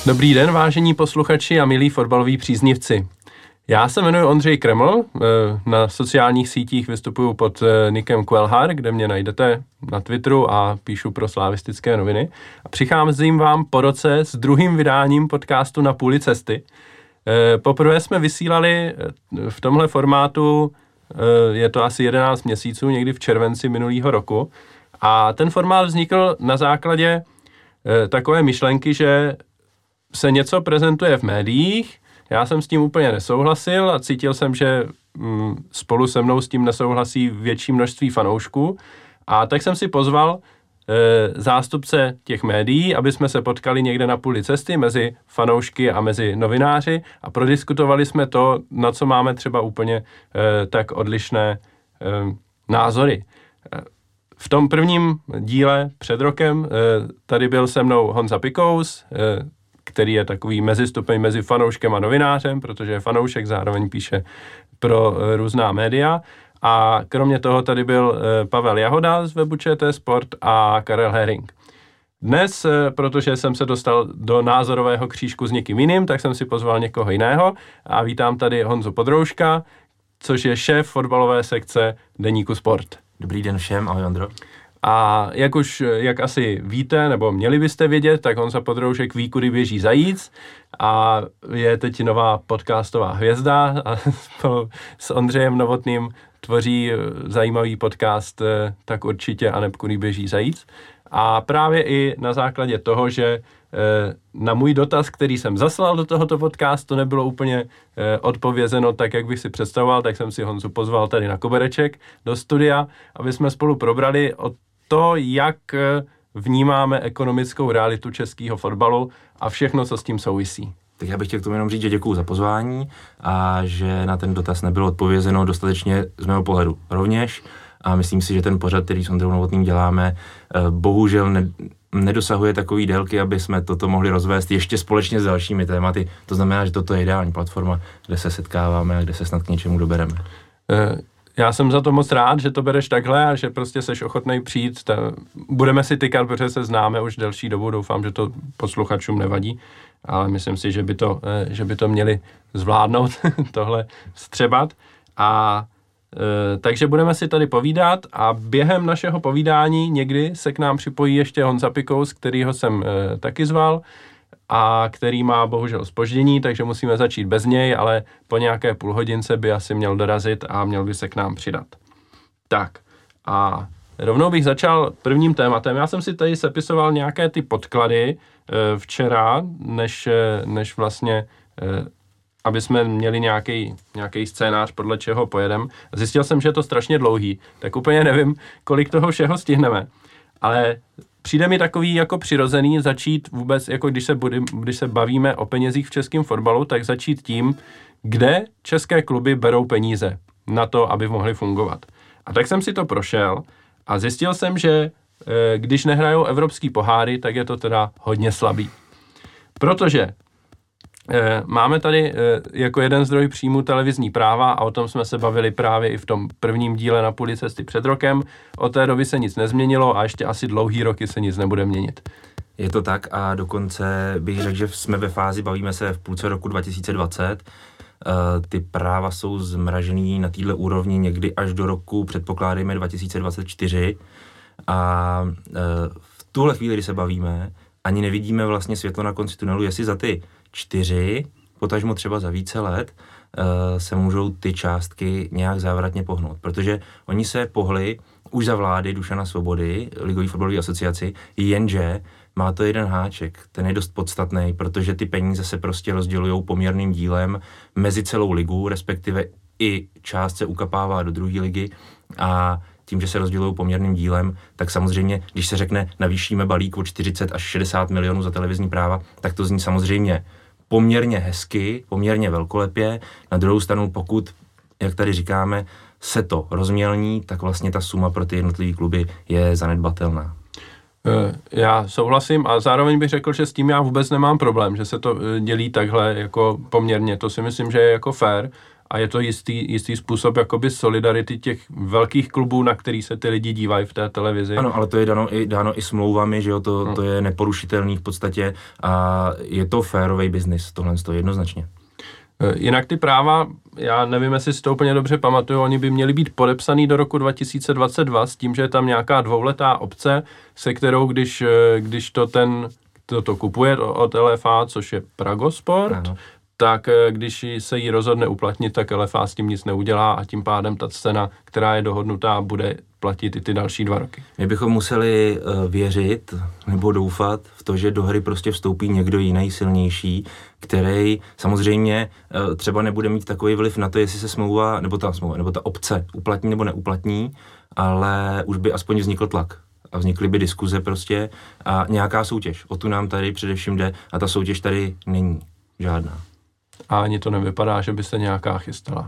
Dobrý den, vážení posluchači a milí fotbaloví příznivci. Já se jmenuji Ondřej Kreml, na sociálních sítích vystupuju pod nickem Quelhar, kde mě najdete na Twitteru a píšu pro Slavistické noviny. A přicházím vám po roce s druhým vydáním podcastu Na půli cesty. Poprvé jsme vysílali v tomhle formátu, je to asi 11 měsíců, někdy v červenci minulého roku. A ten formát vznikl na základě takové myšlenky, že se něco prezentuje v médiích. Já jsem s tím úplně nesouhlasil a cítil jsem, že spolu se mnou s tím nesouhlasí větší množství fanoušků. A tak jsem si pozval zástupce těch médií, aby jsme se potkali někde na půli cesty mezi fanoušky a mezi novináři a prodiskutovali jsme to, na co máme třeba úplně tak odlišné názory. V tom prvním díle před rokem tady byl se mnou Honza Pikous, který je takový mezistupeň mezi fanouškem a novinářem, protože je fanoušek, zároveň píše pro různá média. A kromě toho tady byl Pavel Jahoda z webu ČT Sport a Karel Herring. Dnes, protože jsem se dostal do názorového křížku s někým jiným, tak jsem si pozval někoho jiného a vítám tady Honzu Podrouška, což je šéf fotbalové sekce deníku Sport. Dobrý den všem, ahoj Ondro. A jak asi víte, nebo měli byste vědět, tak Honza Podroušek ví, kudy běží zajíc a je teď nová podcastová hvězda a s Ondřejem Novotným tvoří zajímavý podcast Tak určitě a neb kudy běží zajíc. A právě i na základě toho, že na můj dotaz, který jsem zaslal do tohoto podcastu, nebylo úplně odpovězeno tak, jak bych si představoval, tak jsem si Honzu pozval tady na kobereček do studia, aby jsme spolu probrali o to, jak vnímáme ekonomickou realitu českého fotbalu a všechno, co s tím souvisí. Tak já bych chtěl k tomu jenom říct, že děkuju za pozvání a že na ten dotaz nebylo odpovězeno dostatečně z mého pohledu rovněž. A myslím si, že ten pořad, který s Ondrou Novotným děláme, bohužel nedosahuje takový délky, aby jsme toto mohli rozvést ještě společně s dalšími tématy. To znamená, že toto je ideální platforma, kde se setkáváme a kde se snad k něčemu dobereme. Já jsem za to moc rád, že to bereš takhle a že prostě seš ochotnej přijít. Budeme si tykat, protože se známe už delší dobu, doufám, že to posluchačům nevadí, ale myslím si, že by to měli zvládnout, tohle střebat. A takže budeme si tady povídat a během našeho povídání někdy se k nám připojí ještě Honza Pikous, kterýho jsem taky zval a který má bohužel zpoždění, takže musíme začít bez něj, ale po nějaké půlhodince by asi měl dorazit a měl by se k nám přidat. Tak a rovnou bych začal prvním tématem. Já jsem si tady sepisoval nějaké ty podklady včera, než vlastně aby jsme měli nějaký scénář, podle čeho pojedeme. Zjistil jsem, že je to strašně dlouhý, tak úplně nevím, kolik toho všeho stihneme. Ale přijde mi takový jako přirozený začít vůbec, jako když se bavíme o penězích v českém fotbalu, tak začít tím, kde české kluby berou peníze na to, aby mohly fungovat. A tak jsem si to prošel a zjistil jsem, že když nehrajou evropský poháry, tak je to teda hodně slabý. Protože máme tady jako jeden zdroj příjmu televizní práva a o tom jsme se bavili právě i v tom prvním díle Na půli cesty před rokem. Od té doby se nic nezměnilo a ještě asi dlouhý roky se nic nebude měnit. Je to tak a dokonce bych řekl, že jsme ve fázi, bavíme se v půlce roku 2020. Ty práva jsou zmražený na této úrovni někdy až do roku, předpokládejme 2024. A v tuhle chvíli, kdy se bavíme, ani nevidíme vlastně světlo na konci tunelu, jestli za ty 4, potažmo třeba za více let, se můžou ty částky nějak závratně pohnout. Protože oni se pohli už za vlády Dušana Svobody, Ligové fotbalové asociaci, jenže má to jeden háček, ten je dost podstatný, protože ty peníze se prostě rozdělujou poměrným dílem mezi celou ligu, respektive i část se ukapává do druhé ligy a tím, že se rozdělují poměrným dílem, tak samozřejmě, když se řekne navýšíme balík o 40 až 60 milionů za televizní práva, tak to zní samozřejmě poměrně hezky, poměrně velkolepě. Na druhou stranu, pokud, jak tady říkáme, se to rozmělní, tak vlastně ta suma pro ty jednotlivé kluby je zanedbatelná. Já souhlasím a zároveň bych řekl, že s tím já vůbec nemám problém, že se to dělí takhle jako poměrně. To si myslím, že je jako fair a je to jistý způsob jakoby solidarity těch velkých klubů, na který se ty lidi dívají v té televizi. Ano, ale to je dáno i smlouvami, že jo, to je neporušitelný v podstatě a je to férový biznis, tohle je jednoznačně. Jinak ty práva, já nevím, jestli si to úplně dobře pamatuju, oni by měli být podepsaný do roku 2022 s tím, že je tam nějaká dvouletá opce, se kterou, když to kupuje od LFA, což je Pragosport, ano. Tak když se jí rozhodne uplatnit, tak LFA s tím nic neudělá a tím pádem ta cena, která je dohodnutá, bude platit i ty další 2 roky. My bychom museli věřit nebo doufat v to, že do hry prostě vstoupí někdo jiný, silnější, který samozřejmě třeba nebude mít takový vliv na to, jestli se smlouva, nebo ta obce uplatní nebo neuplatní, ale už by aspoň vznikl tlak. A vznikly by diskuze prostě a nějaká soutěž. O tu nám tady především jde a ta soutěž tady není žádná. A ani to nevypadá, že by se nějaká chystala.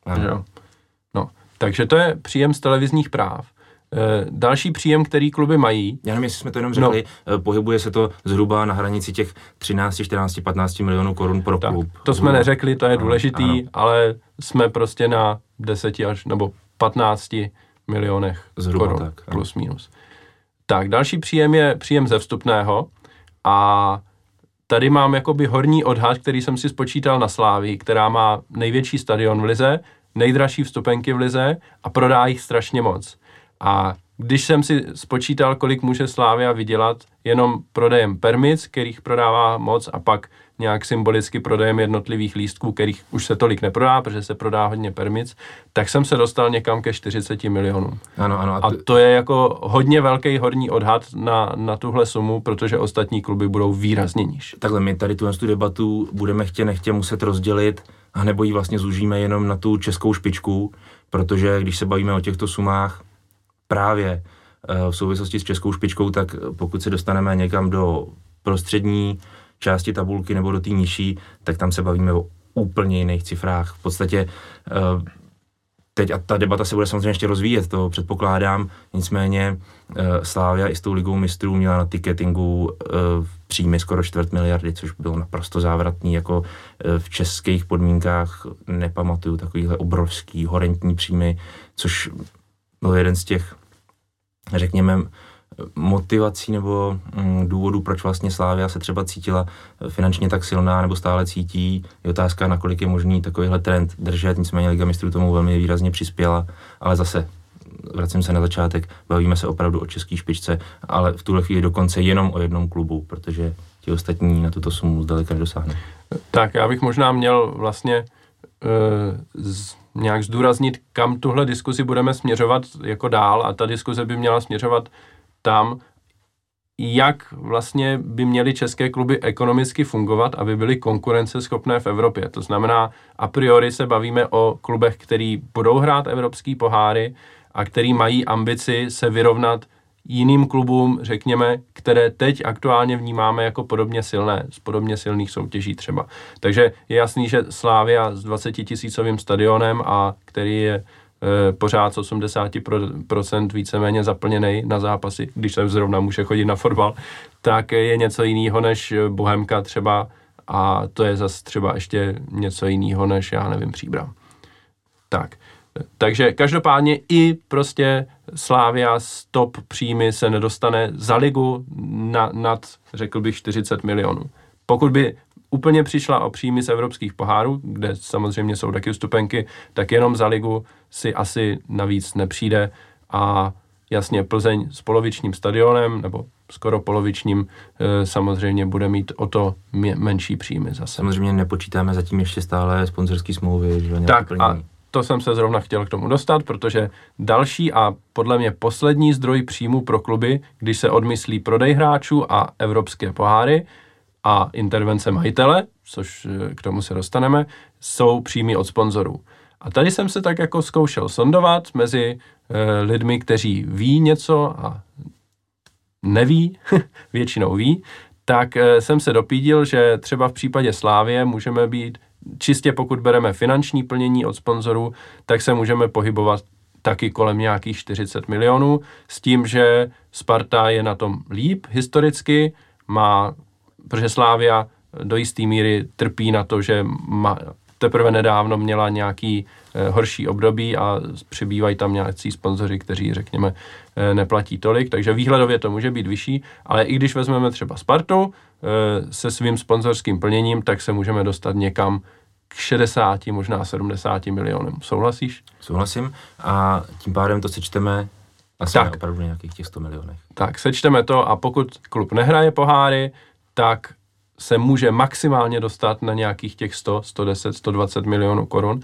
No, takže to je příjem z televizních práv. Další příjem, který kluby mají... Já nevím, jestli jsme to jenom řekli, pohybuje se to zhruba na hranici těch 13, 14, 15 milionů korun pro klub. To jsme neřekli, to je důležitý, ale jsme prostě na 10 až nebo 15 milionech zhruba korun, tak, plus minus. Tak, další příjem je příjem ze vstupného a tady mám jakoby horní odhad, který jsem si spočítal na Slávii, která má největší stadion v lize, nejdražší vstupenky v lize a prodá jich strašně moc. A když jsem si spočítal, kolik může Slavia vydělat jenom prodejem permic, kterých prodává moc, a pak nějak symbolicky prodejem jednotlivých lístků, kterých už se tolik neprodá, protože se prodá hodně permic, tak jsem se dostal někam ke 40 milionům. Ano. A to je jako hodně velký horní odhad na tuhle sumu, protože ostatní kluby budou výrazně níž. Takhle my tady tu debatu budeme nechtě muset rozdělit, a nebo ji vlastně zúžíme jenom na tu českou špičku, protože když se bavíme o těchto sumách právě v souvislosti s českou špičkou, tak pokud se dostaneme někam do prostřední části tabulky nebo do té nižší, tak tam se bavíme o úplně jiných cifrách. V podstatě teď a ta debata se bude samozřejmě ještě rozvíjet, to předpokládám, nicméně Slavia i s tou ligou mistrů měla na ticketingu příjmy skoro 250 miliardy, což bylo naprosto závratný, jako v českých podmínkách nepamatuju takovýhle obrovský horentní příjmy, což byl jeden z těch, řekněme, motivací nebo důvodů, proč vlastně Slavia se třeba cítila finančně tak silná nebo stále cítí. Je otázka, nakolik je možný takovýhle trend držet, nicméně Liga mistrů tomu velmi výrazně přispěla, ale zase vracím se na začátek, bavíme se opravdu o české špičce, ale v tuhle chvíli dokonce jenom o jednom klubu, protože ti ostatní na tuto sumu zdaleka nedosáhnou. Tak já bych možná měl vlastně nějak zdůraznit, kam tuhle diskuzi budeme směřovat jako dál, a ta diskuze by měla směřovat tam, jak vlastně by měly české kluby ekonomicky fungovat, aby byly konkurenceschopné v Evropě. To znamená, a priori se bavíme o klubech, který budou hrát evropský poháry a který mají ambici se vyrovnat jiným klubům, řekněme, které teď aktuálně vnímáme jako podobně silné, z podobně silných soutěží třeba. Takže je jasný, že Slavia s 20 000 stadionem, a který je pořád z 80% víceméně zaplněný na zápasy, když se zrovna může chodit na fotbal, tak je něco jiného než Bohemka třeba, a to je zase třeba ještě něco jiného než, já nevím, Příbram. Takže každopádně i prostě Slavia z top příjmy se nedostane za ligu nad, řekl bych, 40 milionů. Pokud by úplně přišla o příjmy z evropských pohárů, kde samozřejmě jsou taky vstupenky, tak jenom za ligu si asi navíc nepřijde, a jasně Plzeň s polovičním stadionem, nebo skoro polovičním, samozřejmě bude mít o to menší příjmy zase. Samozřejmě nepočítáme zatím ještě stále sponzorský smlouvy. Že tak a to jsem se zrovna chtěl k tomu dostat, protože další a podle mě poslední zdroj příjmu pro kluby, když se odmyslí prodej hráčů a evropské poháry a intervence majitele, což k tomu se dostaneme, jsou příjmy od sponzorů. A tady jsem se tak jako zkoušel sondovat mezi lidmi, kteří ví něco a neví, většinou ví, tak jsem se dopídil, že třeba v případě Slávie můžeme být, čistě pokud bereme finanční plnění od sponzorů, tak se můžeme pohybovat taky kolem nějakých 40 milionů, s tím, že Sparta je na tom líp historicky, protože Slavia do jisté míry trpí na to, že teprve nedávno měla nějaký horší období a přibývají tam nějací sponzoři, kteří, řekněme, neplatí tolik, takže výhledově to může být vyšší, ale i když vezmeme třeba Spartu se svým sponzorským plněním, tak se můžeme dostat někam k 60, možná 70 milionům. Souhlasíš? Souhlasím a tím pádem to sečteme asi na opravdu nějakých těch 100 milionech. Tak, sečteme to a pokud klub nehraje poháry, tak se může maximálně dostat na nějakých těch 100, 110, 120 milionů korun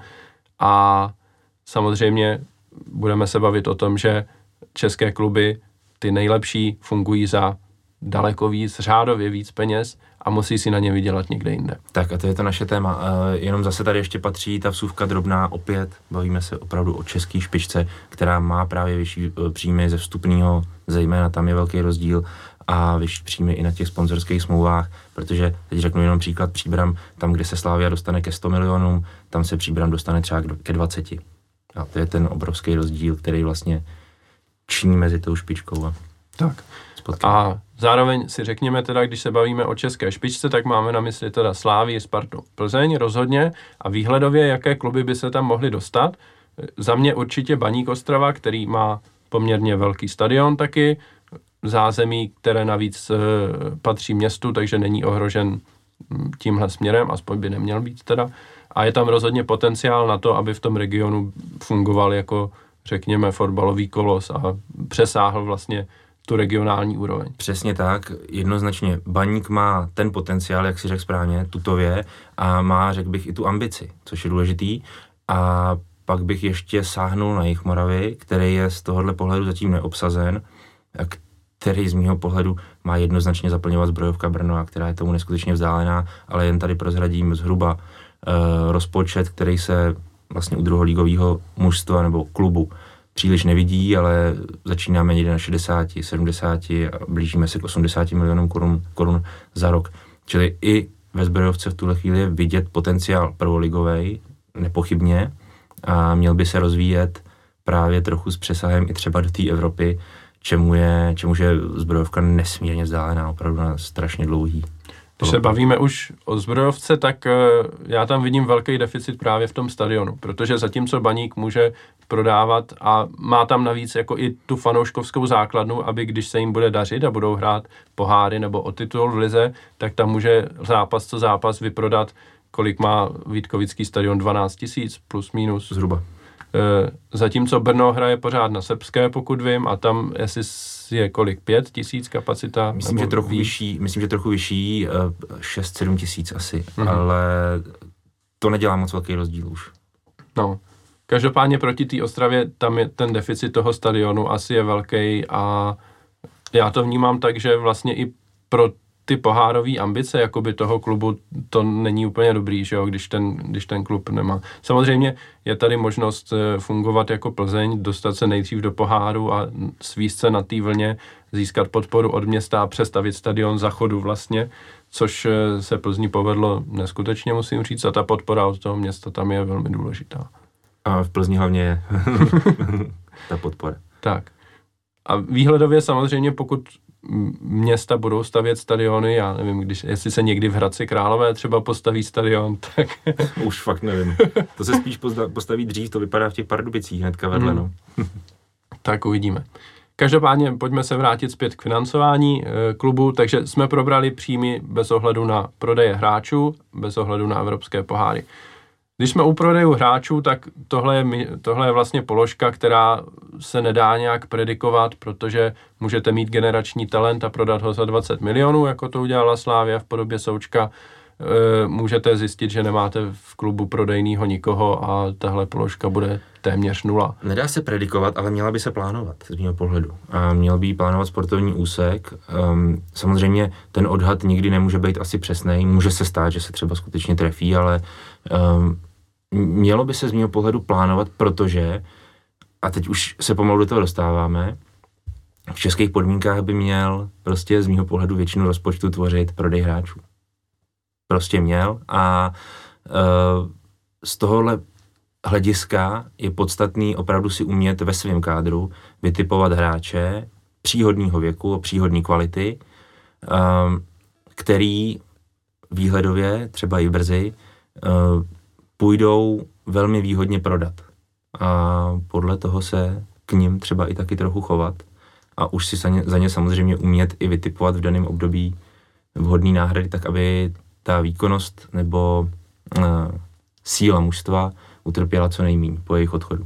a samozřejmě budeme se bavit o tom, že české kluby, ty nejlepší, fungují za daleko víc, řádově víc peněz a musí si na ně vydělat někde jinde. Tak a to je to naše téma. Jenom zase tady ještě patří ta vsuvka drobná, opět bavíme se opravdu o české špičce, která má právě vyšší příjmy ze vstupního, zejména tam je velký rozdíl a vyšší příjmy i na těch sponzorských smlouvách, protože teď řeknu jenom příklad Příbram, tam, kde se Slavia dostane ke 100 milionům, tam se Příbram dostane třeba ke 20. A to je ten obrovský rozdíl, který vlastně činí mezi tou špičkou a tak. A zároveň si řekněme teda, když se bavíme o české špičce, tak máme na mysli teda Slávii, Spartu, Plzeň rozhodně a výhledově, jaké kluby by se tam mohly dostat. Za mě určitě Baník Ostrava, který má poměrně velký stadion taky, zázemí, které navíc patří městu, takže není ohrožen tímhle směrem, aspoň by neměl být teda. A je tam rozhodně potenciál na to, aby v tom regionu fungoval jako, řekněme, fotbalový kolos a přesáhl vlastně tu regionální úroveň. Přesně tak, jednoznačně. Baník má ten potenciál, jak si řekl správně, tutově a má, řekl bych, i tu ambici, což je důležitý. A pak bych ještě sáhnul na Jih Moravy, který je z tohohle pohledu zatím neobsazen, který z mýho pohledu má jednoznačně zaplňovat Zbrojovka Brno, která je tomu neskutečně vzdálená, ale jen tady prozradím zhruba rozpočet, který se vlastně u druholigového mužstva nebo klubu příliš nevidí, ale začínáme někde na 60, 70 a blížíme se k 80 milionům korun za rok. Čili i ve Zbrojovce v tuhle chvíli je vidět potenciál prvoligovej, nepochybně, a měl by se rozvíjet právě trochu s přesahem i třeba do té Evropy, čemuž je Zbrojovka nesmírně vzdálená, opravdu na strašně dlouhý. Když se bavíme už o Zbrojovce, tak já tam vidím velký deficit právě v tom stadionu, protože zatímco Baník může prodávat a má tam navíc jako i tu fanouškovskou základnu, aby když se jim bude dařit a budou hrát poháry nebo o titul v lize, tak tam může zápas co zápas vyprodat, kolik má Vítkovický stadion, 12 000 plus minus. Zhruba. Zatímco Brno hraje pořád na srbské, pokud vím, a tam jestli je kolik, 5 000 kapacita? Myslím, že trochu vyšší, 6-7 tisíc asi, ale to nedělá moc velký rozdíl už. No, každopádně proti té Ostravě tam je ten deficit toho stadionu asi je velký a já to vnímám tak, že vlastně i pro ty pohárové ambice jakoby toho klubu to není úplně dobrý, že jo, když ten klub nemá. Samozřejmě je tady možnost fungovat jako Plzeň, dostat se nejdřív do poháru a svíst se na té vlně, získat podporu od města a přestavit stadion za chodu vlastně, což se Plzni povedlo neskutečně, musím říct, a ta podpora od toho města tam je velmi důležitá. A v Plzni hlavně je ta podpora. Tak. A výhledově samozřejmě, pokud města budou stavět stadiony, já nevím, jestli se někdy v Hradci Králové třeba postaví stadion, tak... Už fakt nevím. To se spíš postaví dřív, to vypadá v těch Pardubicích hnedka vedle, no. Tak uvidíme. Každopádně pojďme se vrátit zpět k financování klubu, takže jsme probrali příjmy bez ohledu na prodeje hráčů, bez ohledu na evropské poháry. Když jsme u prodejů hráčů, tak tohle je vlastně položka, která se nedá nějak predikovat, protože můžete mít generační talent a prodat ho za 20 milionů, jako to udělala Slavia v podobě Součka. Můžete zjistit, že nemáte v klubu prodejnýho nikoho a tahle položka bude téměř nula. Nedá se predikovat, ale měla by se plánovat z mého pohledu. A měl by plánovat sportovní úsek. Samozřejmě ten odhad nikdy nemůže být asi přesný. Může se stát, že se třeba skutečně trefí, ale mělo by se z mého pohledu plánovat, protože, a teď už se pomalu do toho dostáváme, v českých podmínkách by měl prostě z mého pohledu většinu rozpočtu tvořit prodej hráčů. Prostě měl a z tohohle hlediska je podstatný opravdu si umět ve svém kádru vytipovat hráče příhodného věku, příhodné kvality, který výhledově, třeba i brzy, půjdou velmi výhodně prodat. A podle toho se k nim třeba i taky trochu chovat a už si za ně samozřejmě umět i vytipovat v daném období vhodný náhrady, tak aby ta výkonnost nebo síla mužstva utrpěla co nejméně po jejich odchodu.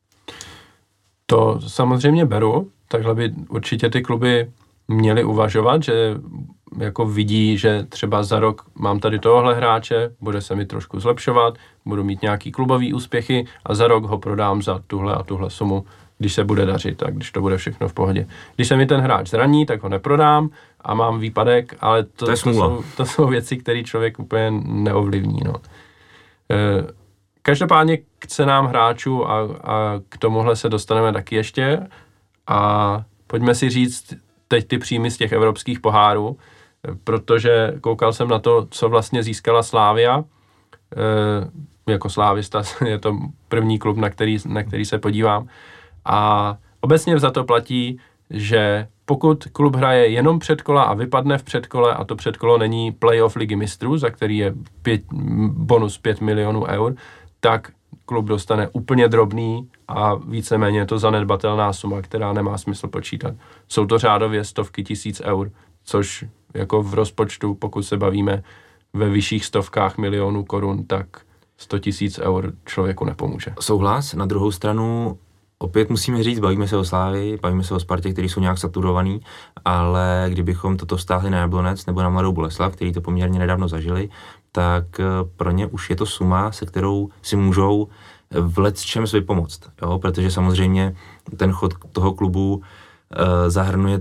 To samozřejmě beru, takhle by určitě ty kluby měly uvažovat, že jako vidí, že třeba za rok mám tady tohohle hráče, bude se mi trošku zlepšovat, budu mít nějaký klubový úspěchy a za rok ho prodám za tuhle a tuhle sumu, když se bude dařit, tak když to bude všechno v pohodě. Když se mi ten hráč zraní, tak ho neprodám a mám výpadek, ale to jsou věci, které člověk úplně neovlivní. No. Každopádně k cenám hráčů a k tomuhle se dostaneme taky ještě a pojďme si říct teď ty příjmy z těch evropských pohárů, protože koukal jsem na to, co vlastně získala Slavia. Jako slávista je to první klub, na který se podívám. A obecně za to platí, že pokud klub hraje jenom předkola a vypadne v předkole, a to předkolo není playoff ligy mistrů, za který je bonus 5 milionů eur, tak klub dostane úplně drobný a víceméně je to zanedbatelná suma, která nemá smysl počítat. Jsou to řádově stovky tisíc eur, což jako v rozpočtu, pokud se bavíme ve vyšších stovkách milionů korun, tak 100 tisíc eur člověku nepomůže. Souhlas, na druhou stranu opět musíme říct, bavíme se o Slávii, bavíme se o Spartě, který jsou nějak saturovaný, ale kdybychom toto vztáhli na Jablonec nebo na Mladou Boleslav, který to poměrně nedávno zažili, tak pro ně už je to suma, se kterou si můžou v lecčems vypomoct, jo? Protože samozřejmě ten chod toho klubu zahrnuje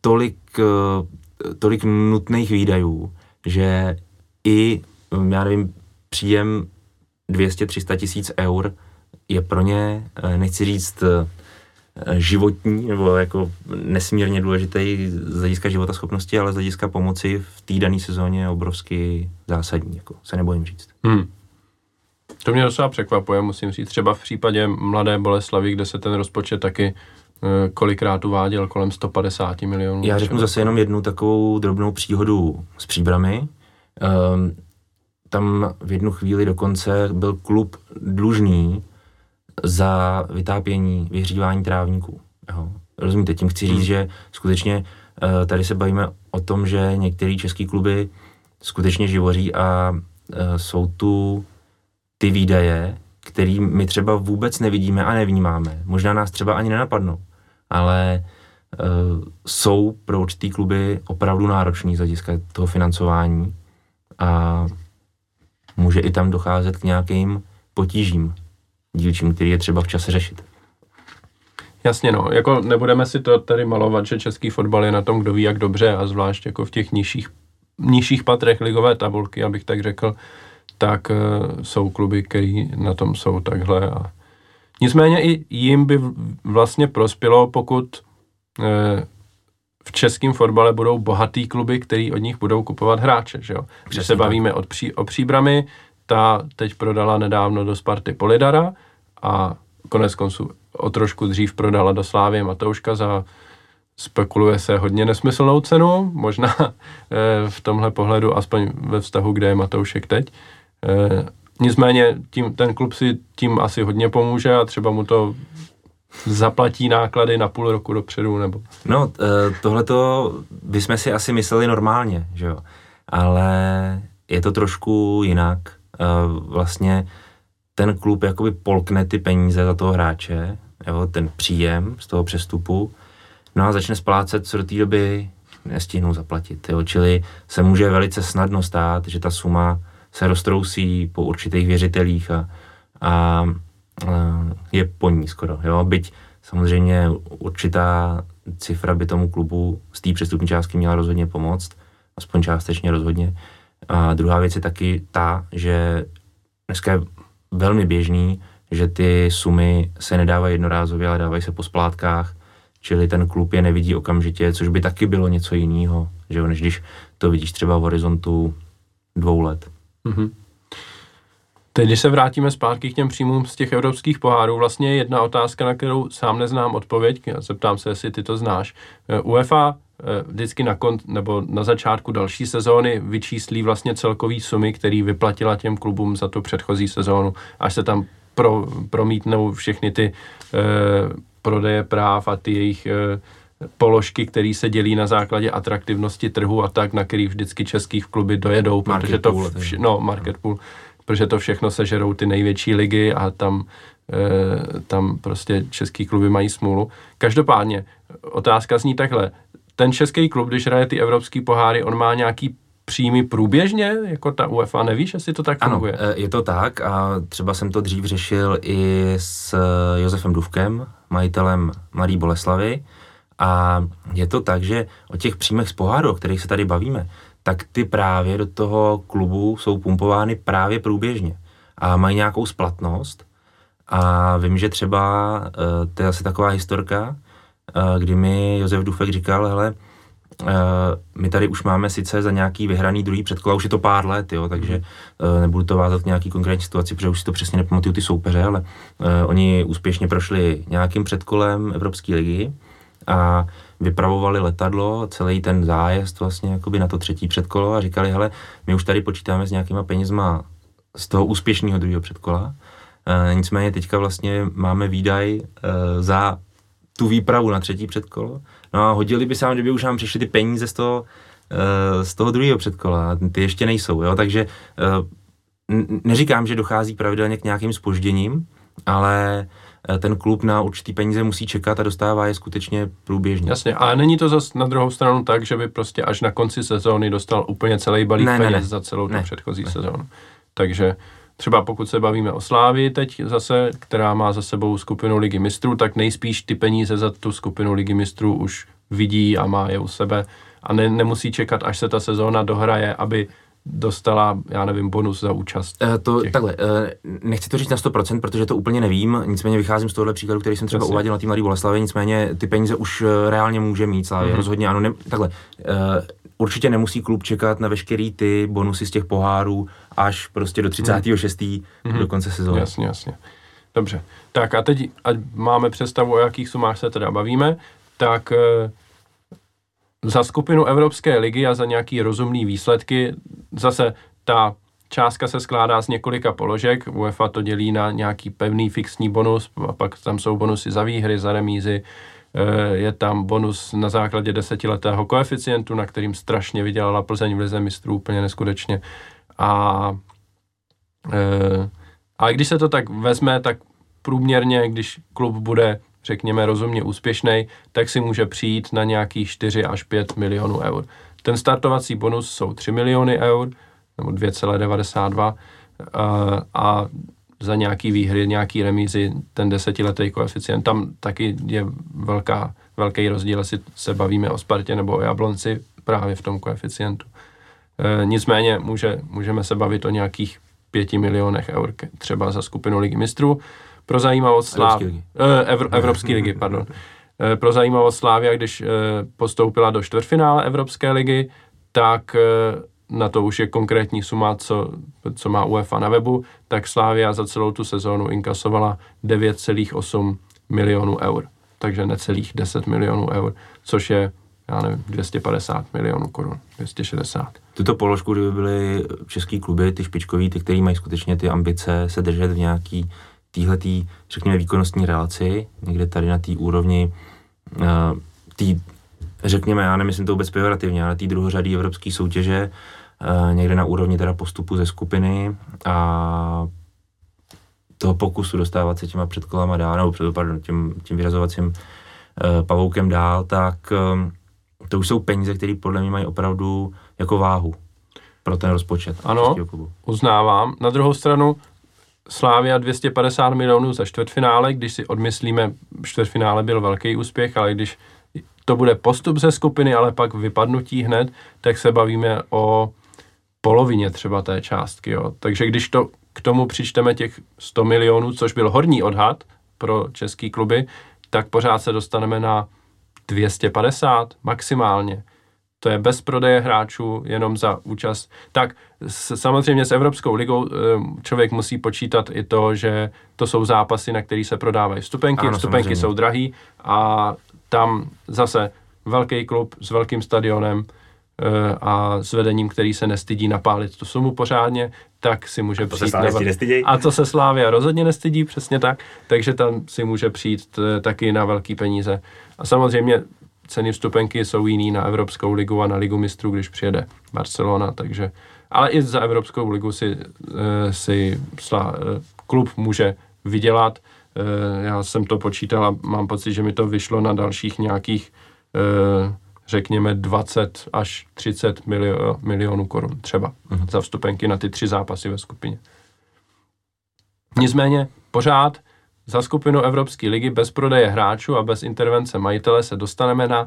tolik nutných výdajů, že i, já nevím, příjem 200-300 tisíc eur je pro ně, nechci říct životní, nebo jako nesmírně důležitý z hlediska životaschopnosti, ale z hlediska pomoci v té dané sezóně je obrovsky zásadní, jako se nebojím říct. To mě docela překvapuje, musím říct, třeba v případě Mladé Boleslavy, kde se ten rozpočet taky kolikrát uváděl kolem 150 milionů. Já řeknu zase jenom jednu takovou drobnou příhodu s Příbrami. Tam v jednu chvíli dokonce byl klub dlužný za vytápění, vyhřívání trávníků. Jo. Rozumíte, tím chci říct, že skutečně tady se bavíme o tom, že některé české kluby skutečně živoří a jsou tu ty výdaje, který my třeba vůbec nevidíme a nevnímáme. Možná nás třeba ani nenapadnou, ale jsou pro určitý kluby opravdu náročný z hlediska toho financování a může i tam docházet k nějakým potížím dílčím, který je třeba v čase řešit. Jasně, no, jako nebudeme si to tady malovat, že český fotbal je na tom, kdo ví jak dobře a zvlášť jako v těch nižších patrech ligové tabulky, abych tak řekl, tak jsou kluby, který na tom jsou takhle. A nicméně i jim by vlastně prospělo, pokud v českém fotbale budou bohatý kluby, který od nich budou kupovat hráče, že jo. Když se bavíme o Příbrami, ta teď prodala nedávno do Sparty Polidara a konec konců o trošku dřív prodala do Slávie Matouška za, spekuluje se, hodně nesmyslnou cenu, možná v tomhle pohledu, aspoň ve vztahu, kde je Matoušek teď. Nicméně ten klub si tím asi hodně pomůže a třeba mu to zaplatí náklady na půl roku dopředu, nebo... No, tohleto bychom si asi mysleli normálně, že jo, ale je to trošku jinak. Vlastně ten klub jakoby polkne ty peníze za toho hráče, jo, ten příjem z toho přestupu, no a začne splácet, co do té doby nestihnou zaplatit, jo, čili se může velice snadno stát, že ta suma se roztrousí po určitých věřitelích a je po ní skoro, jo, byť samozřejmě určitá cifra by tomu klubu z té přestupní částky měla rozhodně pomoct, aspoň částečně rozhodně. A druhá věc je taky ta, že dneska je velmi běžný, že ty sumy se nedávají jednorázově, ale dávají se po splátkách, čili ten klub je nevidí okamžitě, což by taky bylo něco jiného, že jo, než když to vidíš třeba v horizontu 2 let. Mm-hmm. Teď, když se vrátíme zpátky k těm příjmům z těch evropských pohárů, vlastně je jedna otázka, na kterou sám neznám odpověď, zeptám se, jestli ty to znáš. UEFA vždycky nebo na začátku další sezóny vyčíslí vlastně celkový sumy, který vyplatila těm klubům za tu předchozí sezónu, až se tam promítnou všechny ty prodeje práv a ty jejich položky, které se dělí na základě atraktivnosti trhu a tak, na který vždycky českých kluby dojedou, protože market pool, protože to všechno sežerou ty největší ligy a tam prostě český kluby mají smůlu. Každopádně, otázka zní takhle. Ten český klub, když hraje ty evropský poháry, on má nějaký příjmy průběžně, jako ta UEFA, nevíš, jestli to tak funguje? Ano, je to tak a třeba jsem to dřív řešil i s Josefem Dufkem, majitelem Mladé Boleslavy, a je to tak, že o těch příjmech z poháru, o kterých se tady bavíme, tak ty právě do toho klubu jsou pumpovány právě průběžně a mají nějakou splatnost. A vím, že třeba, to je asi taková historka, kdy mi Josef Dufek říkal, hele, my tady už máme sice za nějaký vyhraný druhý předkola, už je to pár let, jo, takže nebudu to vázat k nějaký konkrétní situaci, protože už si to přesně nepamatuju ty soupeře, ale oni úspěšně prošli nějakým předkolem Evropské ligy a vypravovali letadlo, celý ten zájezd vlastně jakoby na to třetí předkolo a říkali, hele, my už tady počítáme s nějakýma penězma z toho úspěšného druhého předkola. Nicméně teďka vlastně máme výdaj za tu výpravu na třetí předkolo. No a hodili by se nám, kdyby už nám přišly ty peníze z toho druhého předkola. Ty ještě nejsou, jo, takže neříkám, že dochází pravidelně k nějakým zpožděním, ale ten klub na určitý peníze musí čekat a dostává je skutečně průběžně. Jasně, ale není to zase na druhou stranu tak, že by prostě až na konci sezóny dostal úplně celý balík peněz za celou tu předchozí sezónu. Takže třeba pokud se bavíme o Slávii teď zase, která má za sebou skupinu Ligy mistrů, tak nejspíš ty peníze za tu skupinu Ligy mistrů už vidí a má je u sebe a nemusí čekat, až se ta sezóna dohraje, aby dostala, já nevím, bonus za účast. Takhle, nechci to říct na 100%, protože to úplně nevím, nicméně vycházím z tohohle příkladu, který jsem třeba uváděl na té Mladé Boleslavě, nicméně ty peníze už reálně může mít Slavia, rozhodně ano, určitě nemusí klub čekat na veškerý ty bonusy z těch pohárů až prostě do 36. do konce sezóny. Jasně. Dobře, tak a teď, ať máme představu, o jakých sumách se teda bavíme, tak za skupinu Evropské ligy a za nějaký rozumný výsledky, zase ta částka se skládá z několika položek, UEFA to dělí na nějaký pevný fixní bonus, a pak tam jsou bonusy za výhry, za remízy, je tam bonus na základě 10letého koeficientu, na kterým strašně vydělala Plzeň v lize mistrů, úplně neskutečně. A když se to tak vezme, tak průměrně, když klub bude, řekněme, rozumně úspěšný, tak si může přijít na nějakých 4 až 5 milionů eur. Ten startovací bonus jsou 3 miliony eur, nebo 2,92 a za nějaký výhry, nějaký remízy, ten 10letý koeficient, tam taky je velký rozdíl, jestli se bavíme o Spartě nebo o Jablonci právě v tom koeficientu. Nicméně můžeme se bavit o nějakých 5 milionech eur, třeba za skupinu Ligy mistrů. Pro zajímavost Evropské ligy, pardon. Pro zajímavost Slavia, když postoupila do čtvrtfinále Evropské ligy, tak na to už je konkrétní suma, co má UEFA na webu, tak Slavia za celou tu sezónu inkasovala 9,8 milionů eur. Takže necelých 10 milionů eur, což je, já nevím, 250 milionů korun, 260. Tuto položku, kdyby byly český kluby, ty špičkový, ty, který mají skutečně ty ambice se držet v nějaký týhletý, řekněme, výkonnostní relaci, někde tady na té úrovni, řekněme, já nemyslím to vůbec pejorativně, ale té druhořadé evropské soutěže, někde na úrovni teda postupu ze skupiny a toho pokusu dostávat se těma předkolama dál, nebo tím vyrazovacím pavoukem dál, tak to už jsou peníze, které podle mě mají opravdu jako váhu pro ten rozpočet. Ano, uznávám. Na druhou stranu Slavia 250 milionů za čtvrtfinále, když si odmyslíme, čtvrtfinále byl velký úspěch, ale když to bude postup ze skupiny, ale pak vypadnutí hned, tak se bavíme o polovině třeba té částky. Jo. Takže když to k tomu přičteme těch 100 milionů, což byl horní odhad pro český kluby, tak pořád se dostaneme na 250 maximálně. To je bez prodeje hráčů, jenom za účast. Tak samozřejmě s Evropskou ligou člověk musí počítat i to, že to jsou zápasy, na který se prodávají vstupenky. Ano, vstupenky jsou drahý a tam zase velký klub s velkým stadionem a s vedením, který se nestydí napálit tu sumu pořádně, tak si může přijít. A to se Slavia rozhodně nestydí, přesně tak. Takže tam si může přijít taky na velký peníze. A samozřejmě ceny vstupenky jsou jiný na Evropskou ligu a na Ligu mistrů, když přijede Barcelona, takže ale i za Evropskou ligu si klub může vydělat. Já jsem to počítal a mám pocit, že mi to vyšlo na dalších nějakých řekněme 20 až 30 milionů korun třeba za vstupenky na ty 3 zápasy ve skupině. Nicméně pořád za skupinu Evropské ligy bez prodeje hráčů a bez intervence majitele se dostaneme na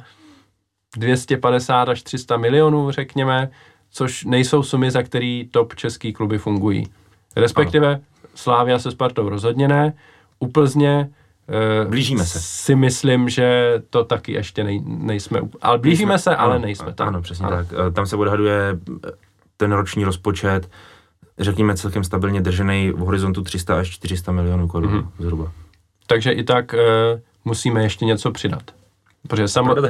250 až 300 milionů, řekněme, což nejsou sumy, za který top český kluby fungují. Respektive Slavia se Spartou rozhodně ne, u Plzně blížíme se. Si myslím, že to taky ještě nejsme. Ale blížíme se, ale nejsme tam. Ano, přesně tak. Tam se odhaduje ten roční rozpočet, řekněme celkem stabilně držený v horizontu 300 až 400 milionů korun zhruba. Takže i tak musíme ještě něco přidat. Protože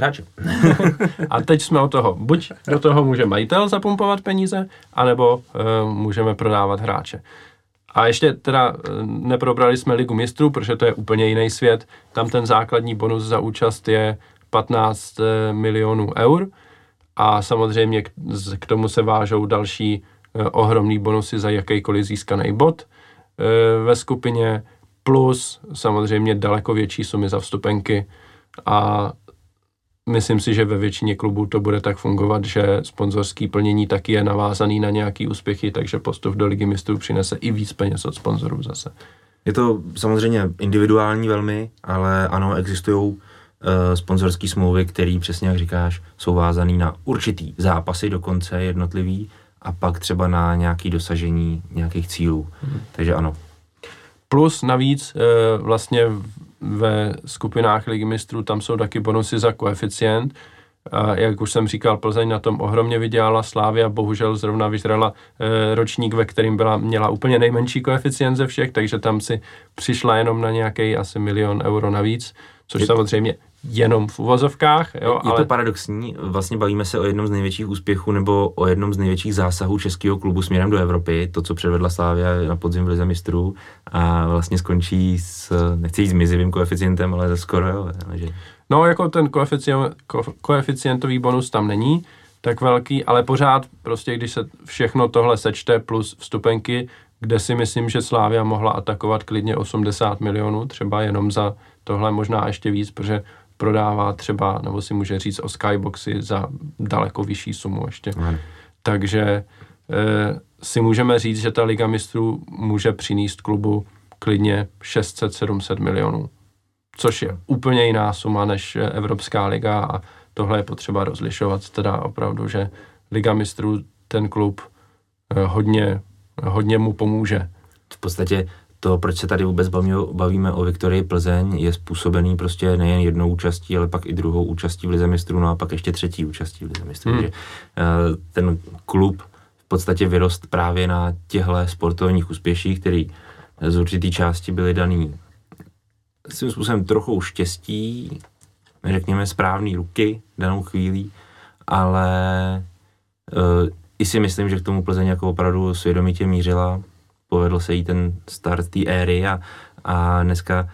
A teď jsme od toho. Buď do toho může majitel zapumpovat peníze, anebo můžeme prodávat hráče. A ještě teda neprobrali jsme Ligu mistrů, protože to je úplně jiný svět. Tam ten základní bonus za účast je 15 milionů eur a samozřejmě k tomu se vážou další ohromný bonusy za jakýkoliv získaný bod ve skupině, plus samozřejmě daleko větší sumy za vstupenky a myslím si, že ve většině klubů to bude tak fungovat, že sponzorský plnění taky je navázaný na nějaký úspěchy, takže postup do Ligy mistrů přinese i víc peněz od sponzorů zase. Je to samozřejmě individuální velmi, ale ano, existují sponzorské smlouvy, které přesně jak říkáš, jsou vázaný na určitý zápasy dokonce jednotlivý a pak třeba na nějaké dosažení nějakých cílů. Takže ano. Plus navíc vlastně ve skupinách Ligy mistrů tam jsou taky bonusy za koeficient. Jak už jsem říkal, Plzeň na tom ohromně vydělala, Slavia bohužel zrovna vyžrala ročník, ve kterým měla úplně nejmenší koeficient ze všech, takže tam si přišla jenom na nějaký asi 1 000 000 euro navíc, což samozřejmě jenom v uvozovkách. Jo, je to paradoxní, vlastně bavíme se o jednom z největších úspěchů nebo o jednom z největších zásahů českého klubu směrem do Evropy, to, co předvedla Slavia na podzim v Lize mistrů a vlastně skončí s, nechci jít s mizivým koeficientem, ale skoro, jo. Že... No, jako ten koeficientový bonus tam není tak velký, ale pořád prostě, když se všechno tohle sečte plus vstupenky, kde si myslím, že Slavia mohla atakovat klidně 80 milionů, třeba jenom za tohle, možná ještě víc, protože prodává třeba, nebo si může říct o skyboxy za daleko vyšší sumu ještě. Takže si můžeme říct, že ta Liga mistrů může přinést klubu klidně 600-700 milionů, což je úplně jiná suma než Evropská liga a tohle je potřeba rozlišovat, teda opravdu, že Liga mistrů ten klub hodně mu pomůže. V podstatě to, proč se tady vůbec bavíme o Viktorii Plzeň, je způsobený prostě nejen jednou účastí, ale pak i druhou účastí v Lize mistrů, no a pak ještě třetí účastí v Lize mistrů. Že ten klub v podstatě vyrost právě na těchto sportovních úspěších, který z určitý části byly daný svým způsobem trochu štěstí, řekněme správný ruky danou chvílí, ale i si myslím, že k tomu Plzeň jako opravdu svědomitě mířila. Povedl se jí ten start té éry a dneska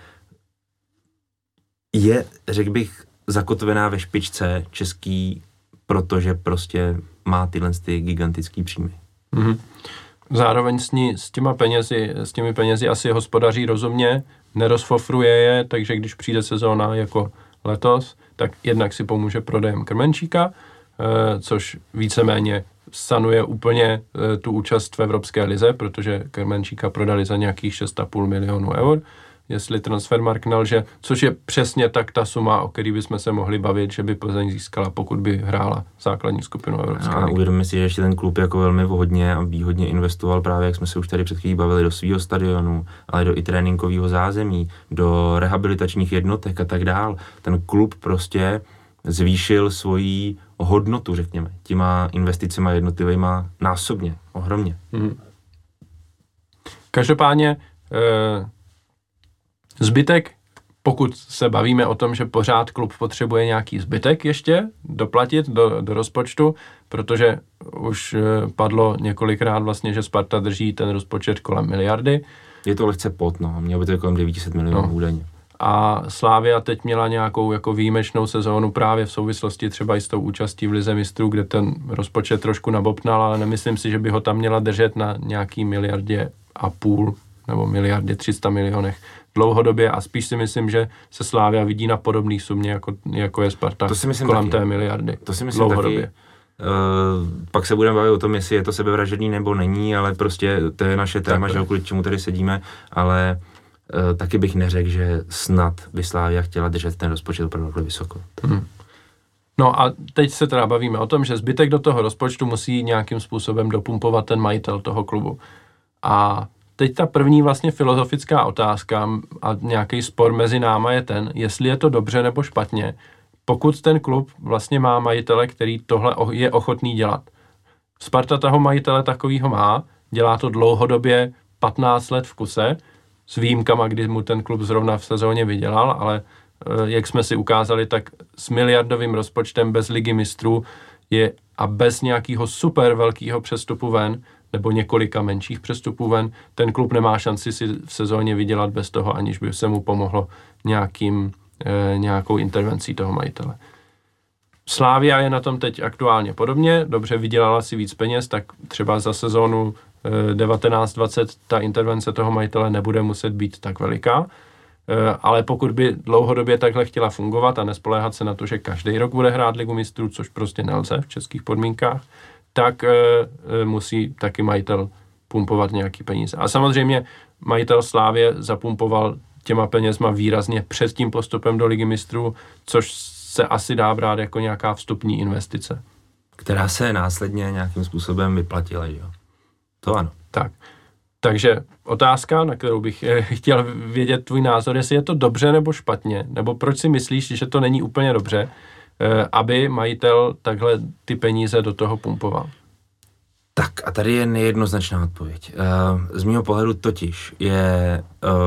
je, řekl bych, zakotvená ve špičce český, protože prostě má tyhle ty gigantický příjmy. Mm-hmm. Zároveň s těmi penězi asi hospodaří rozumně, nerozfofruje je, takže když přijde sezóna jako letos, tak jednak si pomůže prodejem Krmenčíka, což víceméně sanuje úplně tu účast v Evropské lize, protože Krmenčíka prodali za nějakých 6,5 milionů eur, jestli Transfermarkt nelže, což je přesně tak ta suma, o který bychom se mohli bavit, že by Plzeň získala, pokud by hrála základní skupinu Evropské ligy. A uvědomíme si, že ještě ten klub jako velmi vhodně a výhodně investoval právě, jak jsme se už tady před chvílí bavili, do svého stadionu, ale do i tréninkového zázemí, do rehabilitačních jednotek a tak dál. Ten klub prostě zvýšil svoji hodnotu, řekněme, těma investicema jednotlivýma násobně, ohromně. Každopádně zbytek pokud se bavíme o tom, že pořád klub potřebuje nějaký zbytek ještě doplatit do rozpočtu, protože už padlo několikrát vlastně, že Sparta drží ten rozpočet kolem miliardy. Je to lehce pod, no. Mělo by to kolem 900 milionů údajně. A Slavia teď měla nějakou jako výjimečnou sezónu právě v souvislosti třeba i s tou účastí v Lize mistrů, kde ten rozpočet trošku nabopnal, ale nemyslím si, že by ho tam měla držet na nějaký 1,5 miliardy nebo 1,3 milionech dlouhodobě a spíš si myslím, že se Slavia vidí na podobný sumě, jako je Sparta kolem té miliardy. To si myslím taky. Pak se budeme bavit o tom, jestli je to sebevražedný nebo není, ale prostě to je naše téma, že kvůli čemu tady sedíme, ale taky bych neřekl, že snad by Slavia chtěla držet ten rozpočet opravdu vysoko. No a teď se teda bavíme o tom, že zbytek do toho rozpočtu musí nějakým způsobem dopumpovat ten majitel toho klubu. A teď ta první vlastně filozofická otázka a nějaký spor mezi náma je ten, jestli je to dobře nebo špatně, pokud ten klub vlastně má majitele, který tohle je ochotný dělat. Sparta toho majitele takovýho má, dělá to dlouhodobě 15 let v kuse, s výjimkama, kdy mu ten klub zrovna v sezóně vydělal, ale jak jsme si ukázali, tak s miliardovým rozpočtem bez Ligy mistrů je a bez nějakého super velkého přestupu ven, nebo několika menších přestupů ven, ten klub nemá šanci si v sezóně vydělat bez toho, aniž by se mu pomohlo nějakou intervencí toho majitele. Slavia je na tom teď aktuálně podobně, dobře vydělala si víc peněz, tak třeba za sezónu 19-20 ta intervence toho majitele nebude muset být tak veliká, ale pokud by dlouhodobě takhle chtěla fungovat a nespoléhat se na to, že každý rok bude hrát Ligu mistrů, což prostě nelze v českých podmínkách, tak musí taky majitel pumpovat nějaký peníze. A samozřejmě majitel Slavie zapumpoval těma penězma výrazně před tím postupem do Ligy mistrů, což se asi dá brát jako nějaká vstupní investice. Která se následně nějakým způsobem vyplatila, jo? To ano. Tak. Takže otázka, na kterou bych chtěl vědět tvůj názor, jestli je to dobře nebo špatně, nebo proč si myslíš, že to není úplně dobře, aby majitel takhle ty peníze do toho pumpoval? Tak a tady je nejednoznačná odpověď. Z mého pohledu totiž je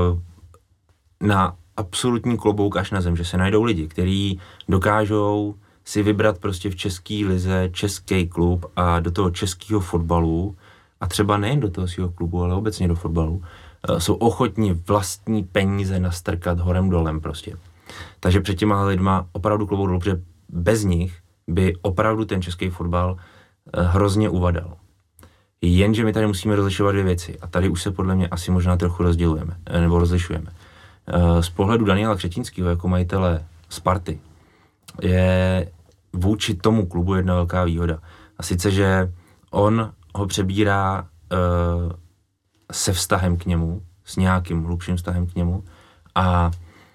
na absolutní klobouk až na zem, že se najdou lidi, kteří dokážou si vybrat prostě v české lize český klub a do toho českého fotbalu a třeba nejen do toho svého klubu, ale obecně do fotbalu, jsou ochotní vlastní peníze nastrkat horem dolem prostě. Takže před těma lidma opravdu klobouk dolů, protože bez nich by opravdu ten český fotbal hrozně uvadal. Jenže my tady musíme rozlišovat dvě věci a tady už se podle mě asi možná trochu rozlišujeme. Z pohledu Daniela Křetínského jako majitele Sparty je vůči tomu klubu jedna velká výhoda. A sice, že on ho přebírá se vztahem k němu, s nějakým hlubším vztahem k němu a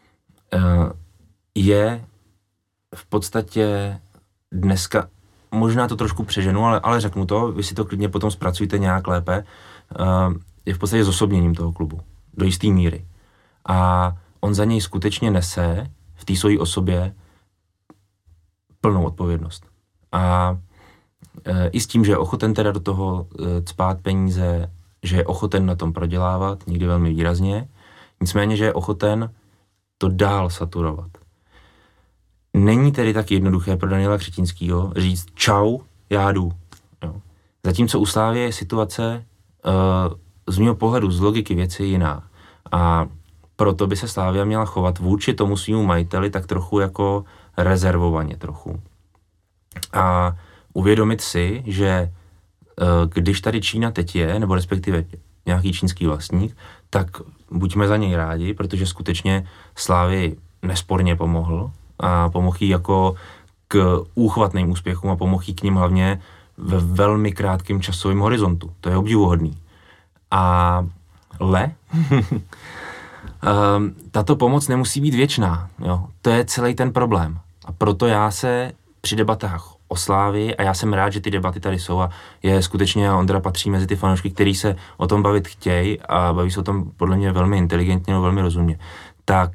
je v podstatě dneska, možná to trošku přeženu, ale řeknu to, vy si to klidně potom zpracujte nějak lépe, je v podstatě zosobněním toho klubu, do jisté míry. A on za něj skutečně nese v té své osobě plnou odpovědnost. A i s tím, že je ochoten teda do toho cpát peníze, že je ochoten na tom prodělávat, někdy velmi výrazně, nicméně, že je ochoten to dál saturovat. Není tedy tak jednoduché pro Daniela Křetínského říct čau, já jdu. Jo. Zatímco u Slavie je situace z mého pohledu, z logiky věci jiná. A proto by se Slavia měla chovat vůči tomu svýmu majiteli tak trochu jako rezervovaně trochu. A uvědomit si, že když tady Čína teď je, nebo respektive nějaký čínský vlastník, tak buďme za něj rádi, protože skutečně Slavii nesporně pomohl a pomohl jí jako k úchvatným úspěchům a pomohl jí k nim hlavně ve velmi krátkém časovém horizontu. To je obdivuhodný. Ale tato pomoc nemusí být věčná. Jo? To je celý ten problém. A proto já se při debatách o Slávii, a já jsem rád, že ty debaty tady jsou a je skutečně, Ondra patří mezi ty fanoušky, kteří se o tom bavit chtějí a baví se o tom podle mě velmi inteligentně nebo velmi rozumně, tak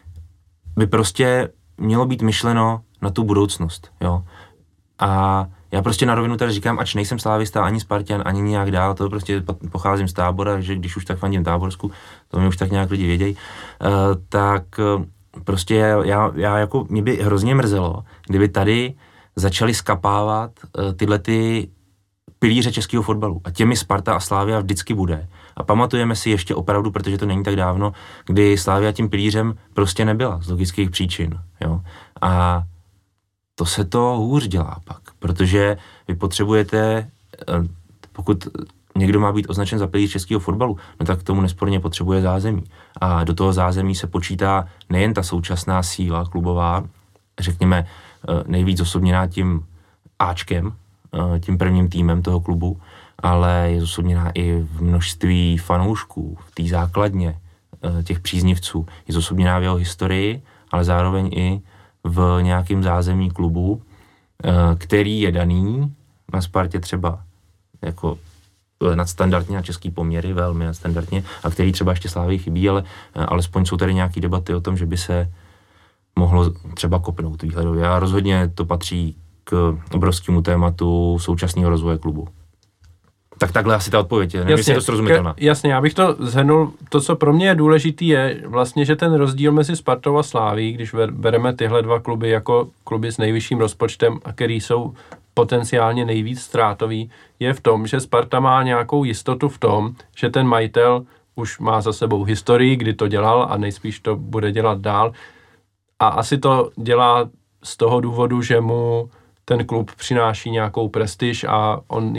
by prostě mělo být myšleno na tu budoucnost. Jo? A Já prostě na rovinu tady říkám, ač nejsem slávista ani Spartan, ani nějak dál, to prostě pocházím z Tábora, že když už tak fandím Táborsku, to mi už tak nějak lidi vědějí, tak prostě já jako, mě by hrozně mrzelo, kdyby tady začali skapávat tyhle ty pilíře českého fotbalu. A těmi Sparta a Slavia vždycky bude. A pamatujeme si ještě opravdu, protože to není tak dávno, kdy Slavia tím pilířem prostě nebyla z logických příčin. Jo? A to se to hůř dělá pak, protože vy potřebujete, pokud někdo má být označen za pilíř českého fotbalu, no tak k tomu nesporně potřebuje zázemí. A do toho zázemí se počítá nejen ta současná síla klubová, řekněme nejvíc osobněná tím Ačkem, tím prvním týmem toho klubu, ale je zosobněná i v množství fanoušků, v té základně těch příznivců. Je zosobněná v jeho historii, ale zároveň i v nějakém zázemí klubu, který je daný na Spartě třeba jako nadstandardně na český poměry, velmi nadstandardně, a který třeba ještě Slávii chybí, ale alespoň jsou tady nějaké debaty o tom, že by se mohlo třeba kopnout výhledově. A rozhodně to patří k obrovskému tématu současného rozvoje klubu. Tak takhle asi ta odpověď je, nevím, jestli je to srozumitelná. Jasně, já bych to shrnul, to, co pro mě je důležitý, je vlastně, že ten rozdíl mezi Spartou a Slavií, když bereme tyhle dva kluby jako kluby s nejvyšším rozpočtem a který jsou potenciálně nejvíc ztrátový, je v tom, že Sparta má nějakou jistotu v tom, že ten majitel už má za sebou historii, kdy to dělal a nejspíš to bude dělat dál. A asi to dělá z toho důvodu, že mu ten klub přináší nějakou prestiž a on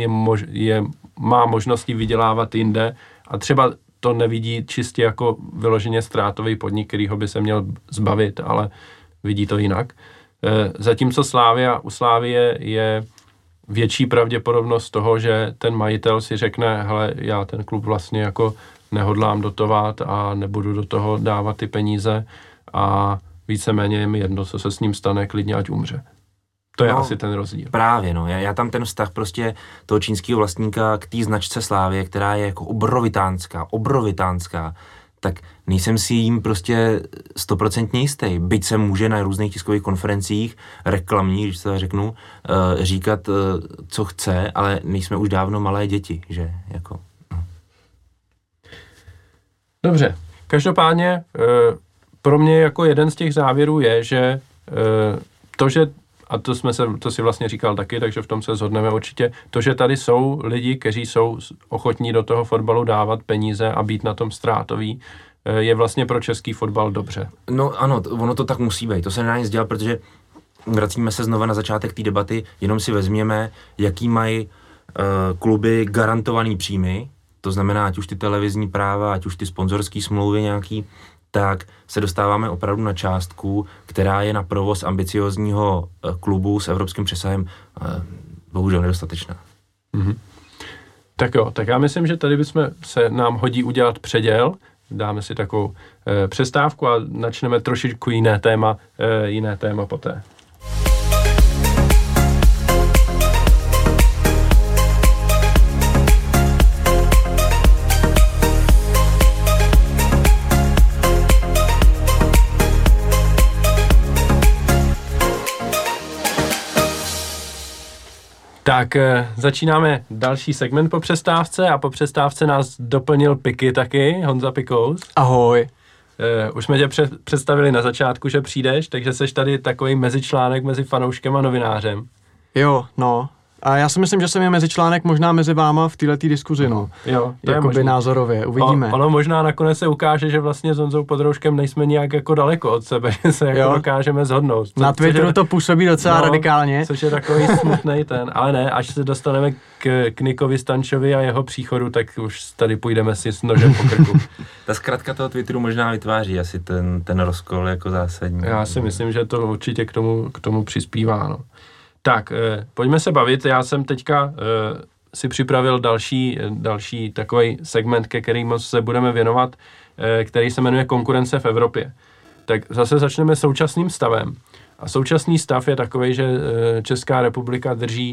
má možnosti vydělávat jinde a třeba to nevidí čistě jako vyloženě ztrátový podnik, kterýho by se měl zbavit, ale vidí to jinak. Zatímco u Slavie je větší pravděpodobnost toho, že ten majitel si řekne, hele, já ten klub vlastně jako nehodlám dotovat a nebudu do toho dávat ty peníze a víceméně je mi jedno, co se s ním stane, klidně ať umře. To je asi ten rozdíl. Právě, no. Já tam ten vztah prostě toho čínského vlastníka k té značce Slávie, která je jako obrovitánská, tak nejsem si jím prostě 100% jistý. Byť se může na různých tiskových konferencích reklamních, když to řeknu, říkat, co chce, ale nejsme už dávno malé děti, že jako. Dobře. Každopádně pro mě jako jeden z těch závěrů je, že to, že a to si vlastně říkal taky, takže v tom se shodneme určitě. To, že tady jsou lidi, kteří jsou ochotní do toho fotbalu dávat peníze a být na tom ztrátový, je vlastně pro český fotbal dobře. No ano, ono to tak musí být. To se nedá nic dělat, protože vracíme se znova na začátek té debaty, jenom si vezměme, jaký mají kluby garantovaný příjmy, to znamená, ať už ty televizní práva, ať už ty sponzorské smlouvy nějaký, tak se dostáváme opravdu na částku, která je na provoz ambiciozního klubu s evropským přesahem bohužel nedostatečná. Mm-hmm. Tak jo, tak já myslím, že tady nám hodí udělat předěl, dáme si takovou přestávku a načneme trošičku jiné téma poté. Tak začínáme další segment po přestávce a po přestávce nás doplnil Piky taky, Honza Pikous. Ahoj. Už jsme tě představili na začátku, že přijdeš, takže seš tady takový mezičlánek mezi fanouškem a novinářem. Jo, no. A já si myslím, že jsem je mezičlánek možná mezi váma v této diskuzi, no. Jo, to jakoby je názorově, uvidíme. Ono možná nakonec se ukáže, že vlastně s Honzou Podrouškem nejsme nějak jako daleko od sebe, že se jako dokážeme shodnout. Na Twitteru to působí docela radikálně. Což je takový smutnej ale ne, až se dostaneme k Nikovi Stančovi a jeho příchodu, tak už tady půjdeme si s nožem po krku. Ta zkratka toho Twitteru možná vytváří asi ten rozkol jako zásadní. Já si myslím, že to určitě k tomu přispívá, no. Tak, pojďme se bavit. Já jsem teďka si připravil další takový segment, ke kterému se budeme věnovat, který se jmenuje Konkurence v Evropě. Tak zase začneme současným stavem. A současný stav je takový, že Česká republika drží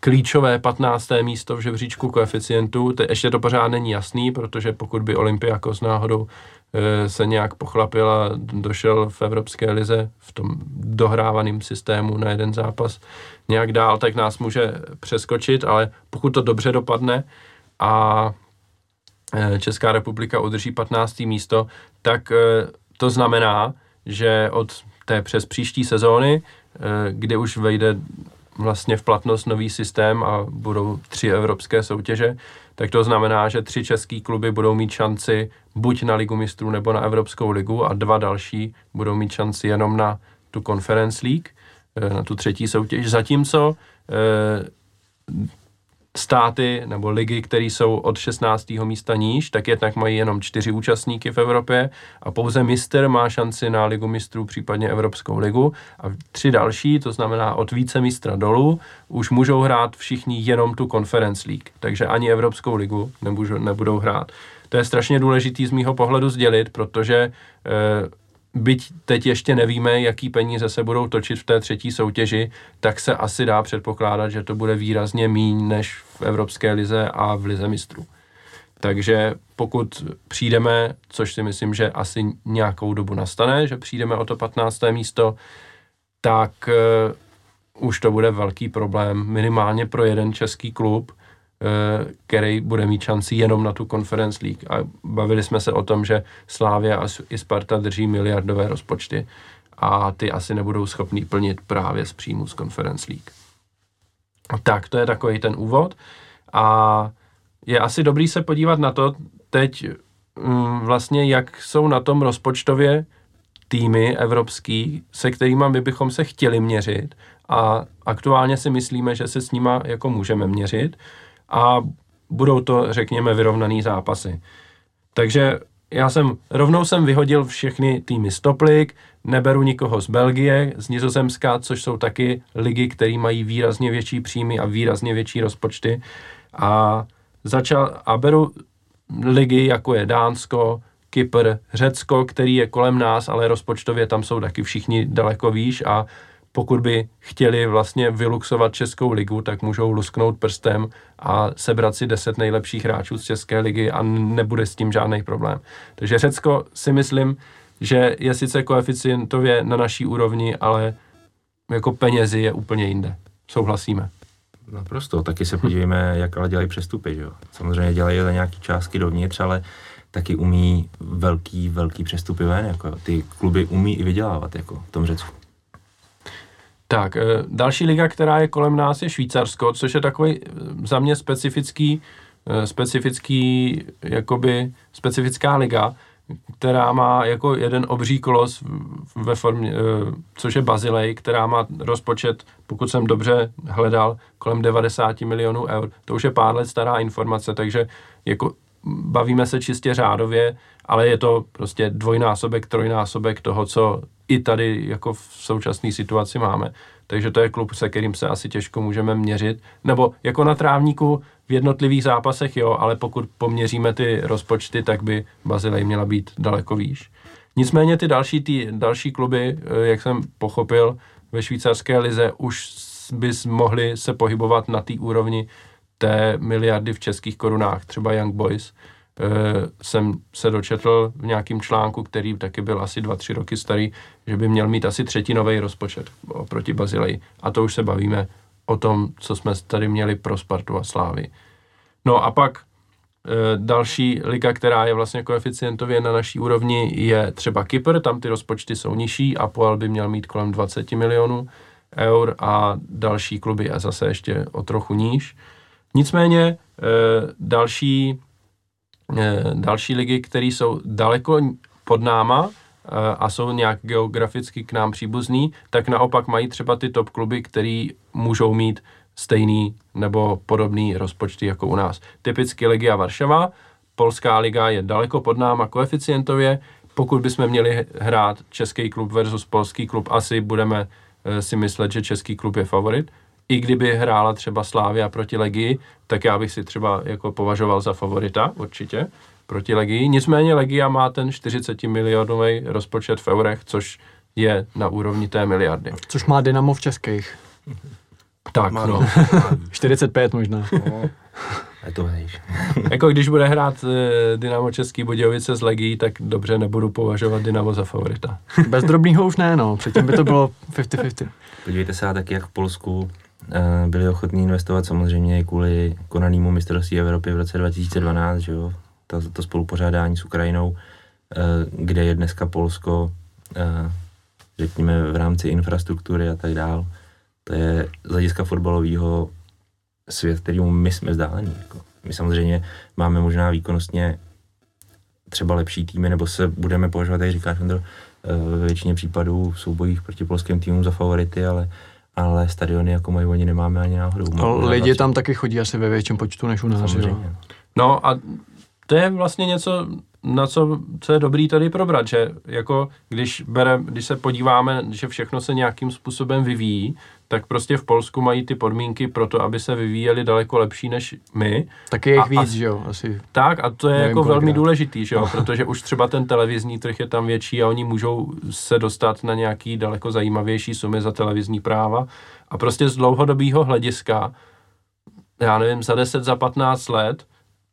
klíčové 15. místo v žebříčku koeficientů. Ještě to pořád není jasný, protože pokud by Olympiakos náhodou se nějak pochlapil a došel v Evropské lize v tom dohrávaném systému na jeden zápas nějak dál, tak nás může přeskočit, ale pokud to dobře dopadne a Česká republika udrží 15. místo, tak to znamená, že od té přes příští sezóny, kdy už vejde vlastně v platnost nový systém a budou 3 evropské soutěže, tak to znamená, že 3 český kluby budou mít šanci buď na Ligu mistrů nebo na Evropskou ligu a 2 další budou mít šanci jenom na tu Conference League, na tu 3. soutěž. Zatímco státy nebo ligy, které jsou od 16. místa níž, tak jednak mají jenom 4 účastníky v Evropě a pouze mistr má šanci na Ligu mistrů, případně Evropskou ligu a 3 další, to znamená od více mistra dolů, už můžou hrát všichni jenom tu Conference League, takže ani Evropskou ligu nebudou hrát. To je strašně důležitý z mýho pohledu sdělit, protože byť teď ještě nevíme, jaký peníze se budou točit v té 3. soutěži, tak se asi dá předpokládat, že to bude výrazně míň než v Evropské lize a v lize mistrů. Takže pokud přijdeme, což si myslím, že asi nějakou dobu nastane, že přijdeme o to 15. místo, tak už to bude velký problém minimálně pro jeden český klub, který bude mít šanci jenom na tu Conference League. A bavili jsme se o tom, že Slavia i Sparta drží miliardové rozpočty a ty asi nebudou schopný plnit právě z příjmu z Conference League. Tak, to je takový ten úvod a je asi dobrý se podívat na to teď vlastně, jak jsou na tom rozpočtově týmy evropský, se kterými my bychom se chtěli měřit a aktuálně si myslíme, že se s nima jako můžeme měřit a budou to, řekněme, vyrovnaný zápasy. Takže rovnou jsem vyhodil všechny týmy z Top League, neberu nikoho z Belgie, z Nizozemska, což jsou taky ligy, které mají výrazně větší příjmy a výrazně větší rozpočty. A beru ligy, jako je Dánsko, Kypr, Řecko, který je kolem nás, ale rozpočtově tam jsou taky všichni daleko výš a pokud by chtěli vlastně vyluxovat Českou ligu, tak můžou lusknout prstem a sebrat si 10 nejlepších hráčů z České ligy a nebude s tím žádný problém. Takže Řecko si myslím, že je sice koeficientově na naší úrovni, ale jako penězi je úplně jinde. Souhlasíme. Naprosto, taky se podívejme, jak ale dělají přestupy, že jo. Samozřejmě dělají nějaký částky dovnitř, ale taky umí velký přestupy ven, jako ty kluby umí i vydělávat, jako v tom Řecku. Tak, další liga, která je kolem nás, je Švýcarsko, což je takový za mě specifická liga, která má jako jeden obří kolos ve formě, což je Bazilej, která má rozpočet, pokud jsem dobře hledal, kolem 90 milionů eur. To už je pár let stará informace, takže jako bavíme se čistě řádově, ale je to prostě dvojnásobek, trojnásobek toho, co i tady jako v současné situaci máme. Takže to je klub, se kterým se asi těžko můžeme měřit. Nebo jako na trávníku v jednotlivých zápasech, jo, ale pokud poměříme ty rozpočty, tak by Bazilej měla být daleko výš. Nicméně ty další kluby, jak jsem pochopil, ve švýcarské lize už by mohli se pohybovat na té úrovni té miliardy v českých korunách, třeba Young Boys. Jsem se dočetl v nějakém článku, který taky byl asi 2-3 roky starý, že by měl mít asi třetinový rozpočet oproti Bazileji. A to už se bavíme o tom, co jsme tady měli pro Spartu a Slávy. No a pak další liga, která je vlastně koeficientově na naší úrovni, je třeba Kypr, tam ty rozpočty jsou nižší, Apoel by měl mít kolem 20 milionů eur a další kluby a zase ještě o trochu níž. Nicméně další ligy, které jsou daleko pod náma a jsou nějak geograficky k nám příbuzný, tak naopak mají třeba ty top kluby, který můžou mít stejný nebo podobný rozpočty jako u nás. Typicky Legia Varšava, polská liga je daleko pod náma koeficientově. Pokud bychom měli hrát český klub versus polský klub, asi budeme si myslet, že český klub je favorit. I kdyby hrála třeba Slavia proti Legii, tak já bych si třeba jako považoval za favorita určitě proti Legii. Nicméně Legia má ten 40 milionový rozpočet v eurech, což je na úrovni té miliardy. Což má Dynamo v českých. Tak, Má no. víc, má víc. 45 možná. No, je to vejš. Jako když bude hrát Dynamo Český Budějovice s Legií, tak dobře, nebudu považovat Dynamo za favorita. Bez drobného už ne, no. Předtím by to bylo 50-50. Podívejte se taky, jak v Polsku byli ochotní investovat samozřejmě i kvůli konanému mistrovství Evropy v roce 2012, že jo, to spolupořádání s Ukrajinou, kde je dneska Polsko, řekněme, v rámci infrastruktury a tak dál. To je z hlediska fotbalového svět, kterýmu my jsme vzdálení. Jako. My samozřejmě máme možná výkonnostně třeba lepší týmy, nebo se budeme považovat, jak říkáš, Ondro, ve většině případů v soubojích proti polským týmům za favority, ale stadiony, jako mají oni, nemáme ani náhodou. Lidi tam taky chodí asi ve větším počtu než u nás, jo. No a to je vlastně něco, na co je dobrý tady probrat, že jako když se podíváme, že všechno se nějakým způsobem vyvíjí, tak prostě v Polsku mají ty podmínky pro to, aby se vyvíjeli daleko lepší než my. Taky je jich víc, že jo, asi. Tak a to je nevím, jako kolikrát. velmi důležitý, že jo, protože už třeba ten televizní trh je tam větší a oni můžou se dostat na nějaký daleko zajímavější sumy za televizní práva a prostě z dlouhodobého hlediska, já nevím, za 10, za 15 let,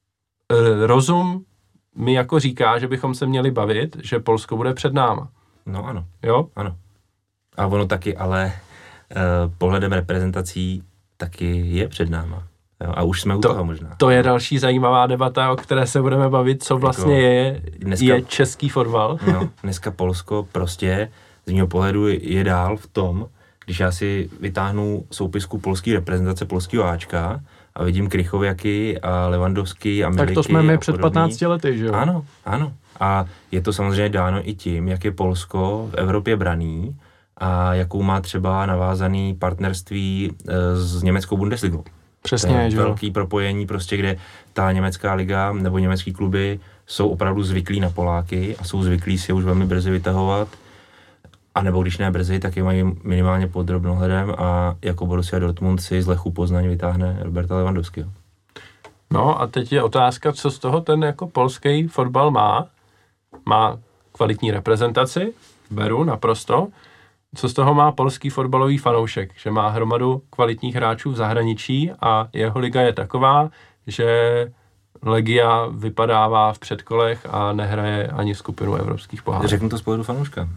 rozum mi jako říká, že bychom se měli bavit, že Polsko bude před náma. No ano. Jo? Ano. A ono taky, ale pohledem reprezentací taky je před náma. Jo? A už jsme u toho možná. To je další zajímavá debata, o které se budeme bavit, co vlastně je český fotbal. No, dneska Polsko prostě z mého pohledu je dál v tom, když já si vytáhnu soupisku polské reprezentace polského Ačka a vidím Krychověky a Lewandowski a Miliky. Tak to jsme my a před podobný. 15 lety, že jo? Ano, ano. A je to samozřejmě dáno i tím, jak je Polsko v Evropě braný a jakou má třeba navázaný partnerství s německou Bundesligou. Přesně, že jo. Velký propojení prostě, kde ta německá liga nebo německý kluby jsou opravdu zvyklí na Poláky a jsou zvyklí si je už velmi brzy vytahovat. A nebo když ne brzy, tak je mají minimálně pod drobnohledem a jako Borussia Dortmund si z Lechu Poznaň vytáhne Roberta Lewandowského. No a teď je otázka, co z toho ten jako polský fotbal má. Má kvalitní reprezentaci, beru naprosto. Co z toho má polský fotbalový fanoušek? Že má hromadu kvalitních hráčů v zahraničí a jeho liga je taková, že Legia vypadává v předkolech a nehraje ani skupinu evropských pohárů. Řeknu to z pohledu fanouška.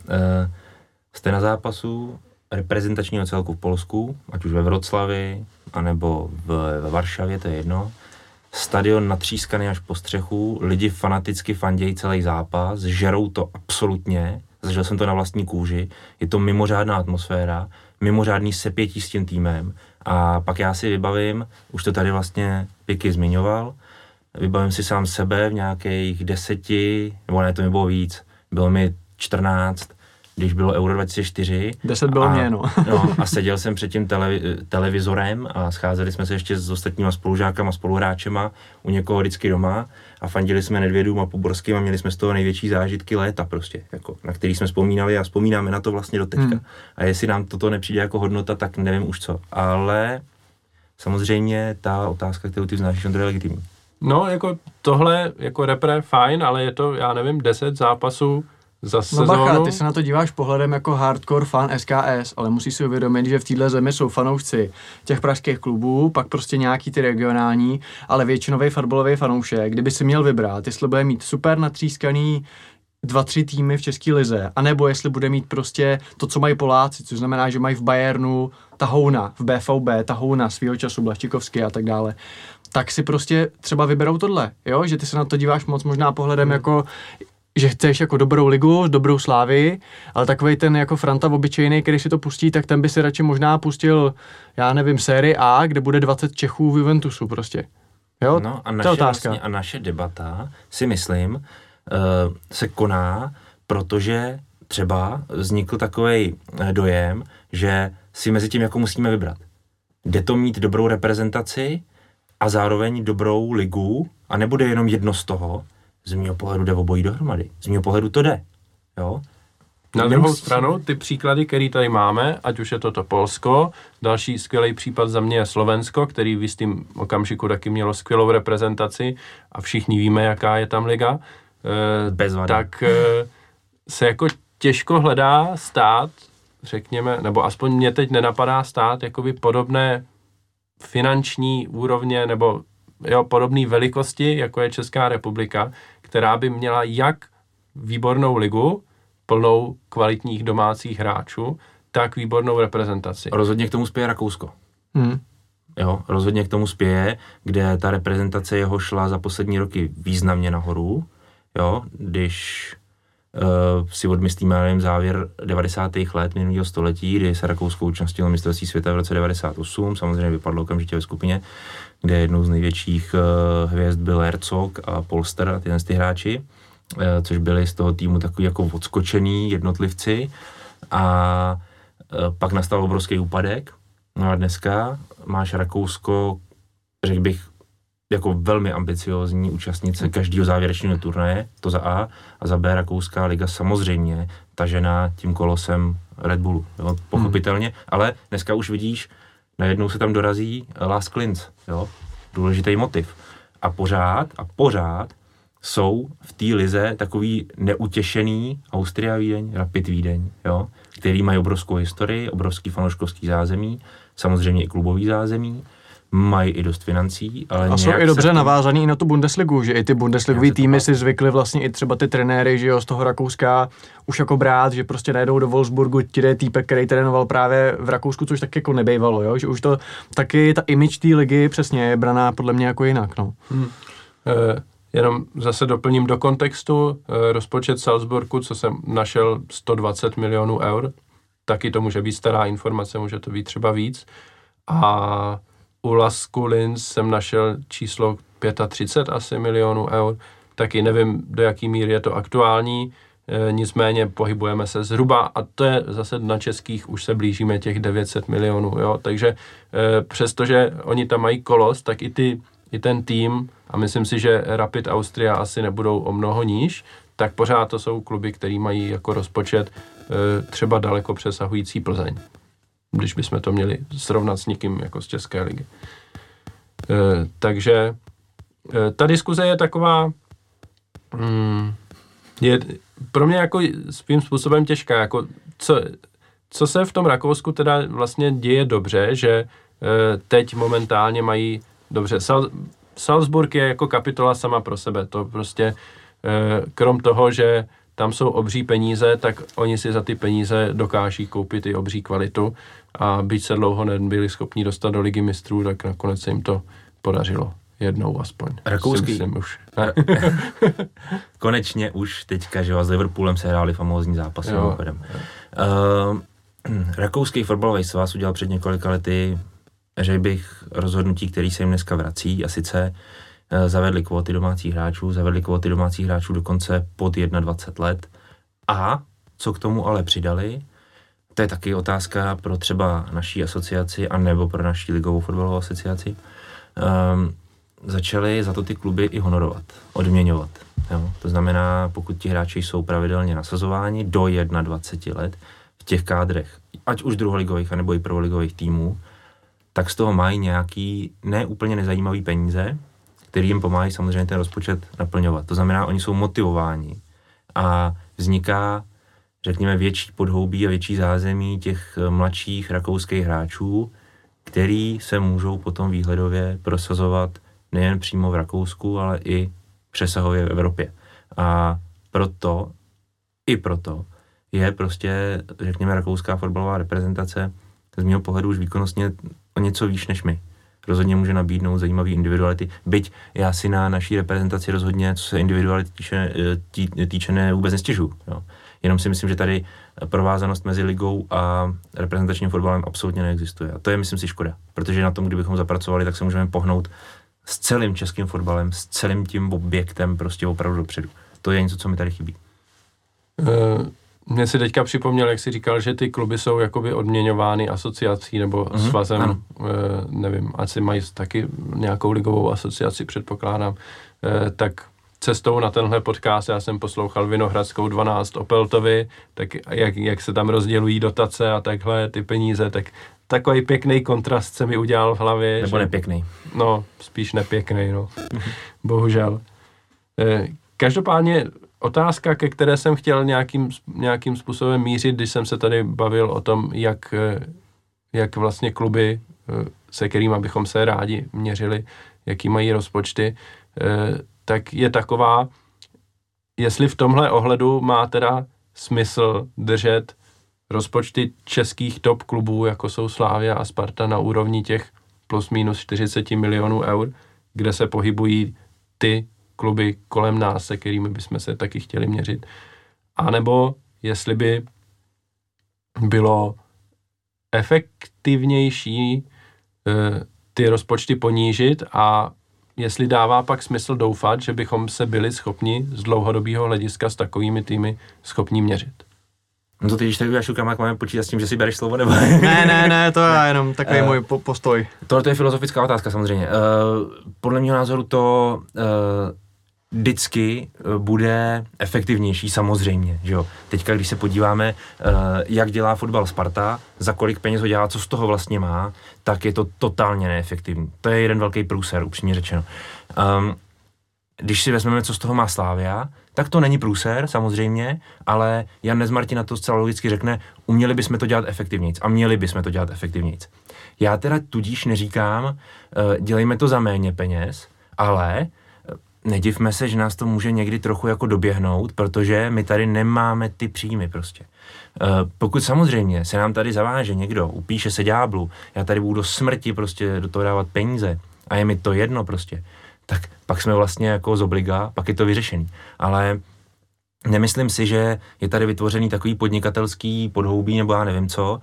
Jste na zápasu reprezentačního celku v Polsku, ať už ve Vroclavi, anebo ve Varšavě, to je jedno. Stadion natřískaný až po střechu, lidi fanaticky fandějí celý zápas, žerou to absolutně, zažil jsem to na vlastní kůži, je to mimořádná atmosféra, mimořádný sepětí s tím týmem a pak já si vybavím, už to tady vlastně Piky zmiňoval, vybavím si sám sebe v nějakých 10, nebo ne, to mi bylo víc, bylo mi 14, když bylo Euro 2004. 10 bylo mě, no. A seděl jsem před tím televizorem a scházeli jsme se ještě s ostatníma spolužákama, spoluhráčema u někoho vždycky doma a fandili jsme Nedvědům a Poborským a měli jsme z toho největší zážitky léta prostě, jako, na který jsme vzpomínali a vzpomínáme na to vlastně do teďka. A jestli nám toto nepřijde jako hodnota, tak nevím už co. Ale samozřejmě ta otázka, kterou ty vznášíš, on to je legitimní. No, jako tohle, jako repre, fajn, ale je to, já nevím, 10 zápasů za sezónu. No bacha, ty se na to díváš pohledem jako hardcore fan SKS, ale musíš si uvědomit, že v téhle zemi jsou fanoušci těch pražských klubů, pak prostě nějaký ty regionální, ale většinový fotbalový fanoušek, kdyby si měl vybrat, jestli bude mít super natřískaný 2-3 týmy v české lize, anebo jestli bude mít prostě to, co mají Poláci, což znamená, že mají v Bayernu Tahouna, v BVB Tahouna, svýho času Blaščikovský a tak dále, tak si prostě třeba vyberou tohle, jo, že ty se na to díváš moc možná pohledem jako, že chceš jako dobrou ligu, dobrou slávy, ale takovej ten jako Franta obyčejný, který si to pustí, tak ten by si radši možná pustil, já nevím, sérii A, kde bude 20 Čechů v Juventusu prostě. Jo, no a to je otázka. vlastně, a naše debata, si myslím, se koná, protože třeba vznikl takovej dojem, že si mezi tím jako musíme vybrat. Jde to mít dobrou reprezentaci a zároveň dobrou ligu a nebude jenom jedno z toho. Z mého pohledu jde obojí dohromady. Z mého pohledu to jde. Jo? Na druhou stranu, ty příklady, které tady máme, ať už je to Polsko, další skvělý případ za mě je Slovensko, který v jistým okamžiku taky mělo skvělou reprezentaci a všichni víme, jaká je tam liga, Bez vady. tak se jako těžko hledá stát řekněme, nebo aspoň mě teď nenapadá stát jakoby podobné finanční úrovně nebo podobné velikosti, jako je Česká republika, která by měla jak výbornou ligu, plnou kvalitních domácích hráčů, tak výbornou reprezentaci. Rozhodně k tomu spěje Rakousko. Jo, rozhodně k tomu spěje, kde ta reprezentace jeho šla za poslední roky významně nahoru. Jo, když si odmyslíme závěr 90. let minulého století, kdy se Rakousko účastnilo mistrovství světa v roce 98, samozřejmě vypadlo okamžitě ve skupině, kde jednou z největších hvězd byl Herzog a Polster a ty hráči, což byli z toho týmu takový jako odskočený jednotlivci a pak nastal obrovský úpadek. No a dneska máš Rakousko, řekl bych, jako velmi ambiciózní účastnice každého závěrečného turnaje, to za A, a za B Rakouská liga samozřejmě tažená tím kolosem Red Bullu, jo, pochopitelně, ale dneska už vidíš, najednou se tam dorazí Last Linz, jo, důležitý motiv. A pořád jsou v té lize takový neutěšený Austria Vídeň, Rapid Vídeň, jo, který mají obrovskou historii, obrovský fanouškovský zázemí, samozřejmě i klubový zázemí, mají i dost financí, ale a jsou i dobře navázaný i na tu Bundesligu, že i ty Bundesligový týmy si zvykli vlastně i třeba ty trenéry, že jo, z toho Rakouska už jako brát, že prostě najedou do Wolfsburgu, ti jde týpek, který trénoval právě v Rakousku, což tak jako nebejvalo, jo, že už to taky ta image té ligy přesně je braná podle mě jako jinak, no. Jenom zase doplním do kontextu, rozpočet Salzburgu, co jsem našel 120 milionů eur, taky to může být stará informace, může to být třeba víc. A u Lasku Linz jsem našel číslo 35 asi milionů eur, taky nevím, do jaký míry je to aktuální, nicméně pohybujeme se zhruba, a to je zase na českých, už se blížíme těch 900 milionů, jo, takže přestože oni tam mají kolos, tak i ten tým, a myslím si, že Rapid Austria asi nebudou o mnoho níž, tak pořád to jsou kluby, který mají jako rozpočet třeba daleko přesahující Plzeň, když bychom to měli srovnat s někým jako z České ligy. Takže ta diskuze je taková, je pro mě jako svým způsobem těžká, jako co se v tom Rakousku teda vlastně děje dobře, že teď momentálně mají dobře. Salzburg je jako kapitola sama pro sebe, to prostě krom toho, že tam jsou obří peníze, tak oni si za ty peníze dokáží koupit i obří kvalitu a byť se dlouho nebyli schopni dostat do Ligy mistrů, tak nakonec se jim to podařilo. Jednou aspoň. Rakouský. Už. Konečně už teďka, že s Liverpoolem se hráli famózní zápasy. Rakouský fotbalový svaz udělal před několika lety, řekl bych, rozhodnutí, který se jim dneska vrací, a sice zavedli kvóty domácích hráčů dokonce pod 21 let. A co k tomu ale přidali, to je taky otázka pro třeba naší asociaci a nebo pro naší ligovou fotbalovou asociaci, začali za to ty kluby i honorovat, odměňovat. Jo? To znamená, pokud ti hráči jsou pravidelně nasazováni do 21 let v těch kádrech, ať už druholigových, anebo i prvoligových týmů, tak z toho mají nějaký neúplně nezajímavý peníze, který jim pomáhají samozřejmě ten rozpočet naplňovat. To znamená, oni jsou motivováni a vzniká, řekněme, větší podhoubí a větší zázemí těch mladších rakouských hráčů, který se můžou potom výhledově prosazovat nejen přímo v Rakousku, ale i přesahově v Evropě. A proto je prostě, řekněme, rakouská fotbalová reprezentace z mého pohledu už výkonnostně o něco výš než my. Rozhodně může nabídnout zajímavý individuality. Byť já si na naší reprezentaci rozhodně, co se individuality týče vůbec nestěžuju. Jo. Jenom si myslím, že tady provázanost mezi ligou a reprezentačním fotbalem absolutně neexistuje. A to je, myslím si, škoda. Protože na tom, kdybychom zapracovali, tak se můžeme pohnout s celým českým fotbalem, s celým tím objektem prostě opravdu dopředu. To je něco, co mi tady chybí. Mě si teďka připomněl, jak jsi říkal, že ty kluby jsou jakoby odměňovány asociací nebo svazem, nevím, asi mají taky nějakou ligovou asociaci, předpokládám, tak cestou na tenhle podcast já jsem poslouchal Vinohradskou 12 o Peltovi, tak jak se tam rozdělují dotace a takhle ty peníze, tak takový pěkný kontrast se mi udělal v hlavě. Nebo nepěkný. No, spíš nepěkný, no. Bohužel. Každopádně otázka, ke které jsem chtěl nějakým způsobem mířit, když jsem se tady bavil o tom, jak vlastně kluby, se kterými bychom se rádi měřili, jaký mají rozpočty, tak je taková, jestli v tomhle ohledu má teda smysl držet rozpočty českých top klubů, jako jsou Slavia a Sparta, na úrovni těch plus minus 40 milionů eur, kde se pohybují ty kluby kolem nás, se kterými bychom se taky chtěli měřit. A nebo jestli by bylo efektivnější ty rozpočty ponížit a jestli dává pak smysl doufat, že bychom se byli schopni z dlouhodobého hlediska s takovými týmy schopni měřit. No to ty, když tak uděláš rukamák, máme počítat s tím, že si bereš slovo, nebo? Ne, to je jenom takový můj postoj. Tohle je filozofická otázka samozřejmě. Podle mého názoru to vždycky bude efektivnější samozřejmě, že jo. Teďka, když se podíváme, jak dělá fotbal Sparta, za kolik peněz ho dělá, co z toho vlastně má, tak je to totálně neefektivní. To je jeden velký průser, upřímně řečeno. Když si vezmeme, co z toho má Slavia, tak to není průser, samozřejmě, ale Jan Nezmartin na to zcela logicky řekne, uměli bychom to dělat efektivnějc a měli bychom to dělat efektivnějc. Já teda tudíž neříkám, dělejme to za méně peněz, ale nedivme se, že nás to může někdy trochu jako doběhnout, protože my tady nemáme ty příjmy prostě. Pokud samozřejmě se nám tady zaváže někdo, upíše se ďáblu, já tady budu do smrti prostě do toho dávat peníze a je mi to jedno prostě, tak pak jsme vlastně jako z obliga, pak je to vyřešený. Ale nemyslím si, že je tady vytvořený takový podnikatelský podhoubí, nebo já nevím co,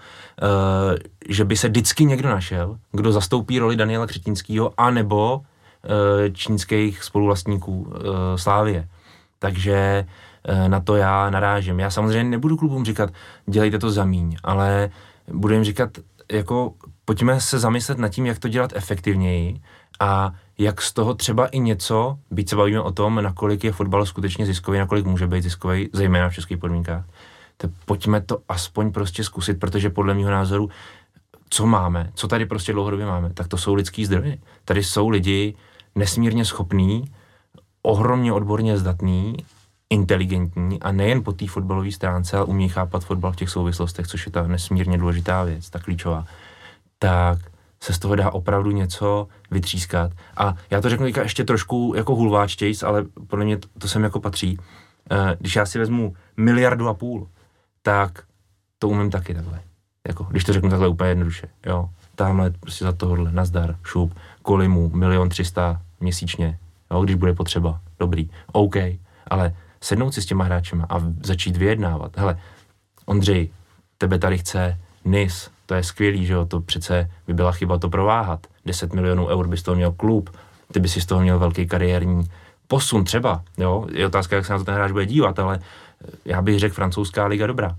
že by se vždycky někdo našel, kdo zastoupí roli Daniela Křetínského, anebo čínských spoluvlastníků Slavie. Takže na to já narážím. Já samozřejmě nebudu klubům říkat, dělejte to za míň, ale budu jim říkat, jako pojďme se zamyslet nad tím, jak to dělat efektivněji a jak z toho třeba i něco, byť se bavíme o tom, nakolik je fotbal skutečně ziskový, nakolik může být ziskový, zejména v českých podmínkách, tak pojďme to aspoň prostě zkusit, protože podle mého názoru, co máme, co tady prostě dlouhodobě máme, tak to jsou lidský zdroje. Tady jsou lidi nesmírně schopní, ohromně odborně zdatní, inteligentní a nejen po té fotbalové stránce, ale umí chápat fotbal v těch souvislostech, což je ta nesmírně důležitá věc, ta klíčová. Tak se z toho dá opravdu něco vytřískat. A já to řeknu ještě trošku jako hulváčtějc, ale podle mě to sem jako patří. Když já si vezmu 1,5 miliardy, tak to umím taky takhle. Jako, když to řeknu takhle úplně jednoduše. Jo. Tamhle prostě za tohohle, nazdar, šup, kolimu, 1,3 milionu měsíčně, jo, když bude potřeba. Dobrý, OK, ale sednout si s těma hráčema a začít vyjednávat. Hele, Ondřej, tebe tady chce NIS, to je skvělý, že jo, to přece by byla chyba to prováhat. 10 milionů eur by z toho měl klub, ty by si z toho měl velký kariérní posun třeba, jo, je otázka, jak se na to ten hráč bude dívat, ale já bych řekl, francouzská liga dobrá.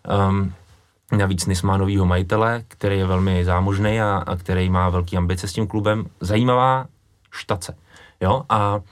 Navíc NIS má novýho majitele, který je velmi zámožný a který má velký ambice s tím klubem. Zajímavá štace, jo, a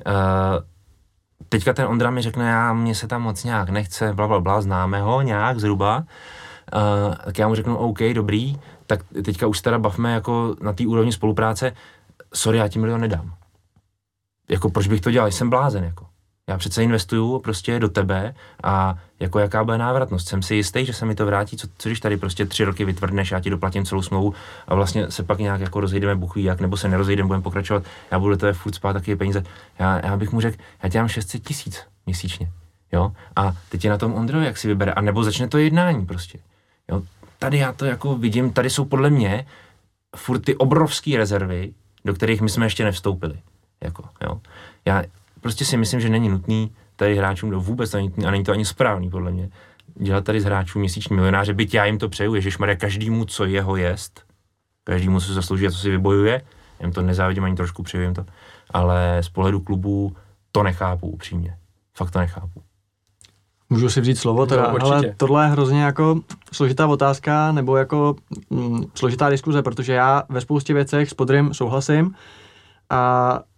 teďka ten Ondra mi řekne, mně se tam moc nějak nechce, blablabla, známe ho nějak zhruba, tak já mu řeknu, OK, dobrý, tak teďka už teda bavme jako na té úrovni spolupráce, sorry, já ti 1 milion nedám. Jako proč bych to dělal, jsem blázen, jako. Já přece investuju prostě do tebe a jako jaká bude návratnost. Jsem si jistý, že se mi to vrátí, co když tady prostě 3 roky vytvrdneš, já ti doplatím celou smlouvu a vlastně se pak nějak jako rozejdeme, Bůh ví jak, nebo se nerozejdeme, budeme pokračovat, já budu do tebe furt spát taky peníze. Já bych mu řekl, já ti dám 600 000 měsíčně, jo, a teď je na tom Ondrovi, jak si vybere, a nebo začne to jednání prostě, jo. Tady já to jako vidím, tady jsou podle mě furt ty obrovský rezervy, do kterých my jsme ještě nevstoupili, jako, jo. Já prostě si myslím, že není nutný tady hráčům vůbec není nutný, a není to ani správný podle mě, dělat tady z hráčů měsíční milionáře, byť já jim to přeju, ježišmarja, každému, co jeho jest, každému, co se zaslouží a co si vybojuje, jim to nezávidím ani trošku, přeju jim to, ale z pohledu klubů to nechápu upřímně, fakt to nechápu. Můžu si vzít slovo teda, ale tohle je hrozně jako složitá otázka, nebo jako složitá diskuze, protože já ve spoustě věcech s Podrym souhlasím a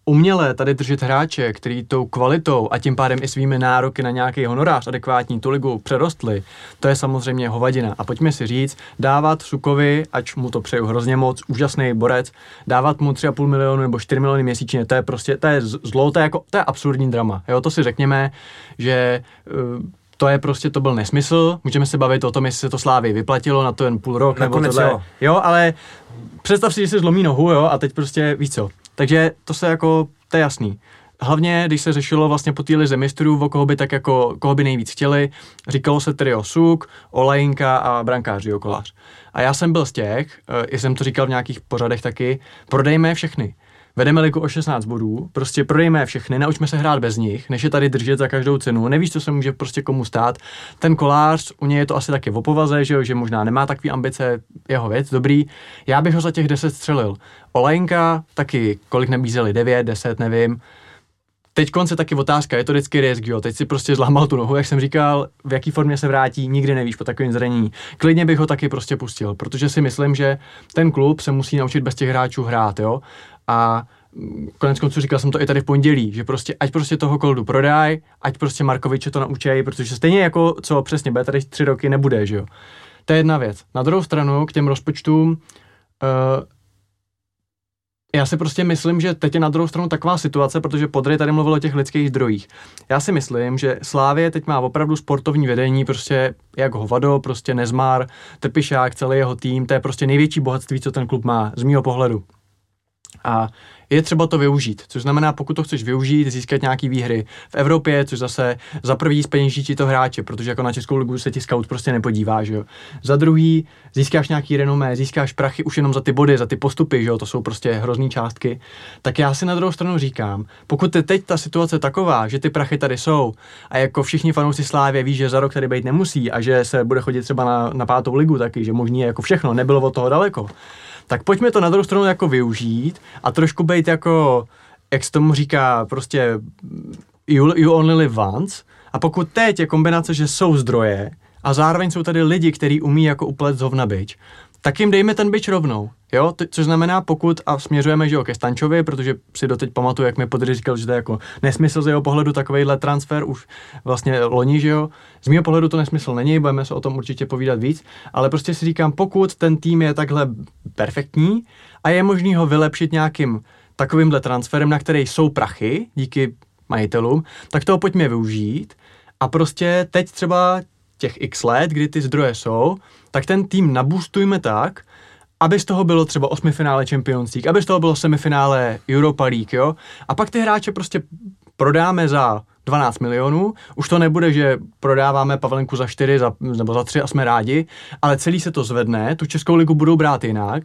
uměle tady držet hráče, který tou kvalitou a tím pádem i svými nároky na nějaký honorář adekvátní tu ligu přerostly, to je samozřejmě hovadina. A pojďme si říct, dávat Sukovi, ač mu to přeju hrozně moc, úžasný borec, dávat mu 3,5 milionu nebo 4 miliony měsíčně, to je prostě, to je zlo, to je absurdní drama. Jo, to si řekněme, že to je prostě, to byl nesmysl, můžeme se bavit o tom, jestli se to Slávii vyplatilo na to jen půl rok nebo tohle. Jo, ale představ si, že se zlomí nohu, jo, a teď prostě víš co. Takže to se jako, to je jasný. Hlavně, když se řešilo vlastně po té lize mistrů, o koho by nejvíc chtěli, říkalo se tedy o Suk, Olajinka a brankář, Kolář. A já jsem byl z těch, jsem to říkal v nějakých pořadech taky, prodejme všechny. Vedeme ligu o 16 bodů, prostě prodejme všechny, naučme se hrát bez nich, než je tady držet za každou cenu, nevíš, co se může prostě komu stát. Ten Kolář, u něj je to asi taky v opovaze, že možná nemá takový ambice, jeho věc, dobrý. Já bych ho za těch 10 střelil. Olajinka taky, kolik nabízeli, 9, 10, nevím. Teď konce taky otázka, je to vždycky risk, jo, teď si prostě zlámal tu nohu, jak jsem říkal, v jaký formě se vrátí, nikdy nevíš po takovém zranění. Klidně bych ho taky prostě pustil, protože si myslím, že ten klub se musí naučit bez těch hráčů hrát, jo. A konec konců říkal jsem to i tady v pondělí, že prostě ať prostě toho Koldu prodaj, ať prostě Markoviče to naučej, protože stejně jako co přesně bude tady 3 roky nebude, že jo. To je jedna věc. Na druhou stranu k těm rozpočtům já si prostě myslím, že teď je na druhou stranu taková situace, protože Podry tady mluvil o těch lidských zdrojích. Já si myslím, že Slavie teď má opravdu sportovní vedení, prostě jak hovado, prostě Nezmar, Trpišák, celý jeho tým, to je prostě největší bohatství, co ten klub má, z mýho pohledu. A je třeba to využít, což znamená, pokud to chceš využít, získat nějaký výhry v Evropě, což zase za prvý zpeněží ti to hráče, protože jako na Českou ligu se ti scout prostě nepodívá, že jo. Za druhý získáš nějaký renomé, získáš prachy už jenom za ty body, za ty postupy, že jo, to jsou prostě hrozný částky. Tak já si na druhou stranu říkám, pokud je teď ta situace taková, že ty prachy tady jsou a jako všichni fanoušci Slávie ví, že za rok tady být nemusí a že se bude chodit třeba na 5. ligu taky, že možný je jako všechno, nebylo od toho daleko. Tak pojďme to na druhou stranu jako využít a trošku být jako, jak se tomu říká, prostě you only live once. A pokud teď je kombinace, že jsou zdroje a zároveň jsou tady lidi, kteří umí jako uplet z hovna bič, tak jim dejme ten bič rovnou, jo? Což znamená, pokud a směřujeme, že jo, ke Stančovi, protože si doteď pamatuju, jak mi Podry říkal, že to je jako nesmysl z jeho pohledu takovejhle transfer, už vlastně loni, že jo? Z mého pohledu to nesmysl není, budeme se o tom určitě povídat víc, ale prostě si říkám, pokud ten tým je takhle perfektní a je možný ho vylepšit nějakým takovýmhle transferem, na který jsou prachy, díky majitelům, tak toho pojďme využít a prostě teď třeba těch x let, kdy ty zdroje jsou, tak ten tým naboostujme tak, aby z toho bylo třeba 8. finále Champions League, aby z toho bylo semifinále Europa League, jo? A pak ty hráče prostě prodáme za 12 milionů, už to nebude, že prodáváme Pavlenku za 4 nebo za 3 a jsme rádi, ale celý se to zvedne, tu Českou ligu budou brát jinak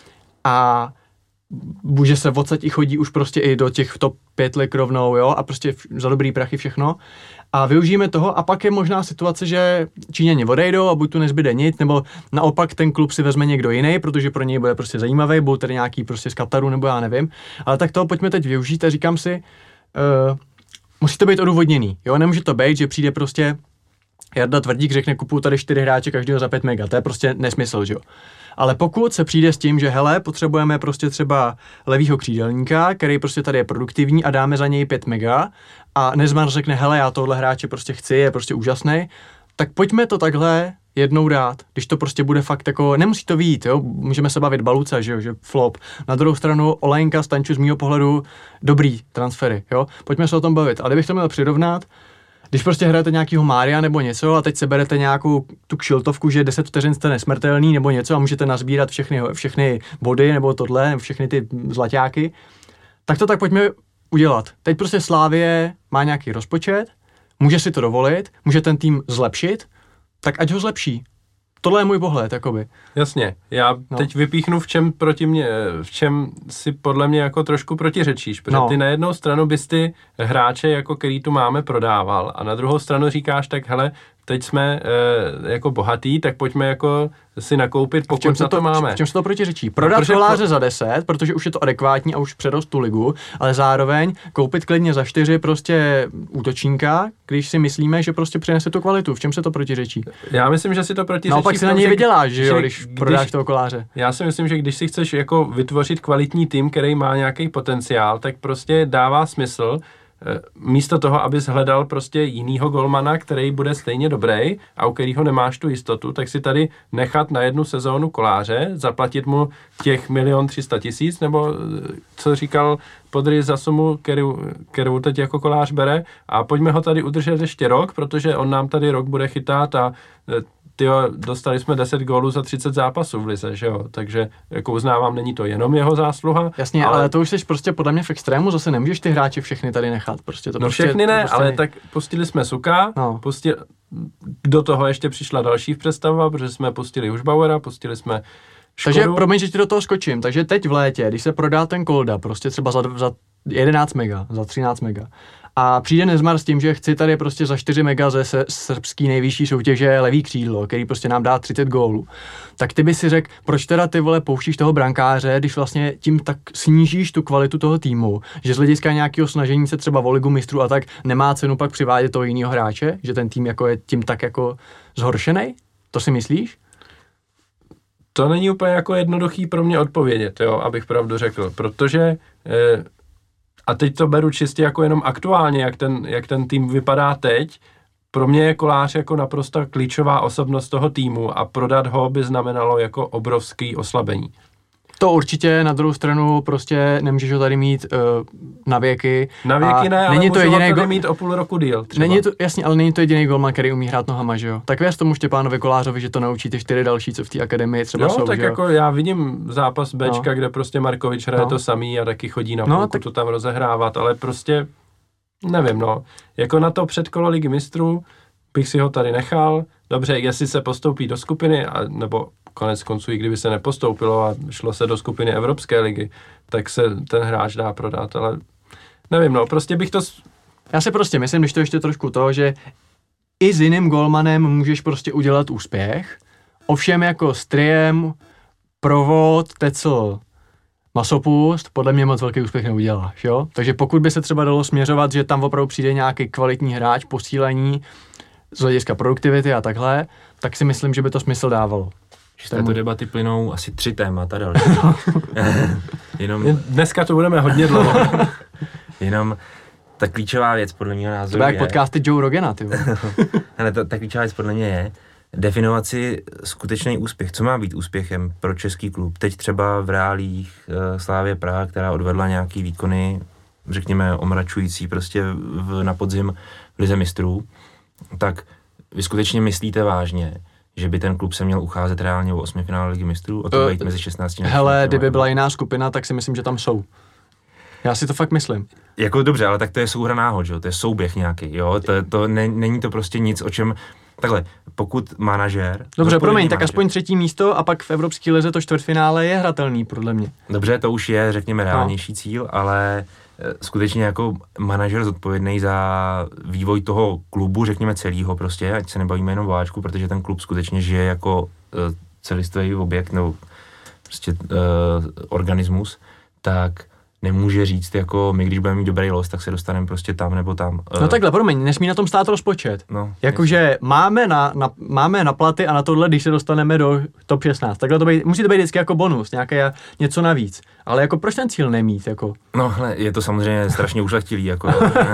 a že se odsaď i chodí už prostě i do těch top 5 lig rovnou, jo, a prostě za dobrý prachy všechno. A využijeme toho a pak je možná situace, že Číňani odejdou a buď tu nezbyde nic, nebo naopak ten klub si vezme někdo jiný, protože pro něj bude prostě zajímavý, budou tady nějaký prostě z Kataru nebo já nevím. Ale tak toho pojďme teď využít a říkám si, musí to být odůvodněný, jo, nemůže to být, že přijde prostě Jarda Tvrdík, řekne kupuju tady 4 hráče každého za 5 mega, to je prostě nesmysl, že jo. Ale pokud se přijde s tím, že hele, potřebujeme prostě třeba levýho křídelníka, který prostě tady je produktivní a dáme za něj 5 mega a Nezmar řekne, hele, já tohle hráče prostě chci, je prostě úžasný, tak pojďme to takhle jednou dát, když to prostě bude fakt jako, nemusí to vyjít, jo, můžeme se bavit Baluca, že flop. Na druhou stranu Olejnka, Stanču z mýho pohledu dobrý transfery, jo, pojďme se o tom bavit. A kdybych to měl přirovnat, když prostě hrajete nějakýho Mária nebo něco a teď se berete nějakou tu kšiltovku, že 10 vteřin jste nesmrtelný nebo něco a můžete nazbírat všechny body nebo tohle, nebo všechny ty zlaťáky, tak to tak pojďme udělat. Teď prostě Slavie má nějaký rozpočet, může si to dovolit, může ten tým zlepšit, tak ať ho zlepší. Tohle je můj pohled, jakoby. Jasně, já teď vypíchnu, v čem si podle mě jako trošku protiřečíš, protože ty na jednou stranu bys ty hráče, jako který tu máme, prodával a na druhou stranu říkáš tak, hele, teď jsme jako bohatý, tak pojďme jako si nakoupit, pokud na to máme. V čem se to protiřečí? Prodat Koláře za 10, protože už je to adekvátní a už přerost tu ligu, ale zároveň koupit klidně za 4 prostě útočníka, když si myslíme, že prostě přinese tu kvalitu. V čem se to protiřečí? Já myslím, že si to protiřečí. Naopak si na něj vyděláš, že jo, když prodáš toho Koláře. Já si myslím, že když si chceš jako vytvořit kvalitní tým, který má nějaký potenciál, tak prostě dává smysl místo toho, abys hledal prostě jinýho golmana, který bude stejně dobrý a u kterého nemáš tu jistotu, tak si tady nechat na jednu sezónu Koláře, zaplatit mu těch 1 300 000, nebo co říkal Podry za sumu, kterou teď jako Kolář bere, a pojďme ho tady udržet ještě rok, protože on nám tady rok bude chytat a dostali jsme 10 gólů za 30 zápasů v lize, že jo, takže jako uznávám, není to jenom jeho zásluha. Jasně, ale to už jsi prostě podle mě v extrému, zase nemůžeš ty hráče všechny tady nechat, prostě to. No prostě, všechny ne, prostě ale tak pustili jsme Suka, do toho ještě přišla další představa, protože jsme pustili Hušbauera, pustili jsme Škodu. Takže promiň, že ti do toho skočím, takže teď v létě, když se prodá ten Kolda, prostě třeba za 11 mega, za 13 mega, a přijde Nezmar s tím, že chci tady prostě za 4 mega ze srbský nejvyšší soutěže levý křídlo, který prostě nám dá 30 gólů. Tak ty by si řekl, proč teda ty vole pouštíš toho brankáře, když vlastně tím tak snížíš tu kvalitu toho týmu, že z hlediska nějakého snažení se třeba o ligu mistrů a tak nemá cenu pak přivádět toho jiného hráče, že ten tým jako je tím tak jako zhoršený? To si myslíš? To není úplně jako jednoduchý pro mě odpovědět, jo, abych pravdu řekl, protože a teď to beru čistě jako jenom aktuálně, jak ten tým vypadá teď. Pro mě je Kolář jako naprosto klíčová osobnost toho týmu a prodat ho by znamenalo jako obrovský oslabení. To určitě, na druhou stranu prostě nemůžeš ho tady mít na věky. Na věky ne, ale můžu ho tady mít o půl roku díl třeba. Není to, jasně, ale není to jediný golman, který umí hrát nohama, že jo? Tak věř tomu Štěpánovi Kolářovi, že to naučí ty 4 další, co v té akademii třeba jsou, tak že jo? jako já vidím zápas Bčka, kde prostě Markovič hraje to samý a taky chodí na půlku tak to tam rozehrávat, ale prostě nevím, jako na to předkolo Ligy mistrů bych si ho tady nechal. Dobře, jestli se postoupí do skupiny, nebo konec konců, i kdyby se nepostoupilo a šlo se do skupiny Evropské ligy, tak se ten hráč dá prodat, ale nevím, prostě bych to... Já si prostě myslím, když to ještě trošku to, že i s jiným golmanem můžeš prostě udělat úspěch, ovšem jako s triem, Provod, Tecl, Masopust, podle mě moc velký úspěch neuděláš, jo? Takže pokud by se třeba dalo směřovat, že tam opravdu přijde nějaký kvalitní hráč, posílení z hlediska produktivity a takhle, tak si myslím, že by to smysl dávalo. Z této debaty plynou asi 3 témata další. Dneska to budeme hodně dlouho. Jenom ta klíčová věc podle mého názoru je... To jak podcasty Joe Rogana, ty Ale ta klíčová věc podle mě je definovat si skutečný úspěch. Co má být úspěchem pro český klub? Teď třeba v reálích Slavie Praha, která odvedla nějaký výkony, řekněme, omračující prostě na podzim v Lize mistrů, tak vy skutečně myslíte vážně, že by ten klub se měl ucházet reálně o 8. finále Ligy mistrů? O to být mezi 16. Hele, kdyby byla jiná skupina, tak si myslím, že tam jsou. Já si to fakt myslím. Jako dobře, ale tak to je souhra náhod, že jo? To je souběh nějaký, jo? Není to prostě nic, o čem... Takhle, pokud manažér... Dobře, promiň, tak aspoň 3. místo a pak v Evropské lize to čtvrtfinále je hratelný, podle mě. Dobře, to už je, řekněme, reálnější cíl, ale skutečně jako manažer zodpovědný za vývoj toho klubu, řekněme celýho prostě, ať se nebavíme jenom o Ačku, protože ten klub skutečně žije jako celistvý objekt nebo prostě organismus, tak nemůže říct, jako my, když budeme mít dobrý los, tak se dostaneme prostě tam nebo tam. No takhle, promiň, nesmí na tom stát rozpočet. No, jakože máme na platy a na tohle, když se dostaneme do top 16. Takhle to musí to být vždycky jako bonus, nějaké něco navíc. Ale jako proč ten cíl nemít, jako? No, hele, je to samozřejmě strašně ušlechtilý, jako.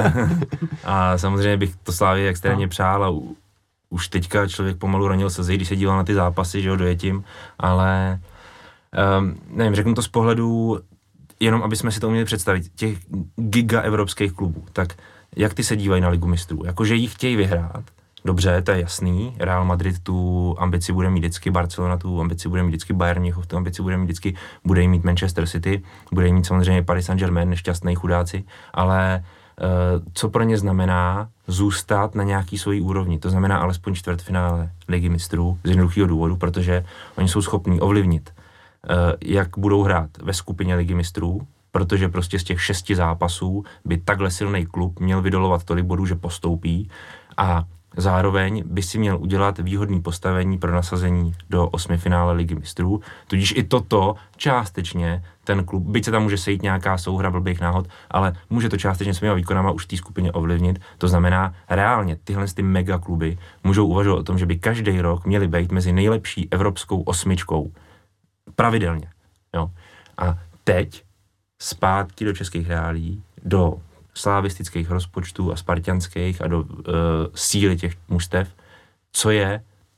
A samozřejmě bych to Slávii extrémně přál a už teďka člověk pomalu ronil slzy, když se díval na ty zápasy, že jo, dojetím, ale nevím, řeknu to z pohledu jenom aby jsme si to uměli představit, těch giga evropských klubů, tak jak ty se dívají na Ligu mistrů? Jakože jí chtějí vyhrát, dobře, to je jasný, Real Madrid tu ambici bude mít vždycky, Barcelona tu ambici bude mít vždycky, Bayern Mnichov tu ambici bude mít vždycky, bude jí mít Manchester City, bude jí mít samozřejmě Paris Saint-Germain, nešťastný chudáci, ale co pro ně znamená zůstat na nějaký svojí úrovni, to znamená alespoň čtvrtfinále Ligy mistrů z jednoduchého důvodu, protože oni jsou schopní ovlivnit jak budou hrát ve skupině Ligy mistrů, protože prostě z těch 6 zápasů by takhle silný klub měl vydolovat tolik bodů, že postoupí a zároveň by si měl udělat výhodné postavení pro nasazení do 8. finále Ligy mistrů. Tudíž i toto částečně ten klub, byť se tam může sejít nějaká souhra blbých náhod, ale může to částečně svýma výkonama už v té skupině ovlivnit. To znamená, reálně tyhle ty mega kluby můžou uvažovat o tom, že by každý rok měli být mezi nejlepší evropskou 8. pravidelně. Jo. A teď zpátky do českých reálí, do slavistických rozpočtů a spartianských a do síly těch mužstev, co je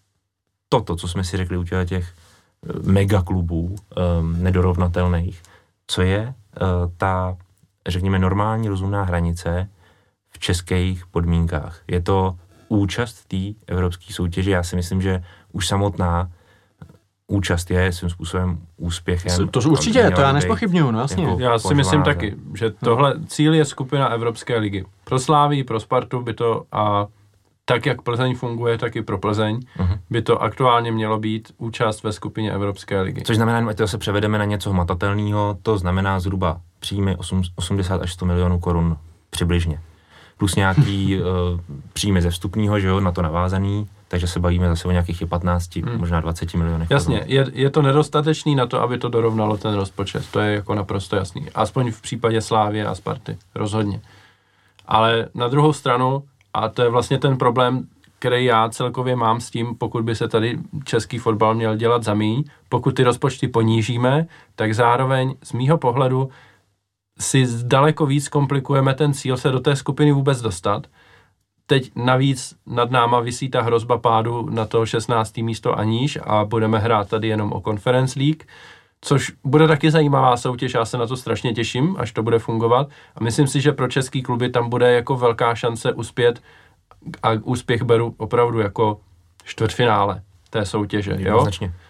toto, co jsme si řekli u těch megaklubů nedorovnatelných, co je ta, řekněme, normální rozumná hranice v českých podmínkách. Je to účast té evropské soutěže. Já si myslím, že už samotná účast je svým způsobem úspěchem. To určitě, to já nezpochybňuju, no jasně. Jako já si myslím taky, že tohle cíl je skupina Evropské ligy. Pro Slávii, pro Spartu by to, a tak jak Plzeň funguje, tak i pro Plzeň, by to aktuálně mělo být účast ve skupině Evropské ligy. Což znamená, že to se převedeme na něco hmatatelného, to znamená zhruba příjmy 80 až 100 milionů korun přibližně. Plus nějaký příjmy ze vstupního, že jo, na to navázaný, takže se bavíme zase o nějakých 15, možná 20 milionech. Jasně, je to nedostatečný na to, aby to dorovnalo ten rozpočet, to je jako naprosto jasný. Aspoň v případě Slávie a Sparty, rozhodně. Ale na druhou stranu, a to je vlastně ten problém, který já celkově mám s tím, pokud by se tady český fotbal měl dělat za míň, pokud ty rozpočty ponížíme, tak zároveň z mýho pohledu si daleko víc komplikujeme ten cíl se do té skupiny vůbec dostat. Teď navíc nad náma visí ta hrozba pádu na to 16. místo a níž a budeme hrát tady jenom o Conference League, což bude taky zajímavá soutěž, já se na to strašně těším, až to bude fungovat a myslím si, že pro český kluby tam bude jako velká šance uspět a úspěch beru opravdu jako čtvrtfinále té soutěže, jo?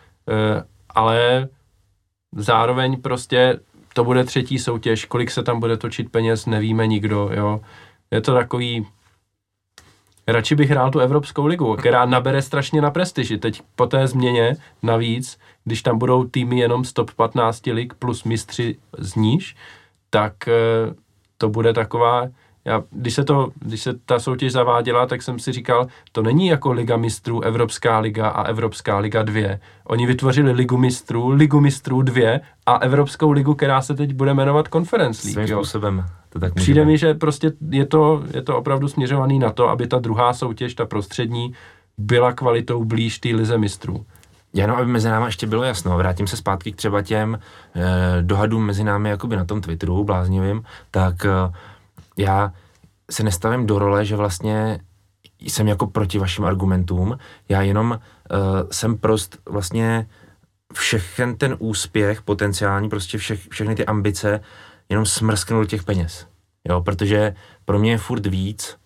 Ale zároveň prostě to bude třetí soutěž, kolik se tam bude točit peněz, nevíme nikdo, jo? Je to takový. Radši bych hrál tu Evropskou ligu, která nabere strašně na prestiži. Teď po té změně navíc, když tam budou týmy jenom z top 15 lig plus mistři z níž, tak to bude taková. Když se ta soutěž zaváděla, tak jsem si říkal, to není jako Liga mistrů, Evropská liga a Evropská liga 2. Oni vytvořili Ligu mistrů 2 a Evropskou ligu, která se teď bude jmenovat Conference League. Svým způsobem. Přijde mi, že prostě je to opravdu směřovaný na to, aby ta druhá soutěž, ta prostřední, byla kvalitou blíž té lize mistrů. Jenom, aby mezi náma ještě bylo jasno, vrátím se zpátky k třeba těm dohadům mezi námi jakoby na tom Twitteru bláznivým, tak já se nestavím do role, že vlastně jsem jako proti vašim argumentům, já jenom jsem prost vlastně všechen ten úspěch potenciální, prostě všechny ty ambice jenom smrsknul těch peněz, jo, protože pro mě je furt víc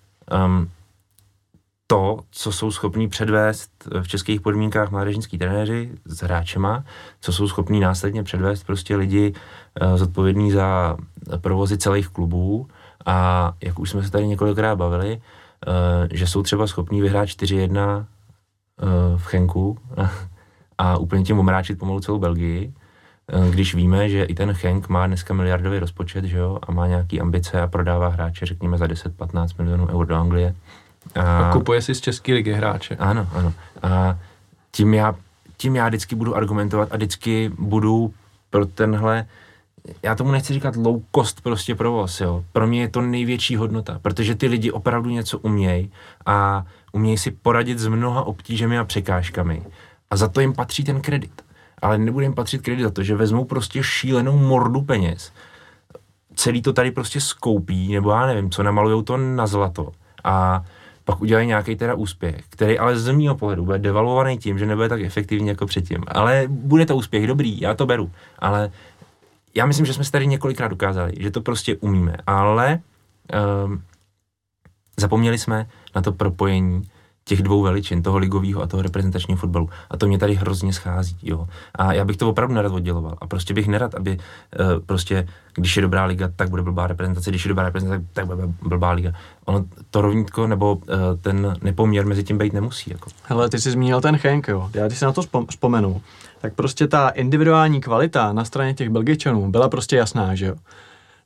to, co jsou schopní předvést v českých podmínkách mládežnický trenéři s hráčema, co jsou schopní následně předvést prostě lidi zodpovědní za provozy celých klubů a jak už jsme se tady několikrát bavili, že jsou třeba schopní vyhrát 4-1 v Chenku a úplně tím omráčit pomalu celou Belgii, když víme, že i ten Genk má dneska miliardový rozpočet, že jo, a má nějaký ambice a prodává hráče, řekněme, za 10-15 milionů eur do Anglie. A kupuje si z české ligy hráče. Ano. A tím já vždycky budu argumentovat a vždycky budu pro tenhle, já tomu nechci říkat low cost prostě provoz, jo. Pro mě je to největší hodnota, protože ty lidi opravdu něco umějí a umějí si poradit s mnoha obtížemi a překážkami. A za to jim patří ten kredit. Ale nebude jim patřit kredit za to, že vezmou prostě šílenou mordu peněz. Celý to tady prostě skoupí, nebo já nevím co, namalujou to na zlato. A pak udělají nějaký teda úspěch, který ale z mýho pohledu bude devalvovaný tím, že nebude tak efektivní jako předtím. Ale bude to úspěch dobrý, já to beru. Ale já myslím, že jsme se tady několikrát ukázali, že to prostě umíme. Ale zapomněli jsme na to propojení těch dvou veličin, toho ligového a toho reprezentačního fotbalu. A to mě tady hrozně schází, jo. A já bych to opravdu nerad odděloval. A prostě bych nerad, aby prostě, když je dobrá liga, tak bude blbá reprezentace, když je dobrá reprezentace, tak bude blbá liga. Ono to rovnítko, nebo ten nepoměr mezi tím být nemusí, jako. Hele, ty jsi zmínil ten Genk, jo. Já když si na to vzpomenu, tak prostě ta individuální kvalita na straně těch Belgičanů byla prostě jasná, že jo.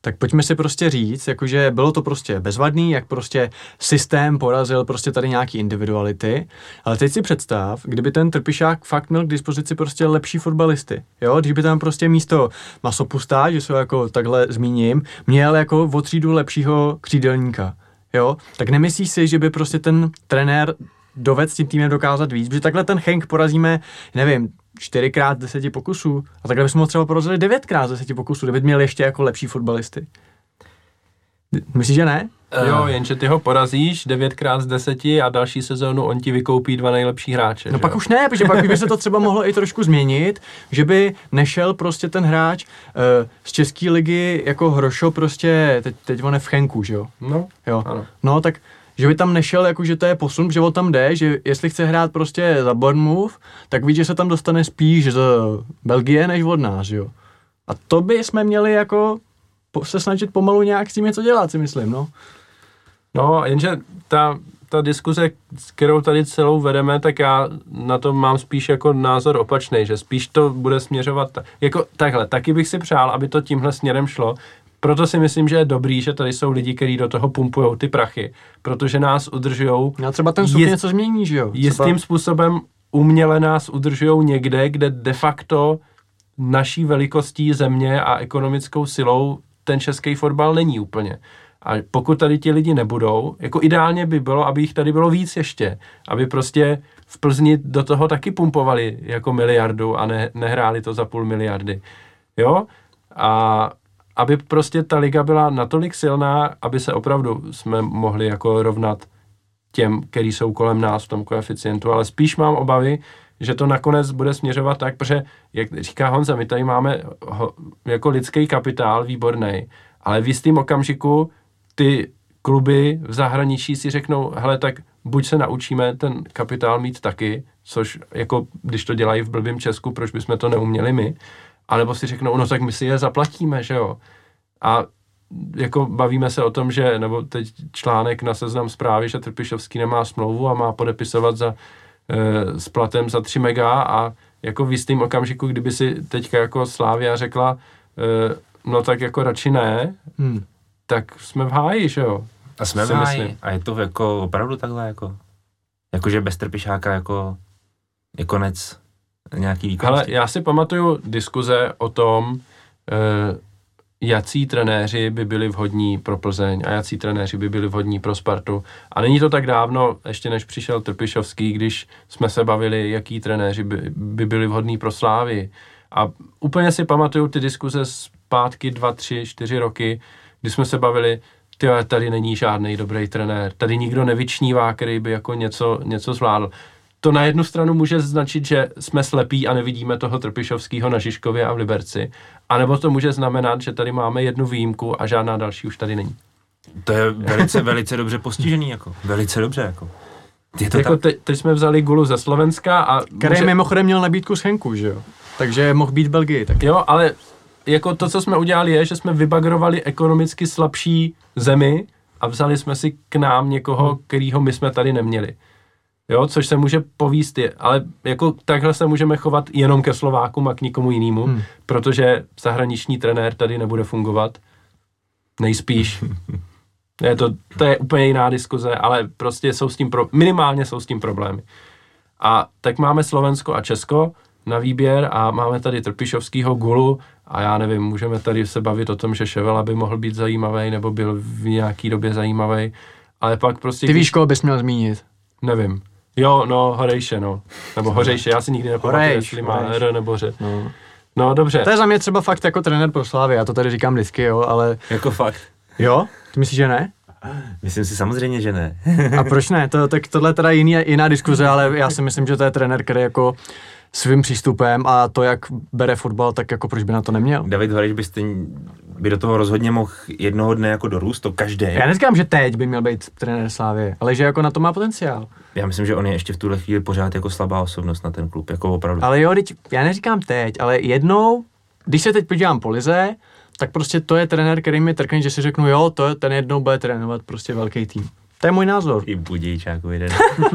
tak pojďme si prostě říct, jakože bylo to prostě bezvadný, jak prostě systém porazil prostě tady nějaký individuality, ale teď si představ, kdyby ten Trpišák fakt měl k dispozici prostě lepší fotbalisty, jo, když by tam prostě místo Masopustá, že se ho jako takhle zmíním, měl jako o třídu lepšího křídelníka, jo, tak nemyslíš si, že by prostě ten trenér dovedl s tím týmem dokázat víc, protože takhle ten Henk porazíme, nevím, 4x 10 pokusů a takhle bychom ho třeba porazili 9x 10 pokusů, kdyby měl ještě jako lepší fotbalisty. Myslíš, že ne? Jo, jenže ty ho porazíš 9x z 10 a další sezónu on ti vykoupí 2 nejlepší hráče. No pak už ne, protože pak by se to třeba mohlo i trošku změnit, že by nešel prostě ten hráč z české ligy jako Hrošo prostě, teď on je v Chenku, že jo? No, jo. Ano. No tak, že by tam nešel, jako že to je posun, že on tam jde, že jestli chce hrát prostě za Bournemouth, tak ví, že se tam dostane spíš z Belgie než od nás, jo? A to by jsme měli jako se snažit pomalu nějak s tím něco dělat, si myslím, no. No, jenže ta diskuze, kterou tady celou vedeme, tak já na to mám spíš jako názor opačný, že spíš to bude směřovat jako takhle. Taky bych si přál, aby to tímhle směrem šlo. Proto si myslím, že je dobrý, že tady jsou lidi, kteří do toho pumpujou ty prachy, protože nás udržujou. A třeba ten SUK něco změní, že jo? Jistým způsobem uměle nás udržujou někde, kde de facto naší velikostí země a ekonomickou silou ten český fotbal není úplně. A pokud tady ti lidi nebudou, jako ideálně by bylo, aby jich tady bylo víc ještě, aby prostě v Plzni do toho taky pumpovali jako miliardu a nehráli to za 0,5 miliardy. Jo? A aby prostě ta liga byla natolik silná, aby se opravdu jsme mohli jako rovnat těm, který jsou kolem nás v tom koeficientu, ale spíš mám obavy, že to nakonec bude směřovat tak, protože, jak říká Honza, my tady máme jako lidský kapitál výborný, ale v jistým okamžiku ty kluby v zahraničí si řeknou, hele, tak buď se naučíme ten kapitál mít taky, což jako když to dělají v blbým Česku, proč bychom to neuměli my, anebo si řeknou, no tak my si je zaplatíme, že jo. A jako bavíme se o tom, že, nebo teď článek na Seznam Zprávy, že Trpišovský nemá smlouvu a má podepisovat s platem za 3 mega a jako v jistým okamžiku, kdyby si teďka jako Slavia řekla, no tak jako radši ne, tak jsme v háji, že jo. A jsme v háji a je to jako opravdu takhle jakože bez Trpišáka jako je konec nějaký výkonnosti. Ale já si pamatuju diskuze o tom, jací trenéři by byli vhodní pro Plzeň a jací trenéři by byli vhodní pro Spartu. A není to tak dávno, ještě než přišel Trpišovský, když jsme se bavili, jaký trenéři by byli vhodní pro Slávii. A úplně si pamatuju ty diskuze zpátky 2, 3, 4 roky, kdy jsme se bavili, tady není žádný dobrý trenér, tady nikdo nevyčnívá, který by jako něco zvládl. To na jednu stranu může značit, že jsme slepí a nevidíme toho Trpišovského na Žižkově a v Liberci, anebo to může znamenat, že tady máme jednu výjimku a žádná další už tady není. To je velice dobře postižený, jako. Velice dobře, jako. Jako teď jsme vzali Gulu ze Slovenska a... Který mimochodem měl nabídku z Henku, že jo? Takže mohl být v Belgii taky. Jo, ale jako to, co jsme udělali, je, že jsme vybagrovali ekonomicky slabší zemi a vzali jsme si k nám někoho, kterýho my jsme tady neměli. Jo, což se může povíst, ale jako takhle se můžeme chovat jenom ke Slovákům a k nikomu jinému, protože zahraniční trenér tady nebude fungovat. Nejspíš. To je úplně jiná diskuze, ale prostě minimálně jsou s tím problémy. A tak máme Slovensko a Česko na výběr a máme tady Trpišovskýho, Gulu a já nevím, můžeme tady se bavit o tom, že Ševela by mohl být zajímavý nebo byl v nějaký době zajímavý, ale pak prostě... Ty víš, koho bys měl zmínit? Nevím. Jo, no, Horejše, no. Nebo Hořejše, já si nikdy nepamatuju, jestli má R nebo Ř. No, dobře. To je za mě třeba fakt jako trenér pro Slávy, já to tady říkám vždycky, jo, ale... Jako fakt. Jo? Ty myslíš, že ne? Myslím si samozřejmě, že ne. A proč ne? Tak tohle je teda jiná diskuze, ale já si myslím, že to je trenér, který jako svým přístupem a to, jak bere fotbal, tak jako proč by na to neměl? David Horejš by do toho rozhodně mohl jednoho dne jako dorůst, to každý. Já neříkám, že teď by měl být trenér Slávy, ale že jako na to má potenciál. Já myslím, že on je ještě v tuhle chvíli pořád jako slabá osobnost na ten klub, jako opravdu. Ale jo, já neříkám teď, ale jednou, když se teď podívám po lize, tak prostě to je trenér, který mi trkne, že si řeknu, jo, ten jednou bude trénovat prostě velký tým. To je můj názor. I Budějčáku jeden.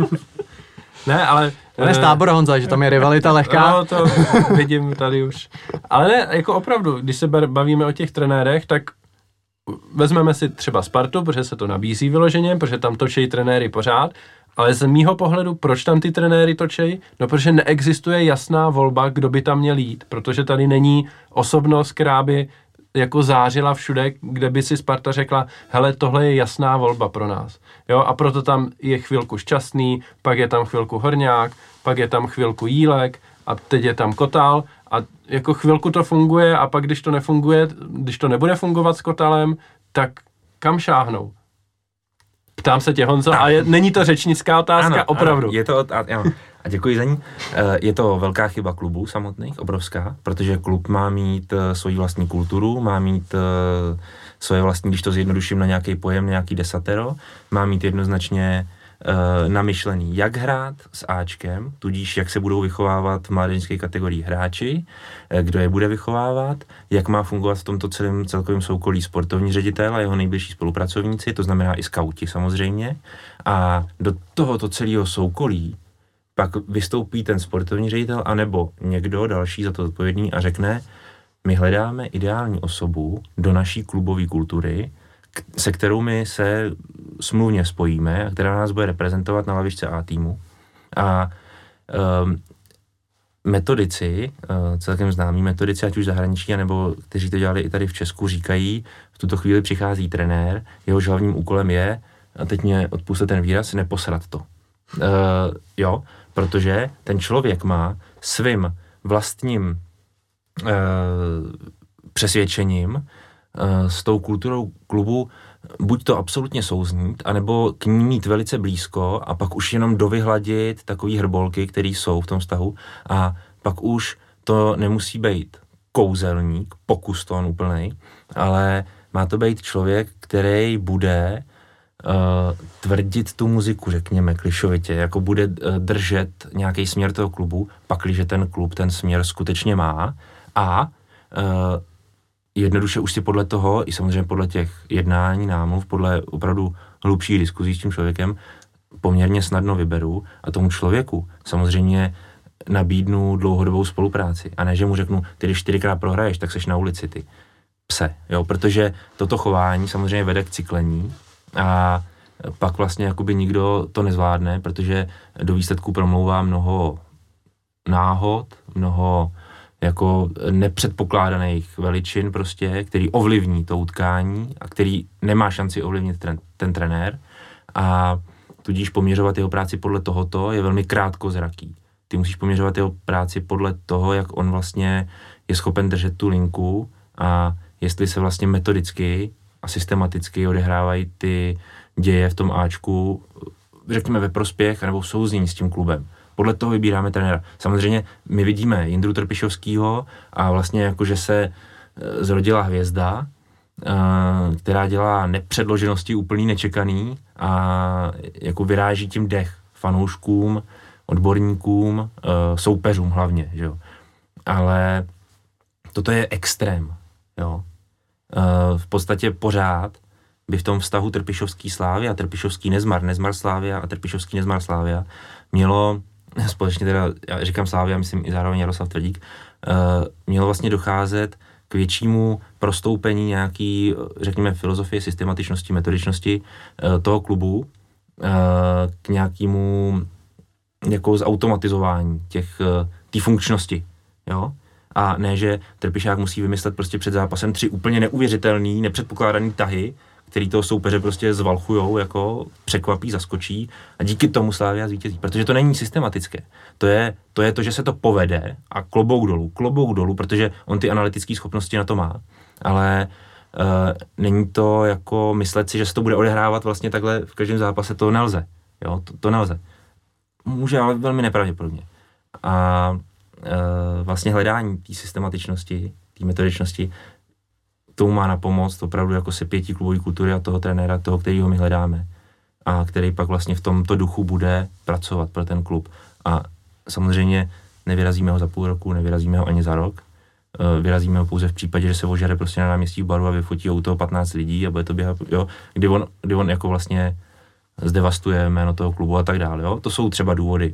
Ne, ale... On je z Tábora, Honza, že tam je rivalita lehká. No, to vidím tady už. Ale ne, jako opravdu, když se bavíme o těch trenérech, tak vezmeme si třeba Spartu, protože se to nabízí vyloženě, protože tam točí trenéry pořád, ale z mýho pohledu, proč tam ty trenéry točí? No, protože neexistuje jasná volba, kdo by tam měl jít, protože tady není osobnost, která by jako zářila všude, kde by si Sparta řekla, hele, tohle je jasná volba pro nás. Jo, a proto tam je chvilku Šťastný, pak je tam chvilku Horňák, pak je tam chvilku Jílek a teď je tam Kotal a jako chvilku to funguje a pak když to nefunguje, když to nebude fungovat s Kotalem, tak kam šáhnou? Ptám se tě, Honzo, a není to řečnická otázka, ano, opravdu. Ano, je to, ano. A děkuji za ní. Je to velká chyba klubů samotných, obrovská, protože klub má mít svoji vlastní kulturu, má mít svoje vlastní, když to zjednoduším na nějaký pojem, nějaký desatero, má mít jednoznačně namyšlený, jak hrát s Ačkem, tudíž jak se budou vychovávat v mládežnické kategorii hráči, kdo je bude vychovávat, jak má fungovat v tomto celkovém soukolí sportovní ředitel a jeho nejbližší spolupracovníci, to znamená i skauti samozřejmě. A do tohoto celého soukolí pak vystoupí ten sportovní ředitel anebo někdo další za to odpovědný a řekne, my hledáme ideální osobu do naší klubové kultury, se kterou my se smluvně spojíme a která nás bude reprezentovat na lavičce A týmu. A metodici, celkem známí metodici, ať už zahraniční, nebo kteří to dělali i tady v Česku, říkají, v tuto chvíli přichází trenér, jehož hlavním úkolem je, a teď mě odpusťte ten výraz, neposrat to. Jo, protože ten člověk má svým vlastním přesvědčením s tou kulturou klubu buď to absolutně souznít, anebo k ní mít velice blízko a pak už jenom dovyhladit takový hrbolky, které jsou v tom vztahu a pak už to nemusí být kouzelník, pokuston úplnej, ale má to být člověk, který bude tvrdit tu muziku, řekněme, klišovitě, jako bude držet nějaký směr toho klubu, pakliže ten klub ten směr skutečně má a jednoduše už si podle toho, i samozřejmě podle těch jednání, námluv, podle opravdu hlubších diskuzí s tím člověkem, poměrně snadno vyberu a tomu člověku samozřejmě nabídnu dlouhodobou spolupráci. A ne, že mu řeknu, ty když 4krát prohraješ, tak seš na ulici, ty pse. Jo, protože toto chování samozřejmě vede k cyklení a pak vlastně jakoby nikdo to nezvládne, protože do výsledku promlouvá mnoho náhod, mnoho jako nepředpokládaných veličin prostě, který ovlivní to utkání a který nemá šanci ovlivnit ten trenér a tudíž poměřovat jeho práci podle tohoto je velmi krátkozraký. Ty musíš poměřovat jeho práci podle toho, jak on vlastně je schopen držet tu linku a jestli se vlastně metodicky a systematicky odehrávají ty děje v tom Ačku, řekněme ve prospěch nebo v souznění s tím klubem. Podle toho vybíráme trenéra. Samozřejmě my vidíme Jindru Trpišovskýho a vlastně jakože se zrodila hvězda, která dělá nepředloženosti úplný, nečekaný a jako vyráží tím dech fanouškům, odborníkům, soupeřům hlavně, že jo. Ale toto je extrém, jo. V podstatě pořád by v tom vztahu Trpišovský Slavia, Trpišovský Nezmar, Nezmar Slavia a Trpišovský Nezmar Slavia mělo, společně teda, já říkám Slavia, myslím i zároveň Jaroslav Tvrdík, mělo vlastně docházet k většímu prostoupení nějaký, řekněme, filozofie, systematičnosti, metodičnosti toho klubu, k nějakému jako zautomatizování té funkčnosti, jo. A ne, že Trpišák musí vymyslet prostě před zápasem 3 úplně neuvěřitelný, nepředpokládaný tahy, který toho soupeře prostě zvalchujou, jako překvapí, zaskočí a díky tomu Slavia zvítězí, protože to není systematické. To je to, že se to povede a klobouk dolů, protože on ty analytické schopnosti na to má, ale není to jako myslet si, že se to bude odehrávat vlastně takhle v každém zápase, to nelze, jo, to nelze. Může, ale velmi nepravděpodobně. A vlastně hledání té systematičnosti, té metodičnosti, tomu má na pomoc opravdu jako sepětí klubové kultury a toho trenéra, toho, kterýho my hledáme a který pak vlastně v tomto duchu bude pracovat pro ten klub. A samozřejmě nevyrazíme ho za půl roku, nevyrazíme ho ani za rok, vyrazíme ho pouze v případě, že se ožere prostě na náměstí v baru a vyfotí u toho 15 lidí a bude to běhat, jo, kdy on jako vlastně zdevastuje jméno toho klubu a tak dále, jo. To jsou třeba důvody,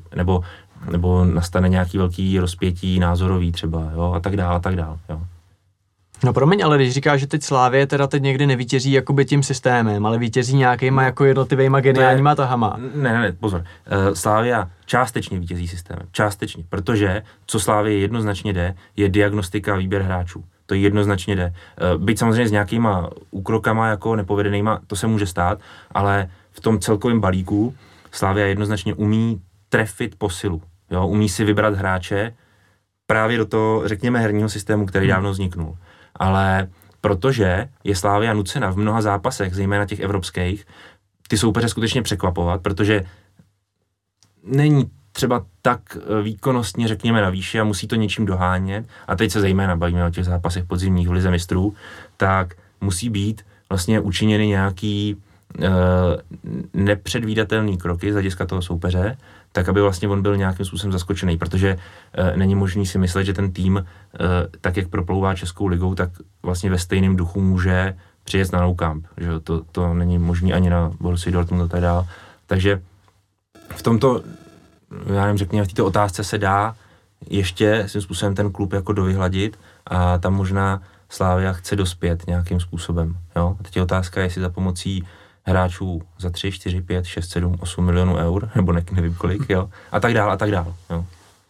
nebo nastane nějaký velký rozpětí názorový třeba, jo, a tak dále, jo. No promiň, ale když říkáš, že teď Slavie teda teď někdy nevítězí jakoby tím systémem, ale vítězí nějakýma jako jednotlivýma geniálníma tahama. Ne, pozor. Slavia částečně vítězí systémem. Částečně. Protože co Slavii jednoznačně jde, je diagnostika a výběr hráčů. To jednoznačně jde. Byť samozřejmě s nějakýma úkrokama jako nepovedenýma, to se může stát, ale v tom celkovém balíku Slavia jednoznačně umí trefit posilu. Jo? Umí si vybrat hráče právě do toho, řekněme, herního systému, který dávno vzniknul. Ale protože je Slavia nucena v mnoha zápasech, zejména těch evropských, ty soupeře skutečně překvapovat, protože není třeba tak výkonnostně, řekněme, na výši a musí to něčím dohánět. A teď se zejména bavíme o těch zápasech podzimních v Lize mistrů, tak musí být vlastně učiněny nějaký nepředvídatelný kroky z hlediska toho soupeře, tak aby vlastně on byl nějakým způsobem zaskočený, protože není možný si myslet, že ten tým, tak jak proplouvá Českou ligou, tak vlastně ve stejném duchu může přijet na Nou Camp, že to není možný ani na Borussia Dortmund a tak dále. Takže v tomto, já nevím, řekněme, v této otázce se dá ještě svým způsobem ten klub jako dovyhladit a tam možná Slavia chce dospět nějakým způsobem, jo. A teď je otázka, jestli za pomocí hráčů za 3, 4, 5, 6, 7, 8 milionů eur, nebo nevím kolik, jo, a tak dál, jo.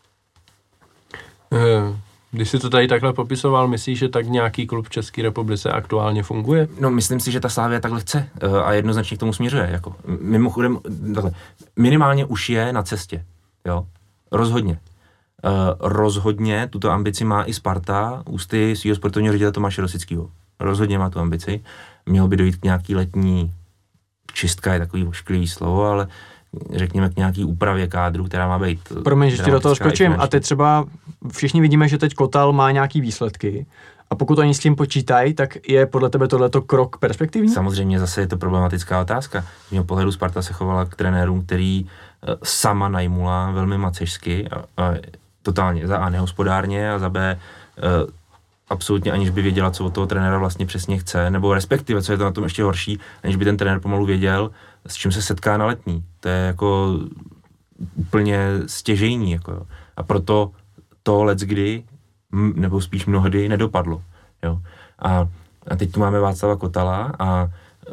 Když si to tady takhle popisoval, myslíš, že tak nějaký klub v České republice aktuálně funguje? No, myslím si, že ta Slavia takhle chce a jednoznačně k tomu směřuje, jako. Mimochodem, minimálně už je na cestě, jo, rozhodně. Rozhodně tuto ambici má i Sparta ústy svého sportovního ředitele Tomáše Rosického. Rozhodně má tu ambici. Mělo by dojít k nějaký letní čistka, je takový ošklivý slovo, ale řekněme k nějaký úpravě kádru, která má být... Promiň, že ti do toho skočím. A teď třeba všichni vidíme, že teď Kotal má nějaký výsledky. A pokud oni s tím počítají, tak je podle tebe tohleto krok perspektivní? Samozřejmě zase je to problematická otázka. Z mého pohledu Sparta se chovala k trenérům, který sama najmula velmi macešsky a totálně za A nehospodárně a za B absolutně aniž by věděla, co od toho trenéra vlastně přesně chce, nebo respektive, co je to na tom ještě horší, aniž by ten trenér pomalu věděl, s čím se setká na letní. To je jako úplně stěžejní. Jako. A proto to leckdy, nebo spíš mnohdy, nedopadlo. Jo. A teď tu máme Václava Kotala a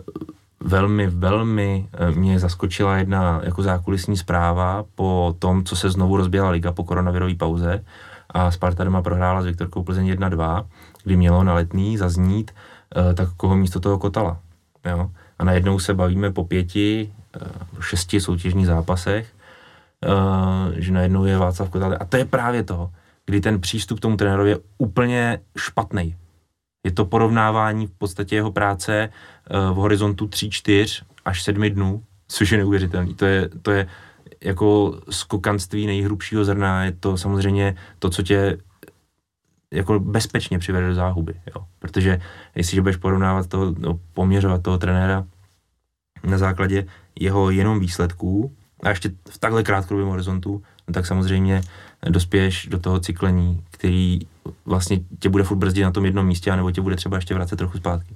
velmi mě zaskočila jedna jako zákulisní zpráva po tom, co se znovu rozběhla liga po koronavirové pauze a Sparta doma prohrála s Viktorkou Plzeň 1-2, kdy mělo na letní zaznít tak koho místo toho Kotala. Jo? A najednou se bavíme po 5, 6 soutěžních zápasech, že najednou je Václav Kotal. A to je právě to, kdy ten přístup k tomu trenérovi je úplně špatný. Je to porovnávání v podstatě jeho práce v horizontu 3, 4 až 7 dnů, což je neuvěřitelný. To je jako skokanství nejhrubšího zrna, je to samozřejmě to, co tě jako bezpečně přivede do záhuby, jo. Protože jestliže budeš porovnávat toho, poměřovat toho trenéra na základě jeho jenom výsledků a ještě v takhle krátkodobém horizontu, no tak samozřejmě dospěješ do toho cyklení, který vlastně tě bude furt brzdit na tom jednom místě, anebo tě bude třeba ještě vracet trochu zpátky.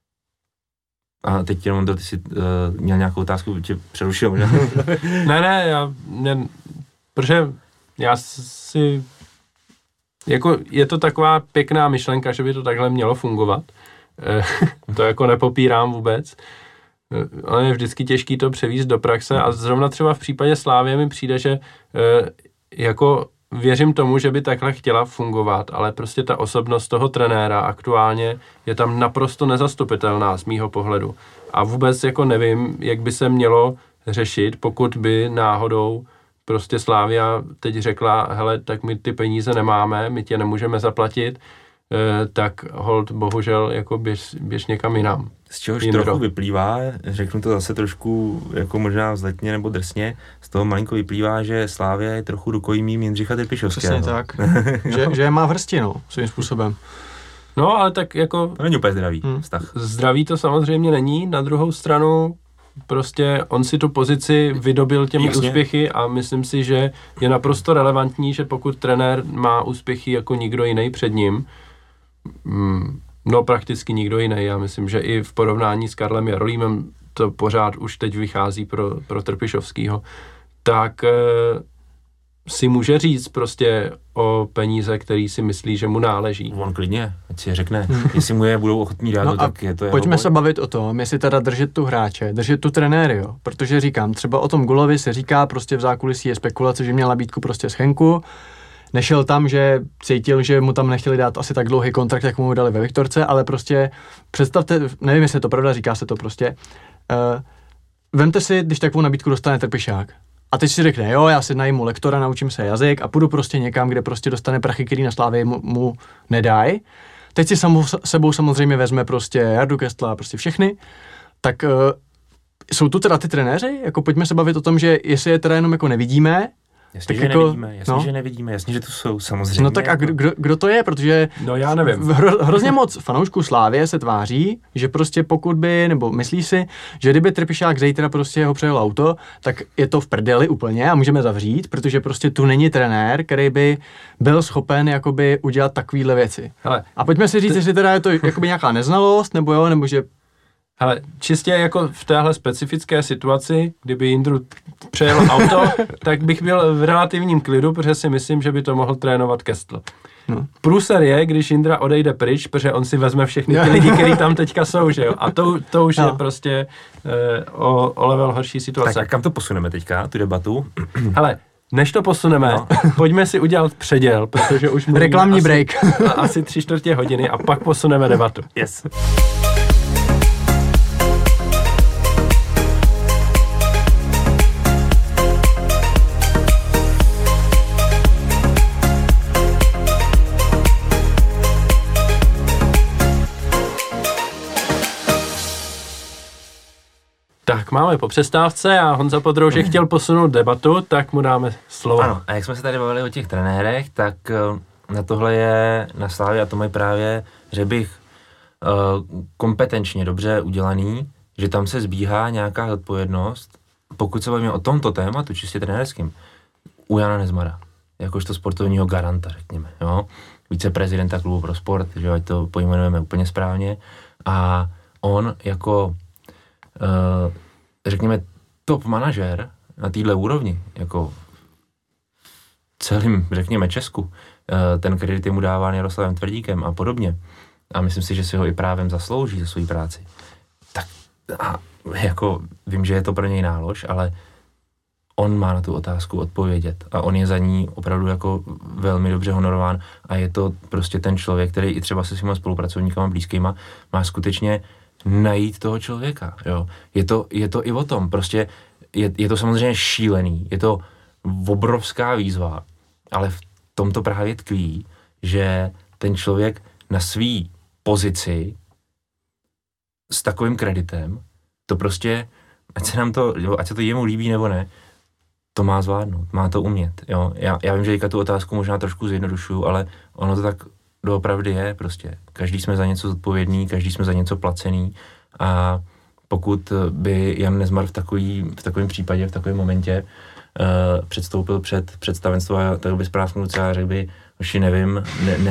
A teď jenom ty jsi měl nějakou otázku, tě přerušil možná. Ne, protože já si, jako je to taková pěkná myšlenka, že by to takhle mělo fungovat. To jako nepopírám vůbec. Ale je vždycky těžký to převízt do praxe a zrovna třeba v případě Slávie mi přijde, že jako věřím tomu, že by takhle chtěla fungovat, ale prostě ta osobnost toho trenéra aktuálně je tam naprosto nezastupitelná z mýho pohledu. A vůbec jako nevím, jak by se mělo řešit, pokud by náhodou prostě Slavia teď řekla, hele, tak my ty peníze nemáme, my tě nemůžeme zaplatit, tak hold bohužel jako běž někam jinam. Z čehož trochu vyplývá, řeknu to zase trošku jako možná vzletně nebo drsně, z toho malinko vyplývá, že Slavia je trochu rukojmím Jindřicha Trpišovského. Přesně tak, že je má v hrsti, svým způsobem. No, ale tak jako... To není úplně zdravý vztah. Zdravý to samozřejmě není, na druhou stranu prostě on si tu pozici vydobil těmi úspěchy a myslím si, že je naprosto relevantní, že pokud trenér má úspěchy jako nikdo jiný před ním, no prakticky nikdo jiný, já myslím, že i v porovnání s Karlem Jarolímem to pořád už teď vychází pro Trpišovskýho, tak si může říct prostě o peníze, který si myslí, že mu náleží. On klidně, ať si je řekne, jestli mu je budou ochotní dát, tak je to jeho pojďme boj. se bavit o tom, jestli teda držet tu hráče, držet tu trenéry, jo. Protože říkám, třeba o tom Gulovi se říká prostě v zákulisí je spekulace, že měl nabídku prostě z Chenku, nešel tam, že cítil, že mu tam nechtěli dát asi tak dlouhý kontrakt, jak mu dali ve Viktorce, ale prostě představte, nevím, jestli je to pravda, říká se to prostě, vemte si, když takovou nabídku dostane Trpišák. A teď si řekne, jo, já si najmu lektora, naučím se jazyk a půjdu prostě někam, kde prostě dostane prachy, který na Slávii mu nedají. Teď si sebou samozřejmě vezme prostě Jardu Kestla, prostě všechny. Tak jsou tu teda ty trenéři? Jako pojďme se bavit o tom, že jestli je teda jenom jako nevidíme, Jasně, tak že jako, nevidíme, jasně, že tu jsou, samozřejmě. No tak a kdo to je, protože no já nevím. Hrozně moc fanoušků Slávie se tváří, že prostě pokud by, nebo myslí si, že kdyby Trpišák zítra prostě ho přejel auto, tak je to v prdeli úplně a můžeme zavřít, protože prostě tu není trenér, který by byl schopen jakoby udělat takovýhle věci. Hele, a pojďme si říct, jestli teda je to jakoby nějaká neznalost, nebo jo, nebo že... Hele, čistě jako v téhle specifické situaci, kdyby Jindru přejelo auto, tak bych byl v relativním klidu, protože si myslím, že by to mohl trénovat Kestl. No. Průser je, když Jindra odejde pryč, protože on si vezme všechny ty lidi, kteří tam teďka jsou, že jo? A to už je prostě o level horší situace. Tak kam to posuneme teďka, tu debatu? Hele, než to posuneme, pojďme si udělat předěl, protože už mluvíme reklamní break. asi 3/4 hodiny a pak posuneme debatu. Yes. Tak máme po přestávce a Honza Podroužek chtěl posunout debatu, tak mu dáme slovo. Ano, a jak jsme se tady bavili o těch trenérech, tak na tohle je na Slávě, a to mají právě, že bych kompetenčně dobře udělaný, že tam se zbíhá nějaká zodpovědnost, pokud se bavíme o tomto tématu, čistě trenérským, u Jana Nezmara, jakožto sportovního garanta, řekněme, jo, viceprezidenta klubu pro sport, že ať to pojmenujeme úplně správně, a on jako řekněme top manažer na téhle úrovni, jako celým, řekněme, Česku, ten kredit je mu dáván Jaroslavem Tvrdíkem a podobně. A myslím si, že si ho i právem zaslouží za svou práci. Tak a jako vím, že je to pro něj nálož, ale on má na tu otázku odpovědět a on je za ní opravdu jako velmi dobře honorován a je to prostě ten člověk, který i třeba se svýma spolupracovníkama blízkýma má skutečně najít toho člověka, jo. Je to i o tom, prostě je to samozřejmě šílený, je to obrovská výzva, ale v tomto právě tkví, že ten člověk na svý pozici s takovým kreditem, to prostě, ať se to jemu líbí nebo ne, to má zvládnout, má to umět, jo. Já vím, že teďka tu otázku možná trošku zjednodušuju, ale ono to tak doopravdy je prostě. Každý jsme za něco zodpovědný, každý jsme za něco placený a pokud by Jan Nezmar v takovém případě, v takovém momentě předstoupil před představenstvo a tak by správce a řekl by, už nevím,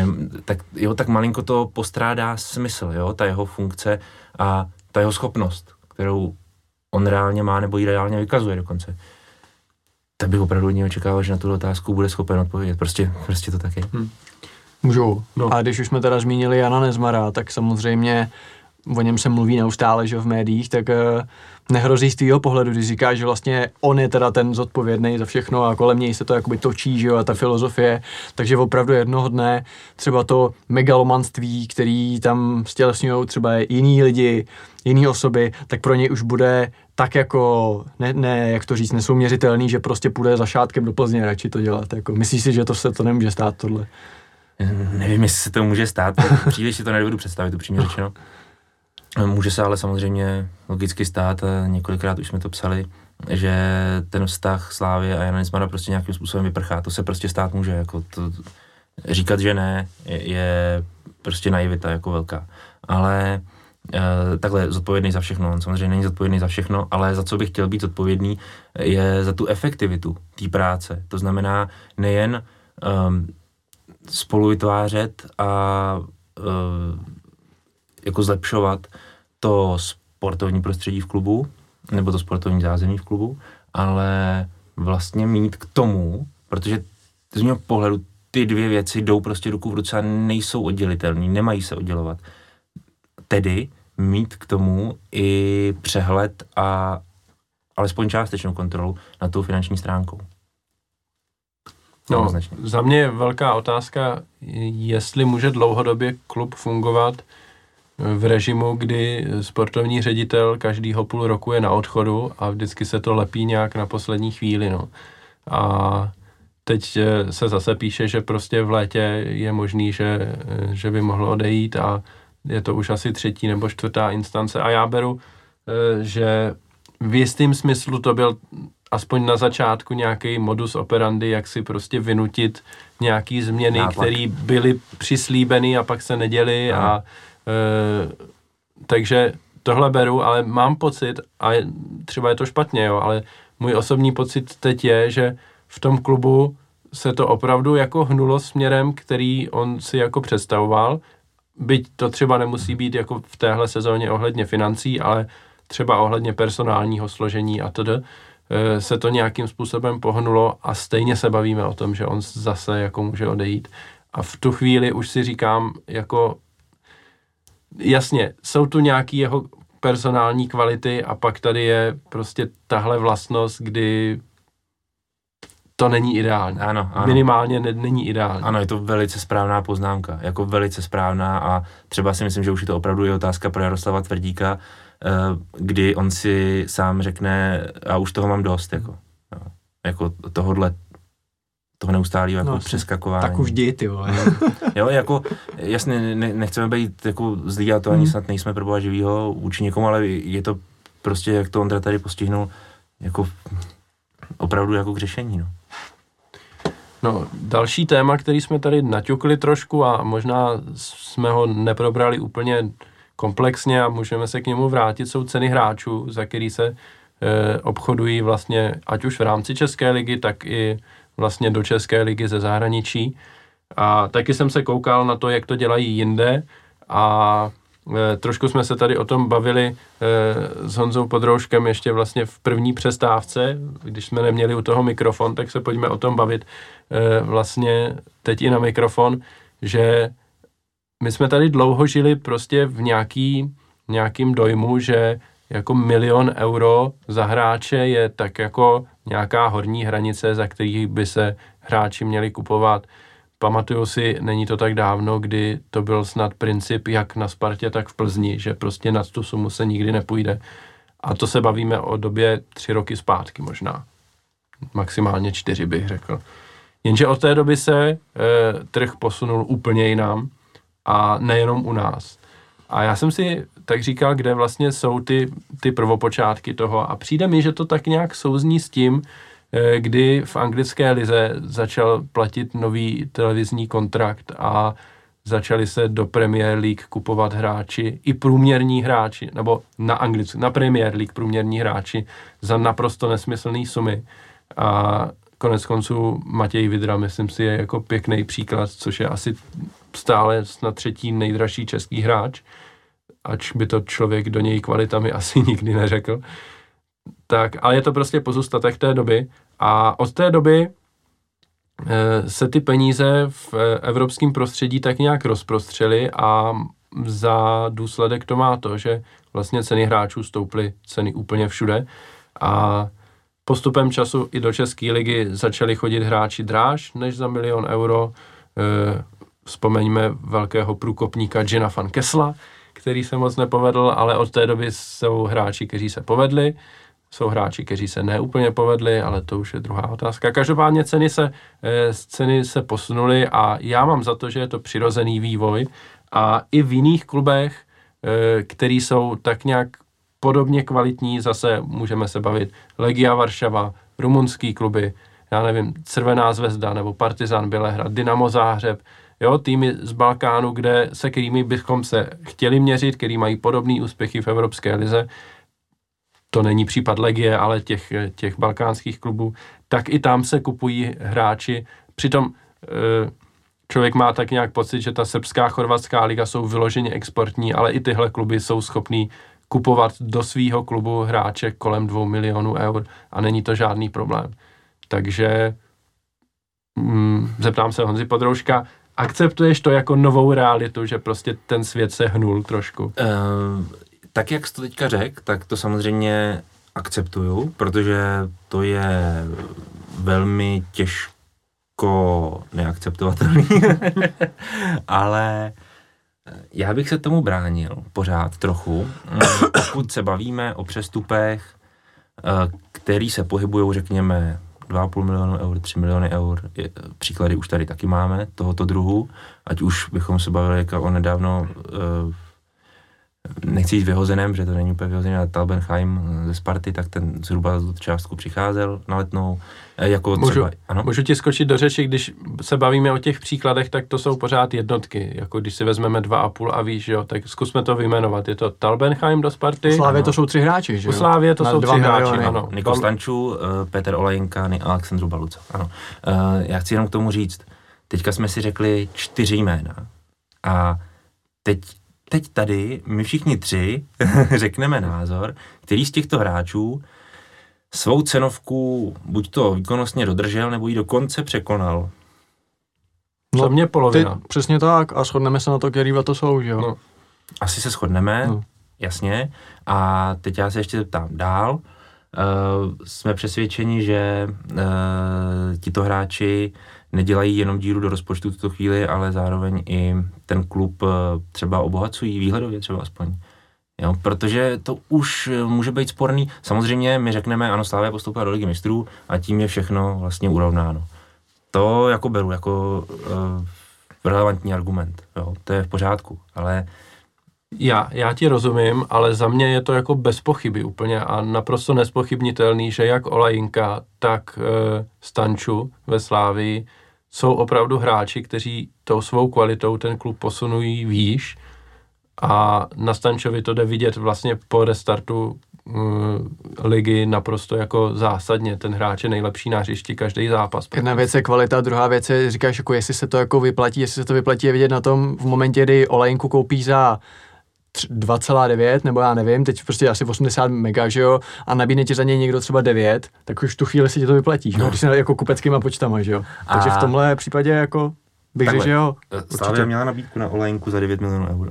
tak malinko to postrádá smysl, jo, ta jeho funkce a ta jeho schopnost, kterou on reálně má nebo ji reálně vykazuje dokonce. Tak bych opravdu od něj očekával, že na tu otázku bude schopen odpovědět. Prostě to tak je. Můžu. No. A když už jsme teda zmínili Jana Nezmara, tak samozřejmě o něm se mluví neustále, že v médiích, tak nehrozí z tvýho pohledu, když říkáš, že vlastně on je teda ten zodpovědný za všechno a kolem něj se to jakoby točí, že jo, a ta filozofie, takže opravdu jednoho dne třeba to megalomanství, který tam stělesňujou třeba jiní lidi, jiný osoby, tak pro něj už bude tak jako, ne jak to říct, nesouměřitelný, že prostě půjde za šátkem do Plzně radši to dělat. Jako, myslíš si, že to nemůže stát tohle? Nevím, jestli se to může stát, příliš si to nedovedu představit, upřímně řečeno. Může se ale samozřejmě logicky stát, několikrát už jsme to psali, že ten vztah Slávie a Jana Nezmara prostě nějakým způsobem vyprchá. To se prostě stát může, jako to, říkat, že ne, je prostě naivita jako velká. Ale takhle zodpovědný za všechno, on samozřejmě není zodpovědný za všechno, ale za co bych chtěl být zodpovědný, je za tu efektivitu té práce. To znamená nejen spolu vytvářet a jako zlepšovat to sportovní prostředí v klubu, nebo to sportovní zázemí v klubu, ale vlastně mít k tomu protože z mého pohledu ty dvě věci jdou prostě ruku v ruce a nejsou oddělitelný, nemají se oddělovat. Tedy mít k tomu i přehled a alespoň částečnou kontrolu nad tou finanční stránkou. No, za mě je velká otázka, jestli může dlouhodobě klub fungovat v režimu, kdy sportovní ředitel každýho půl roku je na odchodu a vždycky se to lepí nějak na poslední chvíli. No. A teď se zase píše, že prostě v létě je možný, že by mohlo odejít a je to už asi 3. nebo 4. instance. A já beru, že v jistým smyslu to byl aspoň na začátku nějaký modus operandi, jak si prostě vynutit nějaký změny, které byly přislíbeny a pak se neděly a takže tohle beru, ale mám pocit, a třeba je to špatně, jo, ale můj osobní pocit teď je, že v tom klubu se to opravdu jako hnulo směrem, který on si jako představoval, byť to třeba nemusí být jako v téhle sezóně ohledně financí, ale třeba ohledně personálního složení a td. Se to nějakým způsobem pohnulo a stejně se bavíme o tom, že on zase jako může odejít. A v tu chvíli už si říkám, jako jasně, jsou tu nějaký jeho personální kvality a pak tady je prostě tahle vlastnost, kdy to není ideální. Ano. Minimálně není ideální. Ano, je to velice správná poznámka, jako velice správná a třeba si myslím, že už je to opravdu i otázka pro Jaroslava Tvrdíka, kdy on si sám řekne, a už toho mám dost, jako toho neustálého jako přeskakování. Tak už jdi, ty vole. Jo, jako jasně, nechceme být jako zlí a to ani snad nejsme pro Boha živýho vůči někomu, ale je to prostě, jak to Ondra tady postihnul, jako opravdu jako k řešení, no. No, další téma, který jsme tady naťukli trošku a možná jsme ho neprobrali úplně komplexně a můžeme se k němu vrátit, jsou ceny hráčů, za který se obchodují vlastně ať už v rámci České ligy, tak i vlastně do České ligy ze zahraničí. A taky jsem se koukal na to, jak to dělají jinde a trošku jsme se tady o tom bavili s Honzou Podrouškem ještě vlastně v první přestávce, když jsme neměli u toho mikrofon, tak se pojďme o tom bavit vlastně teď i na mikrofon, že my jsme tady dlouho žili prostě v nějakým dojmu, že jako 1 000 000 euro za hráče je tak jako nějaká horní hranice, za který by se hráči měli kupovat. Pamatuju si, není to tak dávno, kdy to byl snad princip jak na Spartě, tak v Plzni, že prostě nad tu sumu se nikdy nepůjde. A to se bavíme o době 3 roky zpátky možná. Maximálně 4 bych řekl. Jenže od té doby se trh posunul úplně jinam a nejenom u nás. A já jsem si tak říkal, kde vlastně jsou ty prvopočátky toho a přijde mi, že to tak nějak souzní s tím, kdy v anglické lize začal platit nový televizní kontrakt a začali se do Premier League kupovat hráči, i průměrní hráči, nebo na Premier League průměrní hráči za naprosto nesmyslné sumy. A konec konců Matěj Vydra, myslím si, je jako pěkný příklad, což je asi stále snad 3. nejdražší český hráč, ač by to člověk do něj kvalitami asi nikdy neřekl. Tak, ale je to prostě pozůstatek té doby a od té doby se ty peníze v evropském prostředí tak nějak rozprostřely a za důsledek to má to, že vlastně ceny hráčů stouply ceny úplně všude a postupem času i do České ligy začali chodit hráči dráž než za 1 000 000 euro. Vzpomeňme velkého průkopníka Gina van Kessla, který se moc nepovedl, ale od té doby jsou hráči, kteří se povedli, jsou hráči, kteří se neúplně povedli, ale to už je druhá otázka. Každopádně ceny se posunuly a já mám za to, že je to přirozený vývoj a i v jiných klubech, který jsou tak nějak podobně kvalitní, zase můžeme se bavit Legia Varšava, rumunský kluby, já nevím, Crvená zvezda nebo Partizan Bělehrad, Dynamo Záhřeb, jo, týmy z Balkánu, se kterými bychom se chtěli měřit, který mají podobné úspěchy v Evropské lize, to není případ Legie, ale těch balkánských klubů, tak i tam se kupují hráči. Přitom člověk má tak nějak pocit, že ta srbská, chorvatská liga jsou vyloženě exportní, ale i tyhle kluby jsou schopný kupovat do svýho klubu hráče kolem 2 milionů eur a není to žádný problém. Takže zeptám se Honzy Podrouška, akceptuješ to jako novou realitu, že prostě ten svět se hnul trošku? Tak jak jsi to teďka řekl, tak to samozřejmě akceptuju, protože to je velmi těžko neakceptovatelný, ale já bych se tomu bránil pořád trochu, pokud se bavíme o přestupech, který se pohybují, řekněme, 2,5 milionu eur, 3 miliony eur, příklady už tady taky máme, tohoto druhu, ať už bychom se bavili jako o nedávno, nechci jít vyhozeném, protože to není úplně vyhozený, ale Talbenheim ze Sparty, tak ten zhruba za částku přicházel na Letnou. Jako můžu ti skočit do řeči, když se bavíme o těch příkladech, tak to jsou pořád jednotky, jako když si vezmeme 2,5 a víš, jo, tak zkusme to vyjmenovat. Je to Talbenheim do Sparty. U Slávě to jsou 3 hráči, že jo? U Slávě to jsou 3 hráči, ano. Niko Stanču, Petr Olajinka a Alexandru Baluca, ano. Já chci jenom k tomu říct, teďka jsme si řekli 4 jména a teď tady my všichni 3 řekneme názor, který z těchto hráčů svou cenovku buď to výkonnostně dodržel, nebo ji dokonce překonal. No, za mě polovina. Přesně tak a shodneme se na to, který to jsou, že jo? No. Asi se shodneme, jasně. A teď já se ještě zeptám dál. Jsme přesvědčeni, že tito hráči nedělají jenom díru do rozpočtu v tuto chvíli, ale zároveň i ten klub třeba obohacují výhledově třeba aspoň. Jo, protože to už může být sporný. Samozřejmě my řekneme, ano, Slavia postoupila do Ligy mistrů a tím je všechno vlastně urovnáno. To jako beru jako relevantní argument. Jo, to je v pořádku, ale Já ti rozumím, ale za mě je to jako bez pochyby úplně a naprosto nezpochybnitelný, že jak Olajinka, tak Stanču ve Slávii jsou opravdu hráči, kteří tou svou kvalitou ten klub posunují výš a na Stančovi to jde vidět vlastně po restartu ligy naprosto jako zásadně. Ten hráč je nejlepší na hřišti každý zápas. Jedna věc je kvalita, druhá věc je, říkáš, jako jestli se to jako vyplatí, je vidět na tom v momentě, kdy Olajinku koupí za 2,9, nebo já nevím, teď prostě asi 80 mega, že jo, a nabídne ti za něj někdo třeba 9, tak už v tu chvíli si ti to vyplatí, že jo, když si jako kupeckýma počtama, že jo. Takže v tomhle případě jako bych řekl, že jo. Slavia měla nabídku na Olajinku za 9 milionů eur.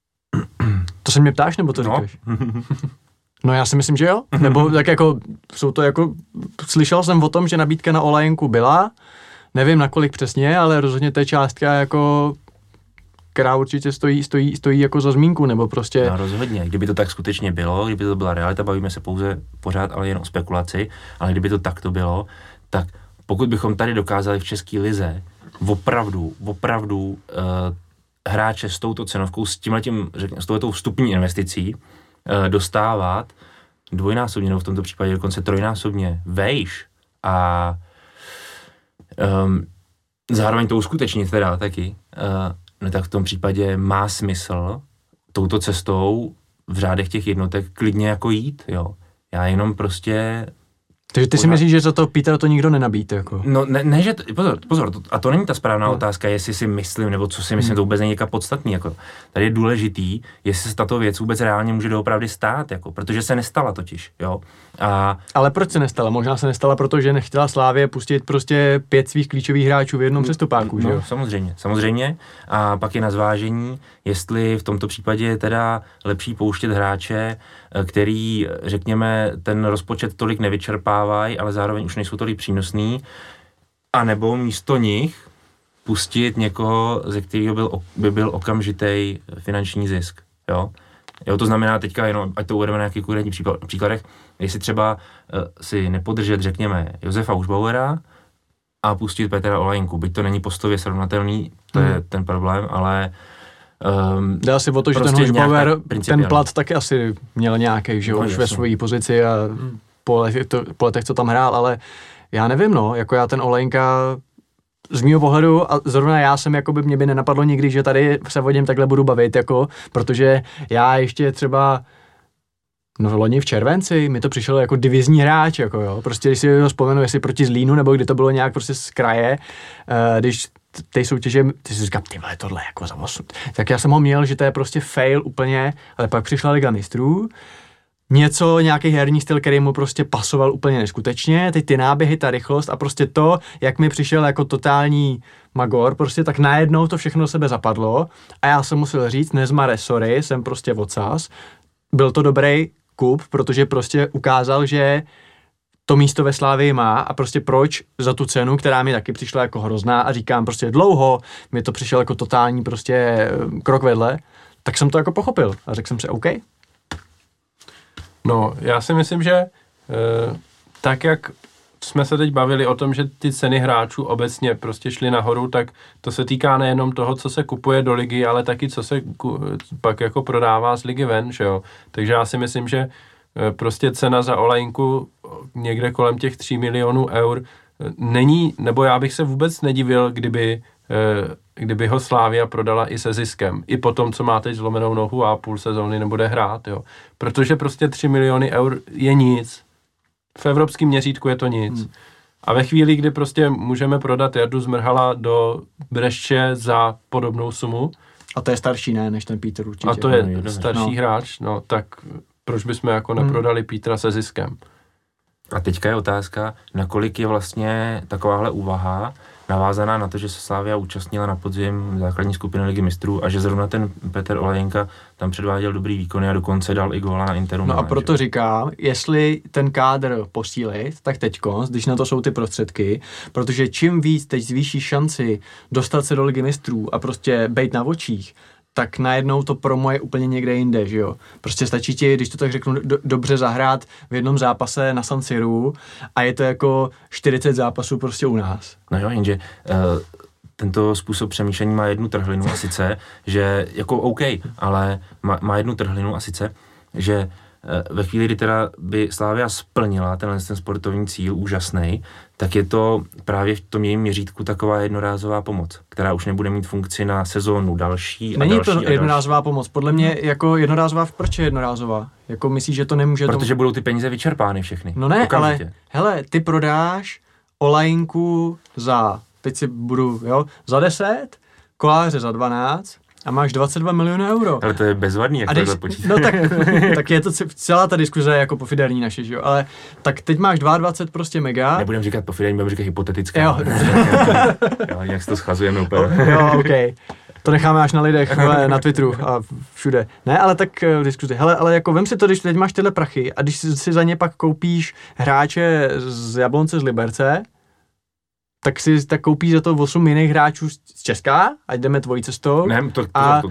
To se mě ptáš, nebo to říkáš? No já si myslím, že jo, nebo tak jako, jsou to jako, slyšel jsem o tom, že nabídka na Olajinku byla, nevím na kolik přesně, ale rozhodně to je částka jako, která určitě stojí jako za zmínku, nebo prostě... No rozhodně, kdyby to tak skutečně bylo, kdyby to byla realita, bavíme se pouze pořád, ale jen o spekulaci, ale kdyby to takto bylo, tak pokud bychom tady dokázali v české lize opravdu hráče s touto cenovkou, s touto vstupní investicí dostávat dvojnásobně, nebo v tomto případě dokonce trojnásobně vejš a zároveň to uskutečnit teda taky, no tak v tom případě má smysl touto cestou v řádech těch jednotek klidně jako jít, jo. Já jenom prostě... Takže ty si myslíš, že za to Petra to nikdo nenabíjí, jako? No ne, že... Pozor, a to není ta správná otázka, jestli si myslím, nebo co si myslím, to vůbec není nějaká podstatný, jako. Tady je důležitý, jestli se tato věc vůbec reálně může doopravdy stát, jako, protože se nestala totiž, jo. Ale proč se nestala? Možná se nestala, protože nechtěla Slávie pustit prostě 5 svých klíčových hráčů v jednom přestupáku, že jo? Samozřejmě. A pak je na zvážení, jestli v tomto případě je teda lepší pouštět hráče, který, řekněme, ten rozpočet tolik nevyčerpávají, ale zároveň už nejsou tolik přínosný, anebo místo nich pustit někoho, ze kterého by byl okamžitý finanční zisk, jo? Jo, to znamená teďka jenom, ať to uvedeme na nějakých konkrétních příkladech, jestli třeba si nepodržet, řekněme, Josefa Užbauera a pustit Petra Olajinku, byť to není postově srovnatelný, to je ten problém, ale dá si o to, že prostě ten Užbauer, ten plat taky asi měl nějaký, že jo, už ve své pozici a po letech, co tam hrál, ale já nevím, no, jako já ten Olajinka z mýho pohledu, a zrovna já jsem, jakoby mě by nenapadlo nikdy, že tady se o něm takhle budu bavit, jako, protože já ještě třeba, no loni v červenci mi to přišel jako divizní hráč, jako jo, prostě když si ho vzpomenu, jestli proti Zlínu, nebo kdy to bylo nějak prostě z kraje, když tej soutěže, ty si říkám, ty vole, tohle jako za 8, tak já jsem ho měl, že to je prostě fail úplně, ale pak přišla Liga mistrů, nějaký herní styl, který mu prostě pasoval úplně neskutečně, teď ty náběhy, ta rychlost a prostě to, jak mi přišel jako totální magor, prostě tak najednou to všechno do sebe zapadlo a já jsem musel říct, nezmare, sorry, jsem prostě odsaz. Byl to dobrý kup, protože prostě ukázal, že to místo ve Slávii má a prostě proč za tu cenu, která mi taky přišla jako hrozná a říkám prostě dlouho, mi to přišel jako totální prostě krok vedle, tak jsem to jako pochopil a řekl jsem si OK. No, já si myslím, že tak, jak jsme se teď bavili o tom, že ty ceny hráčů obecně prostě šly nahoru, tak to se týká nejenom toho, co se kupuje do ligy, ale taky, co se pak jako prodává z ligy ven, že jo. Takže já si myslím, že prostě cena za Olejnku někde kolem těch 3 milionů eur není, nebo já bych se vůbec nedivil, kdyby ho Slavia prodala i se ziskem. I po tom, co má teď zlomenou nohu a půl sezóny nebude hrát, jo. Protože prostě 3 miliony eur je nic. V evropském měřítku je to nic. A ve chvíli, kdy prostě můžeme prodat Jardu Zmrhala do Bresče za podobnou sumu. A to je starší, ne, než ten Pítr určitě. A to je starší hráč, no tak proč bychom jako neprodali Pítra se ziskem? A teďka je otázka, nakolik je vlastně takováhle úvaha navázaná na to, že se Slavia účastnila na podzim základní skupiny Ligy mistrů a že zrovna ten Petr Olejnka tam předváděl dobrý výkony a dokonce dal i góla na Interu. No a proto říkám, jestli ten kádr posílit, tak teďko, když na to jsou ty prostředky, protože čím víc teď zvýší šanci dostat se do Ligy mistrů a prostě bejt na očích, tak najednou to promo je úplně někde jinde, že jo. Prostě stačí ti, když to tak řeknu, dobře zahrát v jednom zápase na San Siru a je to jako 40 zápasů prostě u nás. No jo, jenže tento způsob přemýšlení má jednu trhlinu a sice, že jako OK, ale má jednu trhlinu a sice, že ve chvíli, kdy teda by Slavia splnila ten sportovní cíl úžasný, tak je to právě v tom jejím měřítku taková jednorázová pomoc, která už nebude mít funkci na sezónu další. Není to jednorázová pomoc. Podle mě jako jednorázová, proč je jednorázová? Jako myslíš, že to nemůže... Protože budou ty peníze vyčerpány všechny. No ne, okamžitě. Ale hele, ty prodáš Olajnku za, teď si budu, za 10, Koláře za 12, a máš 22 milionů euro. Ale to je bezvadný, jak tohle počítat. No tak je to celá ta diskuze jako pofiderní naše, že jo, ale tak teď máš 22 prostě mega. Nebudem říkat pofiderní, budeme říkat hypotetická. Jo. Jo, jak se to schazujeme úplně. Jo, OK. To necháme až na lidech, na Twitteru a všude. Ne, ale tak diskuzi. Hele, ale jako vem si to, když teď máš tyhle prachy a když si za ně pak koupíš hráče z Jablonce z Liberce, tak koupíš za to 8 jiných hráčů z Česka, ať jdeme tvojí cestou. Ne, to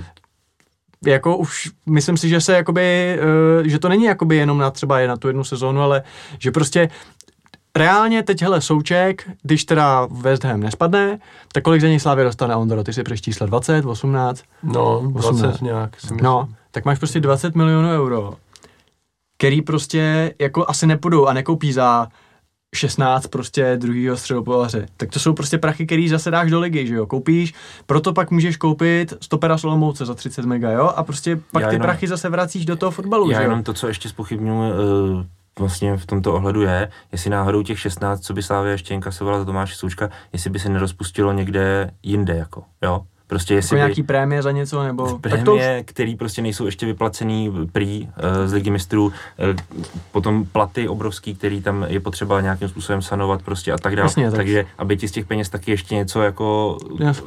jako už myslím si, že se jakoby, že to není jakoby jenom na třeba na tu jednu sezónu, ale že prostě reálně teď Souček, když teda West Ham nespadne, tak kolik za něj Slavia dostane, Ondro? Ty si přeš čísla 20, 18? No, 20 nějak si myslím. No, tak máš prostě 20 milionů euro, který prostě jako asi nepůjdou a nekoupí za 16 prostě druhýho středopolaře. Tak to jsou prostě prachy, který zase dáš do ligy, že jo, koupíš, proto pak můžeš koupit stopera Olomouce za 30 mega, jo, a prostě pak ty prachy zase vracíš do toho fotbalu, já že jo. Jenom to, co ještě zpochybňuji vlastně v tomto ohledu je, jestli náhodou těch 16, co by Slavia ještě inkasovala za Tomáše Součka, jestli by se nerozpustilo někde jinde, jako, jo. Prostě jestli jako nějaký prémie za něco, nebo... Prémie, který prostě nejsou ještě vyplacený prý z Ligy mistrů, potom platy obrovský, který tam je potřeba nějakým způsobem sanovat prostě a tak dále. Takže aby ti z těch peněz taky ještě něco jako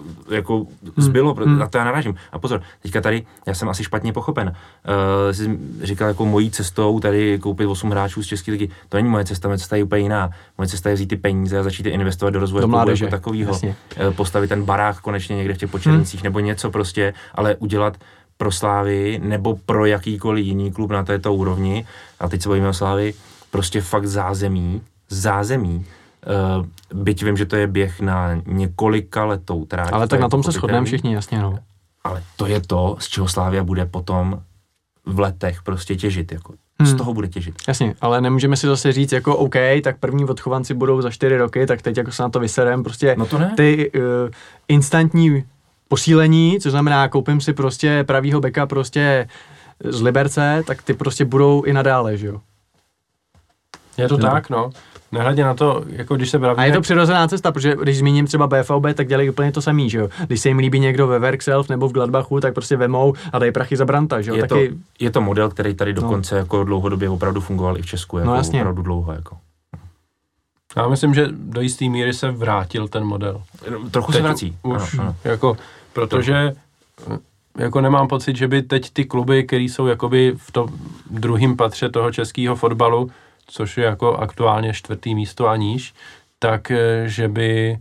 zbylo, a to já narážím. A pozor, teďka tady, já jsem asi špatně pochopen, jsi říkal jako mojí cestou tady koupit 8 hráčů z České ligy, to není moje cesta, moje cesta je úplně jiná. Moje cesta je vzít ty peníze a začít investovat do rozvoje klubu jako takového, postavit ten barák konečně někde v těch nebo něco prostě, ale udělat pro Slávii nebo pro jakýkoliv jiný klub na této úrovni, a teď se bavíme o Slávii, prostě fakt zázemí, byť vím, že to je běh na několika letou tráť. Ale tak na tom se shodneme všichni, jasně, no. Ale to je to, z čeho Slávia bude potom v letech prostě těžit, jako. Z toho bude těžit. Jasně, ale nemůžeme si zase říct jako OK, tak první odchovanci budou za 4 roky, tak teď jako se na to vyserem, prostě no to ne. Ty instantní posílení, což znamená, koupím si prostě pravýho beka prostě z Liberce, tak ty prostě budou i nadále, že jo? Je to tak, no. nehledě na to, jako když se bavíme... A je to přirozená cesta, protože když zmíním třeba BVB, tak dělají úplně to samý, že jo. Když se jim líbí někdo ve Werkself nebo v Gladbachu, tak prostě vemou a dají prachy za Branta, že jo. Je to model, který tady dokonce jako dlouhodobě opravdu fungoval i v Česku, jako opravdu dlouho, jako. Já myslím, že do jistý míry se vrátil ten model. Trochu se vrací. Už, ano. Jako, protože jako nemám pocit, že by teď ty kluby, které jsou jakoby v tom druhém patře toho českého fotbalu, což je jako aktuálně 4. místo a níž, tak že by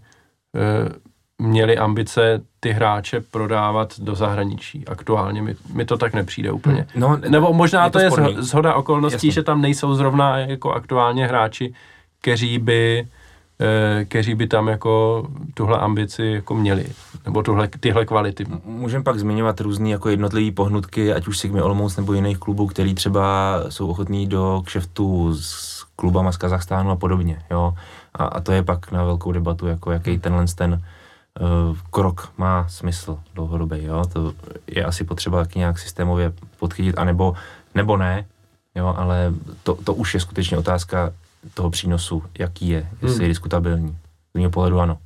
měli ambice ty hráče prodávat do zahraničí. Aktuálně mi to tak nepřijde úplně. No, nebo možná to je shoda okolností, Jasně. že tam nejsou zrovna jako aktuálně hráči, kteří by tam jako tuhle ambici jako měli, nebo tyhle kvality. Můžeme pak zmiňovat různý jako jednotlivý pohnutky, ať už Sigmy Olomouc nebo jiných klubů, který třeba jsou ochotní do kšeftu s klubama z Kazachstánu a podobně, jo. A to je pak na velkou debatu, jako jaký ten krok má smysl dlouhodobý, jo. To je asi potřeba taky nějak systémově podchytit, anebo ne, jo, ale to už je skutečně otázka toho přínosu, jaký je, jestli je diskutabilní. Z mého pohledu ano.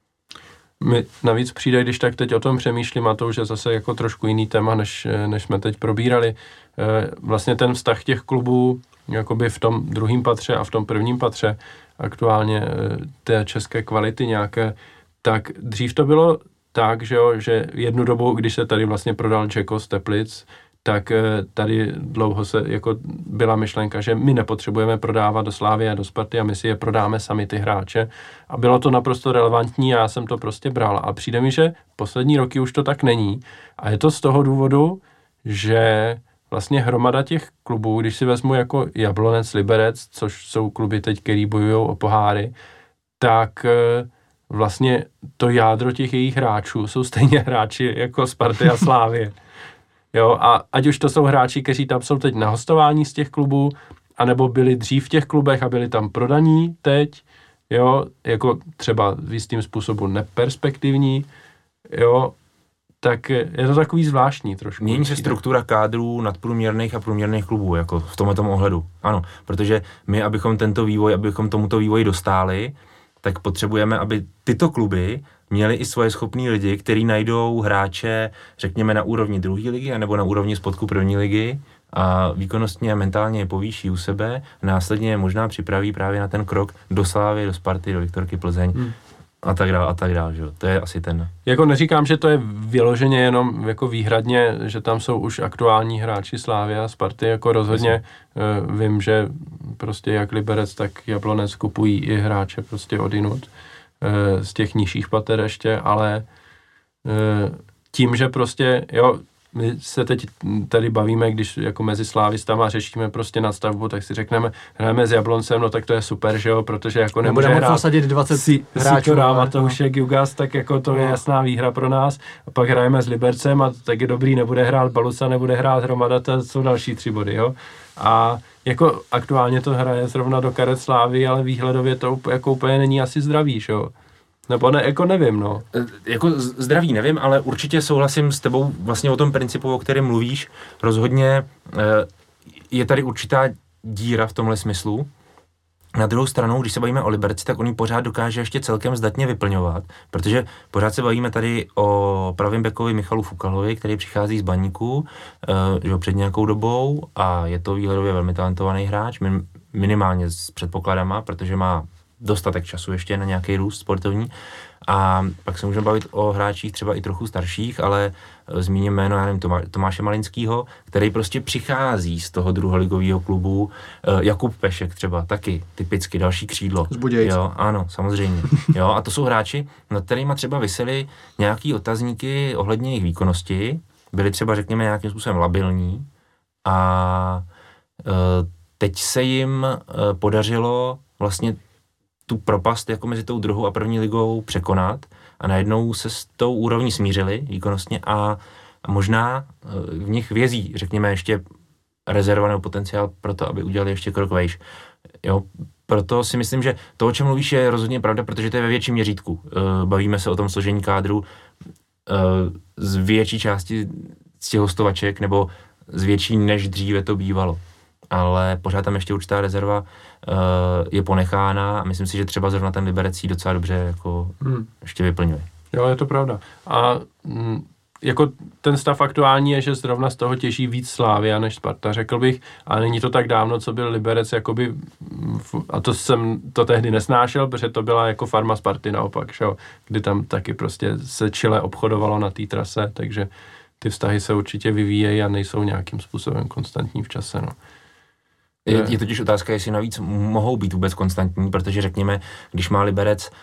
Mi navíc přijde, když tak teď o tom přemýšlím, a to už je zase jako trošku jiný téma, než jsme teď probírali. Vlastně ten vztah těch klubů jakoby v tom druhém patře a v tom prvním patře aktuálně té české kvality nějaké, tak dřív to bylo tak, že jednu dobu, když se tady vlastně prodal Džeko z Teplic, tak tady dlouho se jako byla myšlenka, že my nepotřebujeme prodávat do Slávy a do Sparty a my si je prodáme sami ty hráče. A bylo to naprosto relevantní a já jsem to prostě bral. A přijde mi, že poslední roky už to tak není. A je to z toho důvodu, že vlastně hromada těch klubů, když si vezmu jako Jablonec, Liberec, což jsou kluby teď, který bojují o poháry, tak vlastně to jádro těch jejich hráčů jsou stejně hráči jako Sparty a Slávie. Jo, a ať už to jsou hráči, kteří tam jsou teď na hostování z těch klubů, anebo byli dřív v těch klubech a byli tam prodaní teď, jo, jako třeba v jistým způsobem neperspektivní, jo, tak je to takový zvláštní trošku. Mění se struktura kádrů nadprůměrných a průměrných klubů, jako v tomto ohledu. Ano, protože my, abychom tomuto vývoji dostáli, tak potřebujeme, aby tyto kluby měli i svoje schopný lidi, kteří najdou hráče, řekněme, na úrovni druhé ligy nebo na úrovni spodku první ligy a výkonnostně a mentálně je povýší u sebe, následně je možná připraví právě na ten krok do Slávy, do Sparty, do Viktorky Plzeň a tak dále, že? To je asi ten. Jako neříkám, že to je vyloženě jenom jako výhradně, že tam jsou už aktuální hráči Slávy a Sparty, jako rozhodně vím, že prostě jak Liberec, tak Jablonec kupují i hráče prostě odinut z těch nižších pater ještě, ale tím, že prostě, jo, my se teď tady bavíme, když jako mezi slávistama řešíme prostě nadstavbu, tak si řekneme, hrajeme s Jabloncem, no tak to je super, že jo, protože jako nemůže hrát posadit 20 hráčů. Matoušek, Jugas, tak jako to je jasná výhra pro nás. A pak hrajeme s Libercem a tak je dobrý, nebude hrát Baluca, nebude hrát Hromada, to jsou další 3 body, jo. A jako aktuálně to hraje zrovna do karet Slávy, ale výhledově to jako úplně není asi zdravý, že jo. Nebo ne, jako nevím, no. Jako zdraví nevím, ale určitě souhlasím s tebou vlastně o tom principu, o kterém mluvíš. Rozhodně je tady určitá díra v tomhle smyslu. Na druhou stranu, když se bavíme o Liberci, tak on ji pořád dokáže ještě celkem zdatně vyplňovat, protože pořád se bavíme tady o pravým bekovi Michalu Fukalovi, který přichází z Baníku před nějakou dobou a je to výhledově velmi talentovaný hráč, minimálně s předpokladama, protože má dostatek času ještě na nějaký růst sportovní. A pak se můžeme bavit o hráčích třeba i trochu starších, ale zmíním jméno, já nevím, Tomáše Malinského, který prostě přichází z toho druholigového klubu. Jakub Pešek třeba, taky typicky další křídlo. Jo, ano, samozřejmě. Jo, a to jsou hráči, nad kterýma třeba visely nějaký otazníky ohledně jejich výkonnosti, byli třeba, řekněme, nějakým způsobem labilní a teď se jim podařilo vlastně tu propast jako mezi tou druhou a první ligou překonat a najednou se s tou úrovní smířili výkonnostně a možná v nich vězí, řekněme, ještě rezervovaný potenciál pro to, aby udělali ještě krok vejš. Jo, proto si myslím, že to, o čem mluvíš, je rozhodně pravda, protože to je ve větším měřítku. Bavíme se o tom složení kádru z větší části z těch hostovaček nebo z větší, než dříve to bývalo. ale pořád tam ještě určitá rezerva je ponechána a myslím si, že třeba zrovna ten Liberec jí docela dobře jako ještě vyplňuje. Jo, je to pravda. A jako ten stav aktuální je, že zrovna z toho těží víc Slavia než Sparta, řekl bych, a není to tak dávno, co byl Liberec jakoby, a to jsem to tehdy nesnášel, protože to byla jako farma Sparty naopak, že jo, kdy tam taky prostě se čile obchodovalo na té trase, takže ty vztahy se určitě vyvíjejí a nejsou nějakým způsobem konstantní v čase, no. Je totiž otázka, jestli navíc mohou být vůbec konstantní, protože řekněme, když má Liberec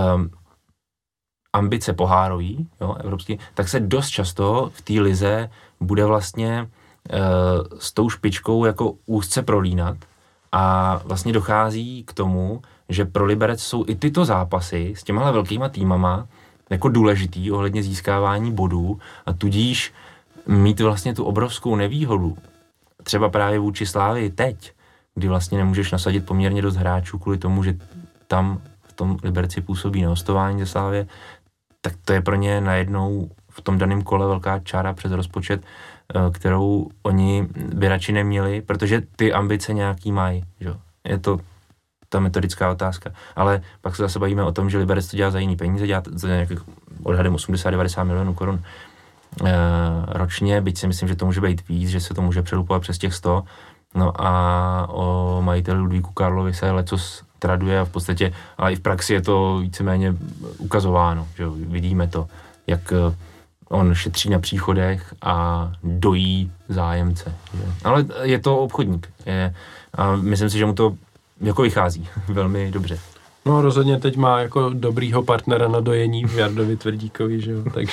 ambice pohárový, jo, evropský, tak se dost často v té lize bude vlastně s tou špičkou jako úzce prolínat a vlastně dochází k tomu, že pro Liberec jsou i tyto zápasy s těmahle velkýma týmama jako důležitý ohledně získávání bodů a tudíž mít vlastně tu obrovskou nevýhodu, třeba právě vůči Slávii teď, kdy vlastně nemůžeš nasadit poměrně dost hráčů kvůli tomu, že tam v tom Liberci působí na hostování ze Slávie, tak to je pro ně najednou v tom daném kole velká čára přes rozpočet, kterou oni by radši neměli, protože ty ambice nějaký mají. Že? Je to ta metodická otázka. Ale pak se zase bavíme o tom, že Liberec to dělá za jiný peníze, dělá za nějakých odhadem 80-90 milionů korun ročně, byť si myslím, že to může být víc, že se to může přelupovat přes těch 100. No a o majiteli Ludvíku Karlovi se lecos traduje a v podstatě, ale i v praxi je to víceméně ukazováno, že vidíme to, jak on šetří na příchodech a dojí zájemce. Že? Ale je to obchodník a myslím si, že mu to jako vychází velmi dobře. No rozhodně teď má jako dobrýho partnera na dojení v Jardovi Tvrdíkovi, že jo, takže...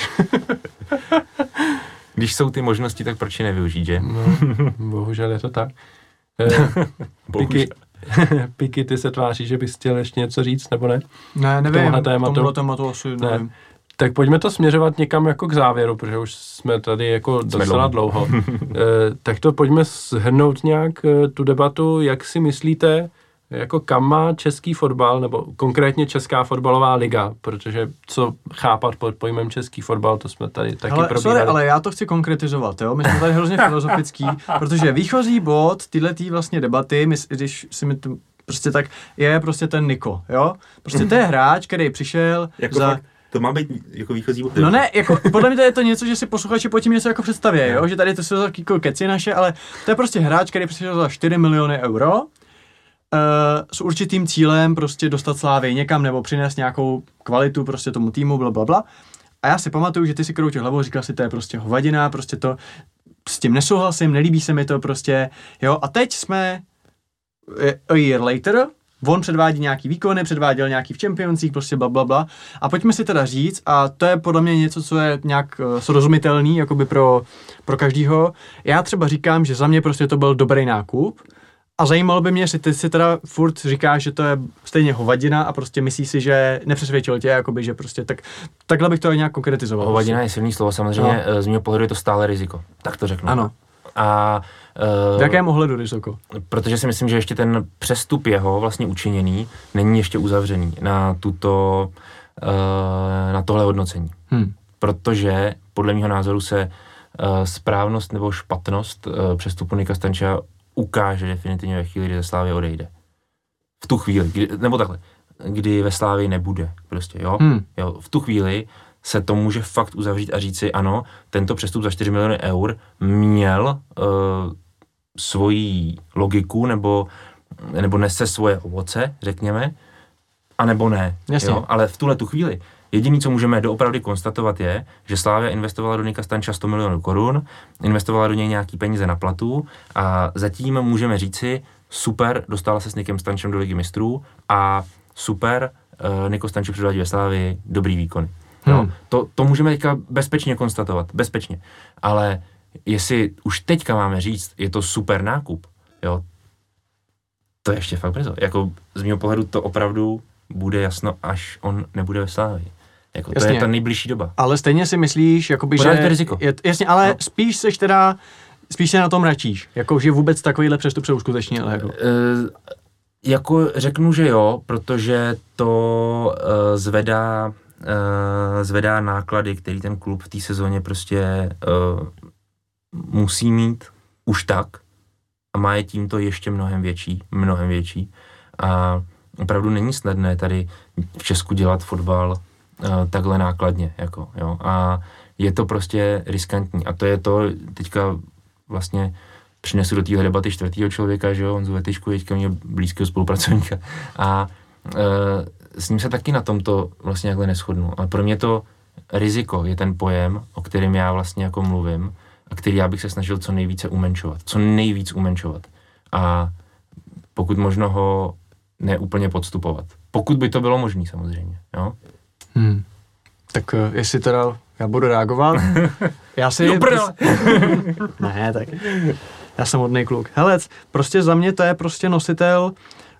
Když jsou ty možnosti, tak proč je nevyužít, že? No, bohužel je to tak. Piky, ty se tváří, že bys chtěl ještě něco říct, nebo ne? Ne, nevím, tomuhle tématu asi nevím. Tak pojďme to směřovat někam jako k závěru, protože už jsme tady jako docela dlouho. Tak to pojďme shrnout nějak tu debatu, jak si myslíte, jako kam má český fotbal, nebo konkrétně Česká fotbalová liga, protože co chápat pod pojmem český fotbal, to jsme tady taky probírali. Sorry, ale já to chci konkretizovat, jo? My jsme tady hrozně filozofický, protože výchozí bod tyhletý vlastně debaty, když si mi to prostě tak, je prostě ten Niko, jo? Prostě to je hráč, který přišel jako za... Fakt, to má být jako výchozí bod. No ne, jako podle mě to je to něco, že si posluchači pod tím něco jako představí, jo? Že tady to jsou taky keci naše, ale to je prostě hráč, který přišel za 4 miliony euro, s určitým cílem prostě dostat Slávy někam nebo přinést nějakou kvalitu prostě tomu týmu, blablabla. A já si pamatuju, že ty si kroutil hlavou, říkal si, to je prostě hovadina, prostě to s tím nesouhlasím, nelíbí se mi to prostě, jo. A teď jsme a year later, on předvádí nějaký výkony, předváděl nějaký v Champions League, prostě blablabla. A pojďme si teda říct, a to je podle mě něco, co je nějak srozumitelný, jakoby pro každýho. Já třeba říkám, že za mě prostě to byl dobrý nákup. A zajímalo by mě, jestli ty si teda furt říkáš, že to je stejně hovadina a prostě myslíš si, že nepřesvědčil tě, jakoby, že prostě takhle bych to nějak konkretizoval. Hovadina je silný slovo, samozřejmě z mého pohledu je to stále riziko, tak to řeknu. Ano. A v jakém ohledu riziko? Protože si myslím, že ještě ten přestup jeho vlastně učiněný není ještě uzavřený na tohle hodnocení. Protože podle mého názoru se správnost nebo špatnost přestupu Nika Stanča ukáže definitivně ve chvíli, kdy ze Slávy odejde. V tu chvíli, nebo takhle, kdy ve Slávii nebude, prostě, jo? Jo, v tu chvíli se to může fakt uzavřít a říct si, ano, tento přestup za 4 miliony eur měl svoji logiku, nebo nese svoje ovoce, řekněme, anebo ne. Jo? Ale v tu chvíli jediný, co můžeme doopravdy konstatovat je, že Slavia investovala do Nika Stanča 100 milionů korun, investovala do něj nějaký peníze na platu a zatím můžeme říci, super, dostala se s Nikem Stančem do Ligy mistrů a super, Niko Stanču předvádí ve Slavii dobrý výkony. No, to můžeme teďka bezpečně konstatovat, bezpečně. Ale jestli už teďka máme říct, je to super nákup, jo, to je ještě fakt brzo. Jako z mého pohledu to opravdu bude jasno, až on nebude ve Slávii. Jako, to je ta nejbližší doba. Ale stejně si myslíš, jakoby, že... to riziko. Jasně, ale spíš se na tom mračíš, jako že vůbec takovýhle přestup se uskutečnil. Jako řeknu, že jo, protože to zvedá náklady, který ten klub v té sezóně prostě musí mít už tak. a má je tímto ještě mnohem větší. A opravdu není snadné tady v Česku dělat fotbal takhle nákladně, jako, jo. A je to prostě riskantní. A to je to, teďka vlastně přinesu do téhle debaty čtvrtýho člověka, že jo, Honzu Vetičku, teďka měl blízkého spolupracovníka. A s ním se taky na tomto vlastně takhle neshodnu. Ale pro mě to riziko je ten pojem, o kterém já vlastně jako mluvím, a který já bych se snažil co nejvíc umenšovat. A pokud možno ho neúplně podstupovat. Pokud by to bylo možné, samozřejmě, jo? Tak jestli teda já budu reagovat, já si... Ne, tak já jsem hodnej kluk. Hele, prostě za mě to je prostě nositel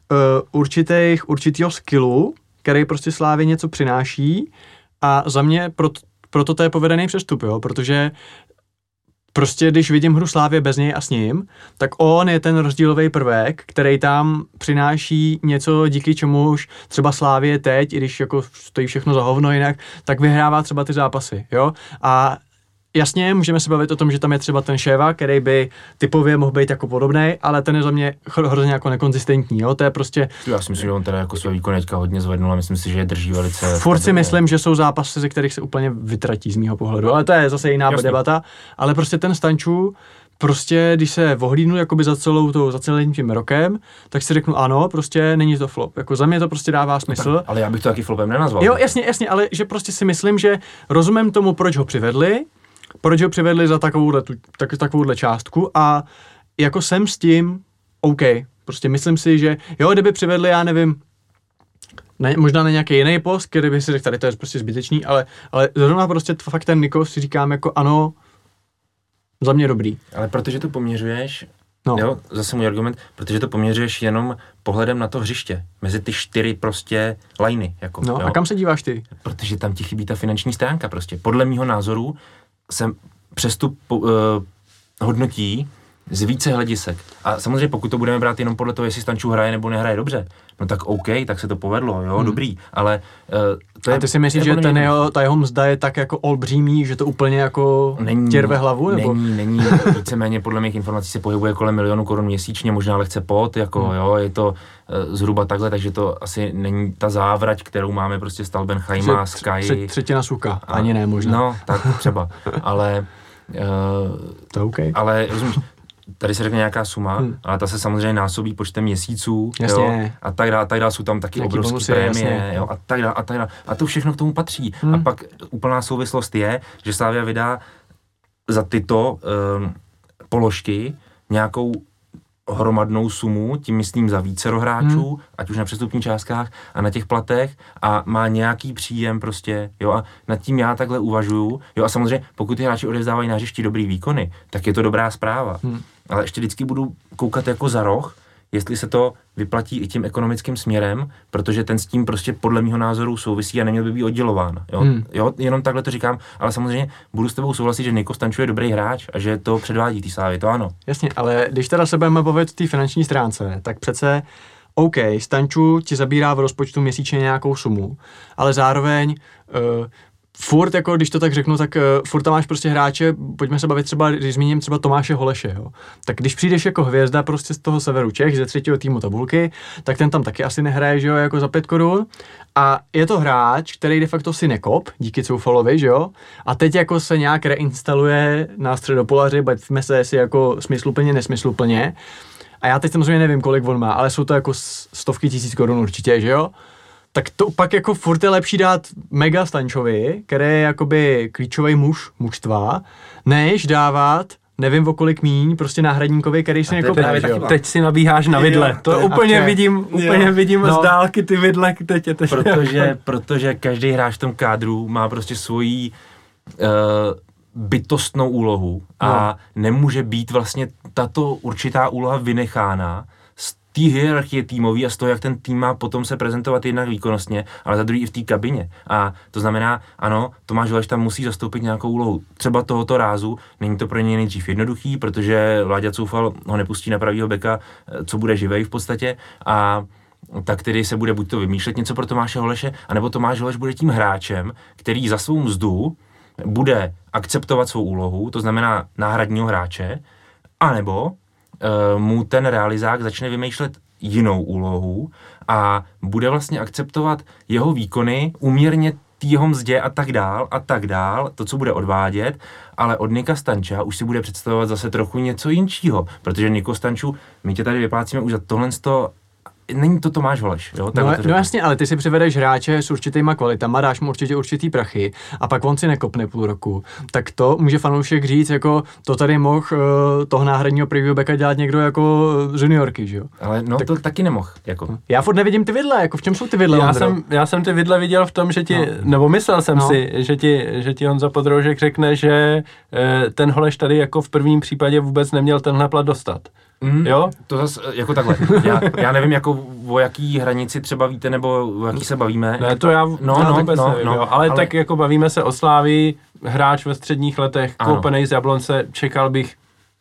určitýho skillu, který prostě Slávě něco přináší a za mě proto to je povedený přestup, jo, protože prostě když vidím hru Slávě bez něj a s ním, tak on je ten rozdílový prvek, který tam přináší něco, díky čemu už třeba Slávě teď, i když jako stojí všechno za hovno jinak, tak vyhrává třeba ty zápasy, jo. A jasně, můžeme se bavit o tom, že tam je třeba ten Šéva, který by typově mohl být jako podobnej, ale ten je za mě hrozně jako nekonzistentní, jo, to je prostě... Já si myslím, že on teda jako své výkony teďka hodně zvednul a myslím si, že je drží velice... Furt si myslím, že jsou zápasy, ze kterých se úplně vytratí z mýho pohledu, ale to je zase jiná debata, ale prostě ten Stančů, prostě když se ohlídnu jakoby za celým tím rokem, tak si řeknu ano, prostě není to flop, jako za mě to prostě dává smysl. Tak, ale já bych to taky flopem nenazval. Jo, jasně, ale že prostě si myslím, že rozumím tomu, proč ho přivedli za takovouhle částku a jako jsem s tím OK. Prostě myslím si, že jo, kdyby přivedli, já nevím, možná na nějaký jiný post, který by si řekl, tady to je prostě zbytečný, ale zrovna prostě fakt ten Nikos si říkám jako ano, za mě dobrý. Ale protože to poměřuješ, jo, zase můj argument, protože to poměřuješ jenom pohledem na to hřiště, mezi ty 4 prostě lajny, jako. No, jo. A kam se díváš ty? Protože tam ti chybí ta finanční stránka prostě. Podle mýho názoru se přestup hodnotí z více hledisek. A samozřejmě pokud to budeme brát jenom podle toho, jestli Stančů hraje nebo nehraje dobře, no tak OK, tak se to povedlo, jo, dobrý, ale to je... A ty si myslíš, že ta jeho mzda je tak jako olbřímí, že to úplně jako těrve hlavu? Nebo? Není, víceméně podle mých informací se pohybuje kolem 1 000 000 korun měsíčně, možná lehce pod, jako jo, je to zhruba takhle, takže to asi není ta závrať, kterou máme prostě s Talbenheima, Sky. Třetina suka, ani ne možná. No, tak třeba, ale... to OK. Ale rozumíš, tady se řekne nějaká suma, ale ta se samozřejmě násobí počtem měsíců, jo, a tak dále, jsou tam taky obrovské prémie, jo, a tak dále. A to všechno k tomu patří. A pak úplná souvislost je, že Slavia vydá za tyto položky nějakou hromadnou sumu, tím myslím za vícero hráčů, ať už na přestupních částkách a na těch platech a má nějaký příjem prostě, jo, a nad tím já takhle uvažuju, jo, a samozřejmě pokud ty hráči odevzdávají na hřišti dobrý výkony, tak je to dobrá zpráva, ale ještě vždycky budu koukat jako za roh, jestli se to vyplatí i tím ekonomickým směrem, protože ten s tím prostě podle mého názoru souvisí a neměl by být oddělován. Jo, jenom takhle to říkám, ale samozřejmě budu s tebou souhlasit, že Niko Stančů je dobrý hráč a že to předvádí té Slávy, to ano. Jasně, ale když teda se budeme bavit o té finanční stránce, tak přece OK, Stančů ti zabírá v rozpočtu měsíčně nějakou sumu, ale zároveň furt, jako když to tak řeknu, tak furt tam máš prostě hráče, pojďme se bavit třeba, když zmíním třeba Tomáše Holeše, jo. Tak když přijdeš jako hvězda prostě z toho severu Čech, ze 3. týmu tabulky, tak ten tam taky asi nehraje, že jo, jako za 5 korun. A je to hráč, který de facto si nekop, díky Coufalovi, že jo. A teď jako se nějak reinstaluje na středopolaři, bavíme se jestli jako smysluplně, nesmysluplně. A já teď samozřejmě nevím, kolik on má, ale jsou to jako stovky tisíc korun určitě, že jo. Tak to pak jako furt je lepší dát mega Stančovi, který je jakoby klíčový muž mužstva, než dávat nevím o kolik míň, prostě náhradníkovi, který si nekopí. Teď si nabíháš na vidle. To úplně vidím z dálky ty vidle, teď je to protože každý hráč v tom kádru má prostě svoji bytostnou úlohu a nemůže být vlastně tato určitá úloha vynechána z té hierarchie týmový a z toho, jak ten tým má potom se prezentovat jednak výkonnostně, ale za druhý i v té kabině. A to znamená, ano, Tomáš Holeš tam musí zastoupit nějakou úlohu. Třeba tohoto rázu, není to pro něj nejdřív jednoduchý, protože Láďa Coufal ho nepustí na pravýho beka, co bude živej v podstatě, a tak tedy se bude buď to vymýšlet něco pro Tomáše Holeše, anebo Tomáš Holeš bude tím hráčem, který za svou mzdu bude akceptovat svou úlohu, to znamená náhradního hráče, anebo mu ten realizák začne vymýšlet jinou úlohu a bude vlastně akceptovat jeho výkony uměrně jeho mzdě a tak dál, to, co bude odvádět, ale od Nika Stanča už si bude představovat zase trochu něco jinčího, protože Niko Stanču, my tě tady vyplácíme už za tohle není to Tomáš Holeš, jo? No jasně, ale ty si přivedeš hráče s určitýma kvalitama, dáš mu určitě určitý prachy a pak on si nekopne půl roku. Tak to může fanoušek říct, jako to tady mohl toho náhradního preview backa dělat někdo jako z juniorky, že jo? Ale no tak, to taky nemohl, jako. Já furt nevidím ty vidle, jako v čem jsou ty vidle, Já jsem ty vidle viděl v tom, že nebo myslel jsem si, že ti Honza Podroužek řekne, že ten Holeš tady jako v prvním případě vůbec neměl tenhle plat dostat. Jo? To zase jako takhle. Já nevím, jako o jaký hranici třeba víte, nebo o jaký se bavíme. Ne, to já vůbec nevím, jo. Ale tak jako bavíme se o Slávii, hráč ve středních letech, koupenej z Jablonce, čekal bych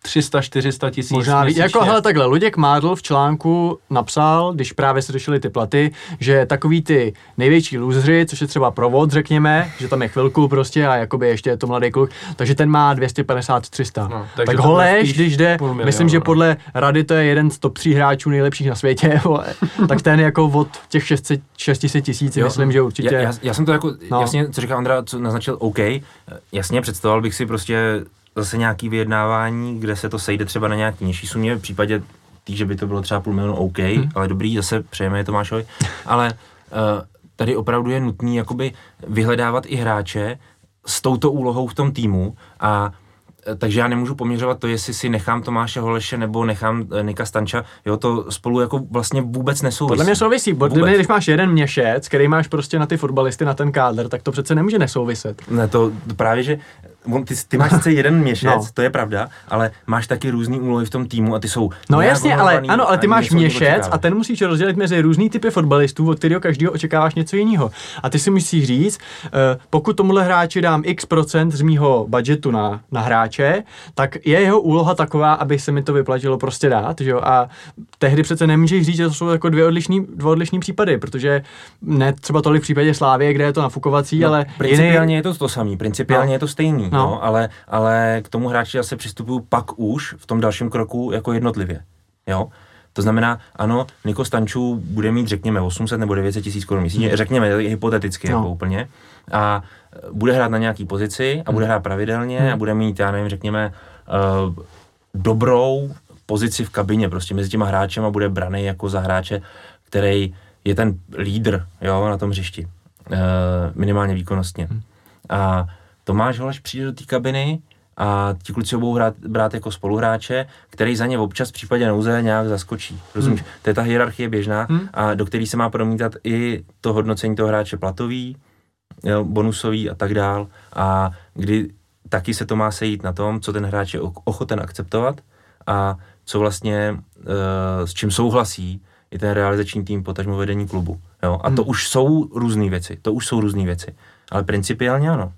300-400 tisíc možná měsíčně. Jako hele takhle, Luděk Mádl v článku napsal, když právě se řešily ty platy, že takový ty největší lůzři, což je třeba Provod, řekněme, že tam je chvilku prostě a jakoby ještě je to mladý kluk, takže ten má 250-300. No, tak Holeš, když jde, myslím, že podle Rady to je jeden z top 3 hráčů nejlepších na světě, tak ten jako od těch 600 tisíc, myslím, že určitě. Já jsem to jako, jasně, co říká Ondra, co naznačil, OK, jasně, představoval bych si prostě zase nějaký vyjednávání, kde se to sejde třeba na nějaký nižší sumě, v případě že by to bylo třeba 500 000 OK, ale dobrý, zase přejeme je Tomášovi, ale tady opravdu je nutný jakoby vyhledávat i hráče s touto úlohou v tom týmu a takže já nemůžu poměřovat to, jestli si nechám Tomáše Holeše nebo nechám Nika Stanča, jo, to spolu jako vlastně vůbec nesouvisí. Podle mě souvisí, když máš jeden měšec, který máš prostě na ty fotbalisty, na ten kádr, tak to přece nemůže nesouviset. Ne, to právě, že ty máš sice jeden měšec, to je pravda, ale máš taky různý úlohy v tom týmu a ty jsou... No jasně, ale ty máš měšec a ten musíš rozdělit mezi různý typy fotbalistů, od kterého každého očekáváš něco jiného. A ty si musíš říct, pokud tomuhle hráči dám x% z mýho budgetu na hráče, tak je jeho úloha taková, aby se mi to vyplatilo prostě dát, že jo? A tehdy přece nemůžeš říct, že to jsou jako dva odlišný případy, protože ne třeba tolik v případě Slávie, kde je to nafukovací, ale principiálně je to samý, principiálně je to stejný. No, ale k tomu hráči se přistupují pak už v tom dalším kroku jako jednotlivě, jo. To znamená, ano, Niko Stančů bude mít, řekněme, 800 nebo 900 tisíc korun měsíčně, řekněme hypoteticky jako úplně, a bude hrát na nějaký pozici a bude hrát pravidelně a bude mít, já nevím, řekněme, dobrou pozici v kabině, prostě mezi těma hráčem a bude braný jako za hráče, který je ten lídr, jo, na tom hřišti, minimálně výkonnostně. A Tomáš Holeš přijde do té kabiny a ti kluci ho budou brát jako spoluhráče, který za ně občas v případě nouze nějak zaskočí. Rozumíš? To je ta hierarchie běžná a do který se má promítat i to hodnocení toho hráče platový, jo, bonusový a tak dál. A kdy taky se to má sejít na tom, co ten hráč je ochoten akceptovat a co vlastně s čím souhlasí i ten realizační tým, potažmo vedení klubu. Jo? A to už jsou různé věci. Ale principiálně ano.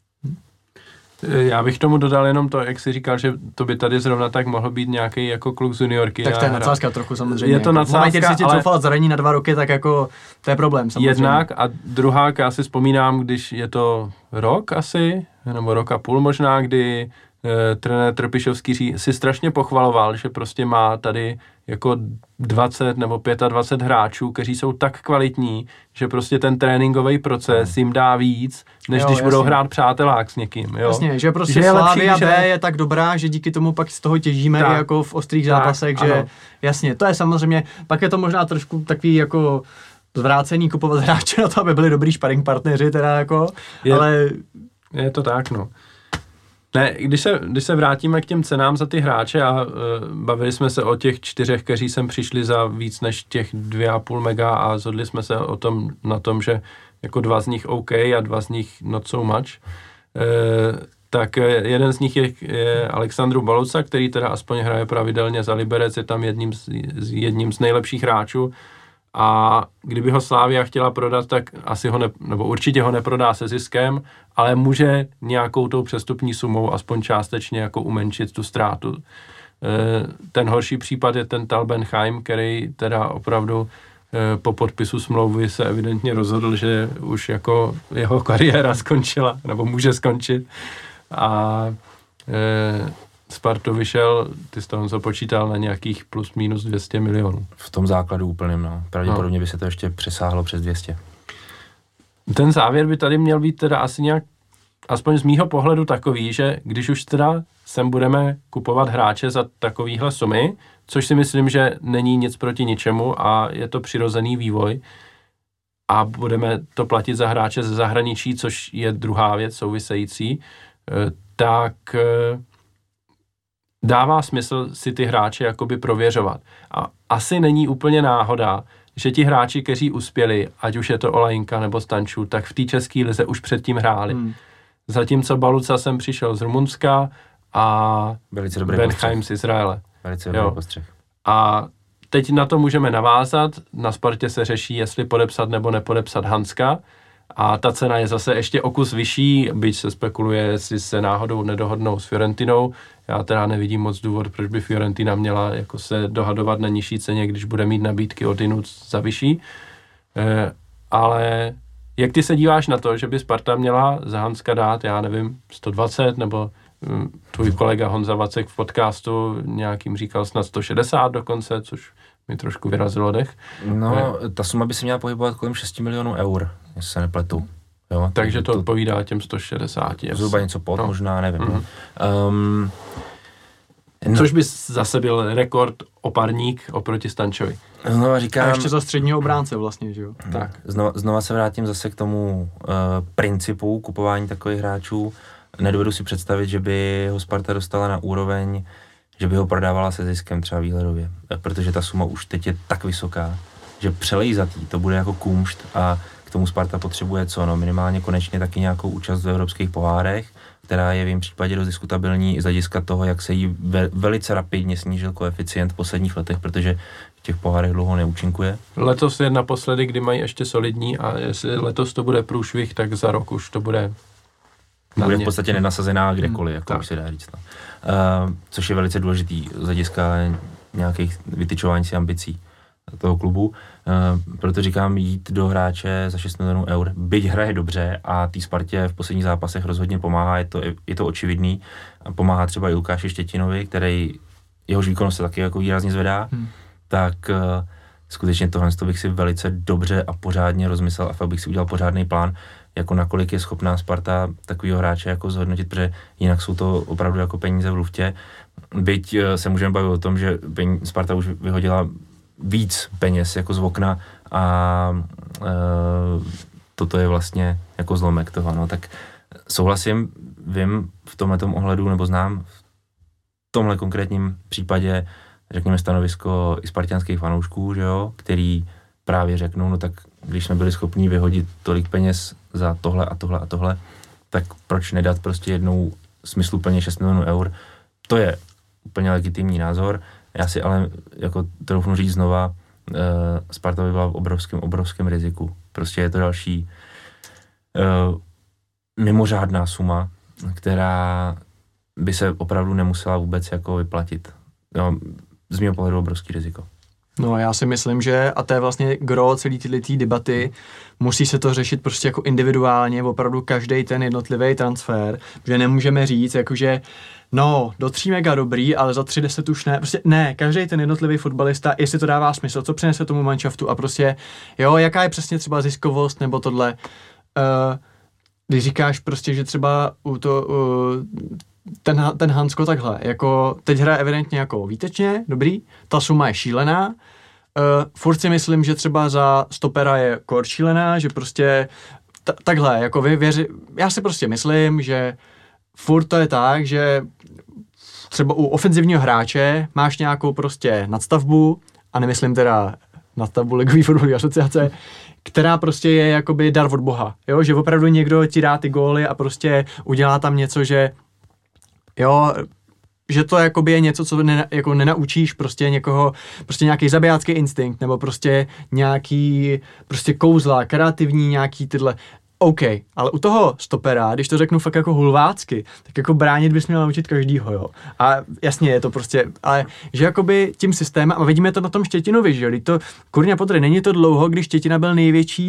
Já bych tomu dodal jenom to, jak jsi říkal, že to by tady zrovna tak mohl být nějaký jako kluk z juniorky. Tak to je nadsázka trochu samozřejmě. Je to nadsázka, ale... když si tě coufal zranění na 2 roky, tak jako to je problém samozřejmě. Jednak a druhák, já si vzpomínám, když je to rok asi, nebo rok a půl možná, kdy trenér Trpišovský si strašně pochvaloval, že prostě má tady jako 20 nebo 25 hráčů, kteří jsou tak kvalitní, že prostě ten tréninkový proces jim dá víc, než když budou hrát přátelák s někým. Jo? Jasně, že prostě Slavia B je tak dobrá, že díky tomu pak z toho těžíme tak, i jako v ostrých zápasech, že ano. Jasně, to je samozřejmě, pak je to možná trošku takový jako zvrácený kupovat hráče na to, aby byli dobrý sparring partneři, teda jako, ale... Je to tak, no. Ne, když se vrátíme k těm cenám za ty hráče a bavili jsme se o těch 4, kteří sem přišli za víc než těch 2,5 mega a zhodli jsme se na tom, že jako 2 z nich OK a 2 z nich not so much, tak jeden z nich je Alexandru Baluca, který teda aspoň hraje pravidelně za Liberec, je tam jedním z nejlepších hráčů. A kdyby ho Slavia chtěla prodat, tak asi nebo určitě ho neprodá se ziskem, ale může nějakou tou přestupní sumou aspoň částečně jako umenšit tu ztrátu. Ten horší případ je ten Tal Benchaim, který teda opravdu po podpisu smlouvy se evidentně rozhodl, že už jako jeho kariéra skončila, nebo může skončit. A Spartu vyšel, ty jsi to započítal na nějakých plus minus 200 milionů. V tom základu úplným, no. Pravděpodobně by se to ještě přesáhlo přes 200. Ten závěr by tady měl být teda asi nějak, aspoň z mýho pohledu takový, že když už teda sem budeme kupovat hráče za takovýhle sumy, což si myslím, že není nic proti ničemu a je to přirozený vývoj a budeme to platit za hráče ze zahraničí, což je druhá věc související, tak dává smysl si ty hráče jakoby prověřovat. A asi není úplně náhoda, že ti hráči, kteří uspěli, ať už je to Olajinka nebo Stančů, tak v té české lize už předtím hráli. Zatímco Baluca sem přišel z Rumunska a Benheim z Izraele. Velice dobrý postřeh. A teď na to můžeme navázat. Na Spartě se řeší, jestli podepsat nebo nepodepsat Hanska. A ta cena je zase ještě o kus vyšší, byť se spekuluje, jestli se náhodou nedohodnou s Fiorentinou. Já teda nevidím moc důvod, proč by Fiorentina měla jako se dohadovat na nižší ceně, když bude mít nabídky od jinut za vyšší. Ale jak ty se díváš na to, že by Sparta měla za Hanska dát, já nevím, 120, nebo tvůj kolega Honza Vacek v podcastu nějakým říkal snad 160 dokonce, což mi trošku vyrazilo dech. No, ta suma by se měla pohybovat kolem 6 milionů eur, jestli se nepletu. Jo, takže to odpovídá těm 160. Zhruba něco pod, možná, nevím. Což by zase byl rekord oparník oproti Stančovi. Znova říkám, a ještě za středního obránce vlastně, že jo? Tak. Znova se vrátím zase k tomu principu kupování takových hráčů. Nedovedu si představit, že by ho Sparta dostala na úroveň, že by ho prodávala se ziskem třeba výhledově. Protože ta suma už teď je tak vysoká, že přelejzatý to bude jako kumšt a k tomu Sparta potřebuje co? No minimálně konečně taky nějakou účast v evropských pohárech, která je v jejím případě dost diskutabilní i z hlediska toho, jak se jí velice rapidně snížil koeficient v posledních letech, protože v těch pohárech dlouho neúčinkuje. Letos je naposledy, kdy mají ještě solidní a jestli letos to bude průšvih, tak za rok už to bude v podstatě nenasazená kdekoliv, jako už se dá říct. No. Což je velice důležitý z hlediska nějakých vytyčování si ambicí toho klubu. Proto říkám jít do hráče za 6 milionů eur, byť hraje dobře a té Spartě v posledních zápasech rozhodně pomáhá, je to očividný. Pomáhá třeba i Lukáši Štětinovi, který jehož výkonnost se taky jako výrazně zvedá, tak skutečně tohle bych si velice dobře a pořádně rozmyslel a fakt bych si udělal pořádný plán, jako nakolik je schopná Sparta takovýho hráče jako zhodnotit, protože jinak jsou to opravdu jako peníze v luftě. Byť se můžeme bavit o tom, že Sparta už vyhodila víc peněz jako z okna a toto je vlastně jako zlomek toho, no, tak souhlasím, vím v tomhletom ohledu, nebo znám v tomhle konkrétním případě, řekněme, stanovisko i spartianských fanoušků, že jo, který právě řeknou, no tak když jsme byli schopni vyhodit tolik peněz za tohle a tohle a tohle, tak proč nedat prostě jednou smysluplně 6 milionů eur. To je úplně legitimní názor. Já si ale jako troufnu říct znova, Sparta by byla v obrovském riziku. Prostě je to další mimořádná suma, která by se opravdu nemusela vůbec jako vyplatit. No, z mého pohledu obrovský riziko. No já si myslím, že, a to je vlastně gro celý tyhle debaty, musí se to řešit prostě jako individuálně, opravdu každý ten jednotlivý transfer, že nemůžeme říct, jakože no, do 3 mega dobrý, ale za 3,10 už ne, prostě ne, každý ten jednotlivý fotbalista, jestli to dává smysl, co přinese tomu manšaftu a prostě, jo, jaká je přesně třeba ziskovost nebo tohle, když říkáš prostě, že třeba ten Hansko takhle, jako teď hraje evidentně jako výtečně, dobrý, ta suma je šílená, furt si myslím, že třeba za stopera je kor šílená, že prostě takhle, jako já si prostě myslím, že furt to je tak, že třeba u ofenzivního hráče máš nějakou prostě nadstavbu, a nemyslím teda nadstavbu Ligový fotbalové asociace, která prostě je jakoby dar od Boha, jo, že opravdu někdo ti dá ty góly a prostě udělá tam něco, že jo, že to jakoby je něco, co jako nenaučíš prostě někoho, prostě nějaký zabijácký instinkt, nebo prostě nějaký prostě kouzla, kreativní nějaký tyhle. OK, ale u toho stopera, když to řeknu fakt jako hulvácky, tak jako bránit bys měl naučit každýho, jo. A jasně je to prostě, ale že jakoby tím systémem, a vidíme to na tom Štětinovi, že jo, to kurňa podry, není to dlouho, když Štětina byl největší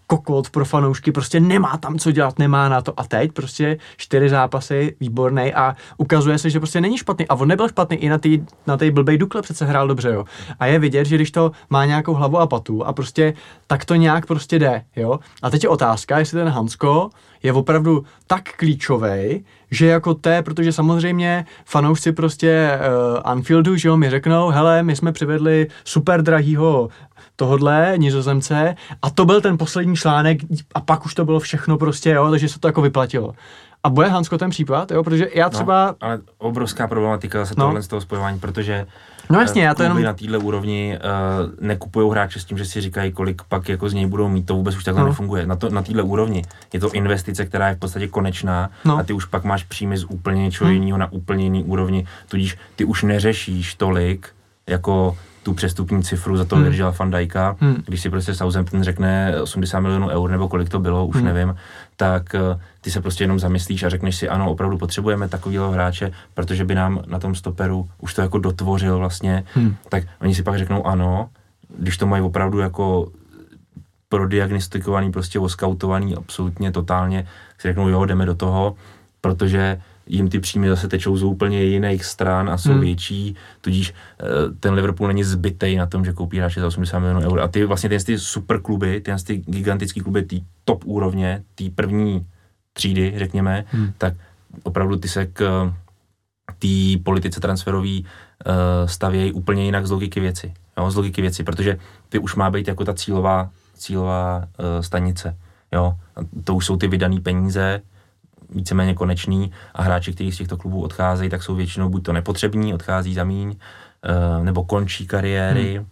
kokot pro fanoušky, prostě nemá tam co dělat, nemá na to. A teď prostě 4 zápasy, výborný a ukazuje se, že prostě není špatný. A on nebyl špatný i na té blbej Dukle, přece hrál dobře, jo. A je vidět, že když to má nějakou hlavu a patu a prostě tak to nějak prostě jde, jo. A teď je otázka, jestli ten Hansko je opravdu tak klíčovej, že jako protože samozřejmě fanoušci prostě Anfieldu, že jo, mi řeknou, hele, my jsme přivedli super drahýho tohodle Nizozemce a to byl ten poslední článek a pak už to bylo všechno prostě, jo, takže se to jako vyplatilo. A bude Hansko ten případ, jo, protože já třeba... No, ale obrovská problematika zase tohle z toho spojování, protože no jasně, já to jenom... na téhle úrovni nekupujou hráče s tím, že si říkají, kolik pak jako z něj budou mít, to vůbec už takhle nefunguje. Na téhle úrovni je to investice, která je v podstatě konečná a ty už pak máš příjmy z úplně něčeho jiného na úplně jiný úrovni, tudíž ty už neřešíš tolik jako tu přestupní cifru za toho Virgila van Dijka, když si prostě Southampton řekne 80 milionů eur nebo kolik to bylo, už nevím, tak ty se prostě jenom zamyslíš a řekneš si, ano, opravdu potřebujeme takovýhle hráče, protože by nám na tom stoperu už to jako dotvořil vlastně, tak oni si pak řeknou ano, když to mají opravdu jako prodiagnostikovaný, prostě oskautovaný absolutně totálně, si řeknou jo, jdeme do toho, protože jim ty příjmy zase tečou z úplně jiných stran a jsou větší, tudíž ten Liverpool není zbytej na tom, že koupí hráče za 80 milionů eur. A ty vlastně ty super kluby, ty gigantický kluby, ty top úrovně, ty první třídy, řekněme, tak opravdu ty se k té politice transferový stavějí úplně jinak z logiky věci. Jo, z logiky věci, protože ty už má být jako ta cílová stanice. Jo. A to už jsou ty vydaný peníze, víceméně konečný a hráči, kteří z těchto klubů odcházejí, tak jsou většinou buď to nepotřební, odchází za míň, nebo končí kariéry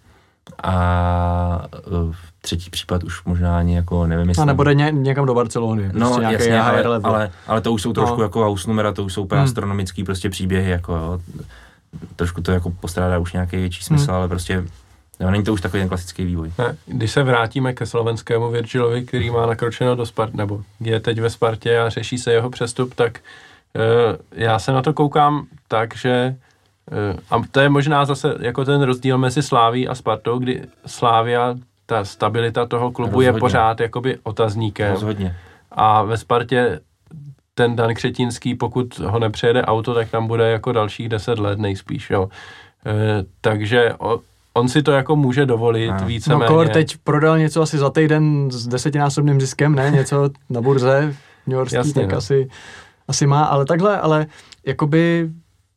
a třetí případ už možná ani jako nevím, jestli... A nebo jde někam do Barcelony. No prostě jasně, ale to už jsou trošku jako house numera, to už jsou úplně astronomický prostě příběhy, jako jo. Trošku to jako postrádá už nějaký větší smysl, ale prostě no, není to už takový ten klasický vývoj. Ne, když se vrátíme ke slovenskému Virgilovi, který má nakročeno do Sparty, nebo je teď ve Spartě a řeší se jeho přestup, tak já se na to koukám tak, že a to je možná zase jako ten rozdíl mezi Slaví a Spartou, kdy Slavia, ta stabilita toho klubu je pořád jakoby otazníkem. Rozhodně. A ve Spartě ten Dan Křetínský, pokud ho nepřejede auto, tak tam bude jako dalších 10 let nejspíš, jo. Takže on si to jako může dovolit víceméně. No Kor teď prodal něco asi za týden s 10násobným ziskem, ne? Něco na burze newyorský, jasně, tak asi má, ale takhle, ale jakoby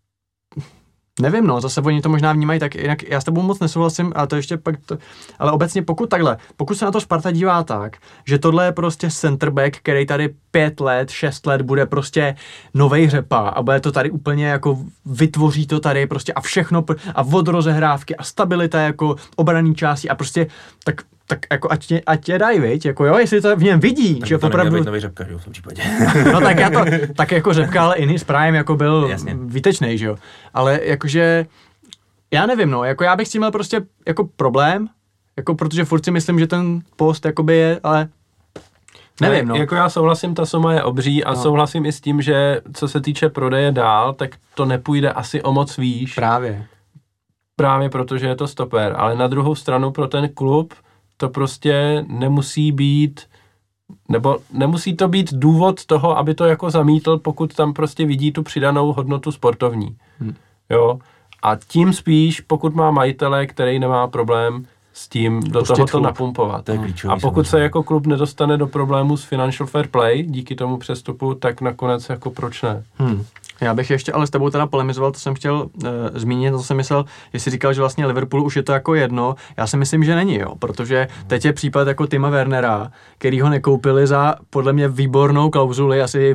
nevím, no, zase oni to možná vnímají tak, jinak já s tebou moc nesouhlasím, ale to ještě pak ale obecně pokud se na to Sparta dívá tak, že tohle je prostě centerback, který tady 5 let, 6 let bude prostě novej Řepa a bude to tady úplně jako vytvoří to tady prostě a všechno a od rozehrávky a stabilita jako obraný části a prostě tak jako ať je dají, viď, jako jo, jestli to v něm vidí, tak že to opravdu... být nový Řepka, že jo, v tom případě. No tak jako Řepka, ale in his prime jako byl výtečnej, že jo. Ale jakože, já nevím, no, jako já bych s tím měl prostě jako problém, jako protože furt si myslím, že ten post jakoby je, ale nevím, no. Jako já souhlasím, ta suma je obří a souhlasím i s tím, že co se týče prodeje dál, tak to nepůjde asi o moc výš. Právě protože je to stoper, ale na druhou stranu pro ten klub to prostě nemusí být, nebo nemusí to být důvod toho, aby to jako zamítl, pokud tam prostě vidí tu přidanou hodnotu sportovní. Jo? A tím spíš, pokud má majitele, který nemá problém s tím do tohoto napumpovat. To je klíčový, a pokud se jako klub nedostane do problému s financial fair play díky tomu přestupu, tak nakonec jako proč ne? Já bych ještě ale s tebou teda polemizoval, to jsem chtěl zmínit, to jsem myslel, jestli říkal, že vlastně Liverpoolu už je to jako jedno, já si myslím, že není, jo, protože teď je případ jako Tima Wernera, který ho nekoupili za podle mě výbornou klauzuli, asi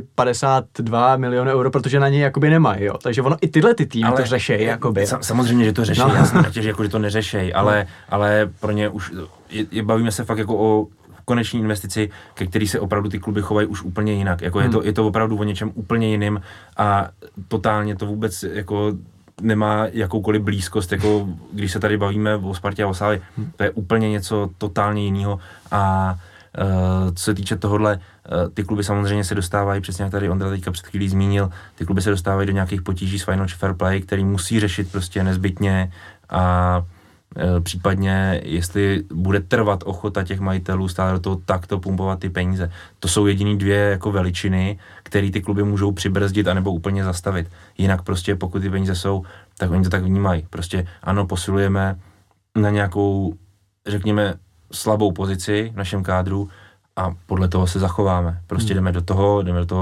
52 milionů euro, protože na něj jakoby nemají, jo, takže ono i tyhle ty týmy to řešejí, jakoby. Samozřejmě, že to řeší, já jsem že jako, že to neřešejí, ale pro ně už, bavíme se fakt jako o koneční investici, ke který se opravdu ty kluby chovají už úplně jinak. Jako je to opravdu o něčem úplně jiným a totálně to vůbec jako nemá jakoukoliv blízkost, jako když se tady bavíme o Spartě a o Slavii, to je úplně něco totálně jiného a co se týče tohohle, ty kluby samozřejmě se dostávají, přesně jak tady Ondra teďka před chvílí zmínil, ty kluby se dostávají do nějakých potíží s financial fair play, který musí řešit prostě nezbytně a Případně, jestli bude trvat ochota těch majitelů stále do toho takto pumpovat ty peníze. To jsou jediný dvě jako veličiny, které ty kluby můžou přibrzdit anebo úplně zastavit. Jinak prostě pokud ty peníze jsou, tak oni to tak vnímají. Prostě ano, posilujeme na nějakou, řekněme, slabou pozici v našem kádru a podle toho se zachováme. Prostě jdeme do toho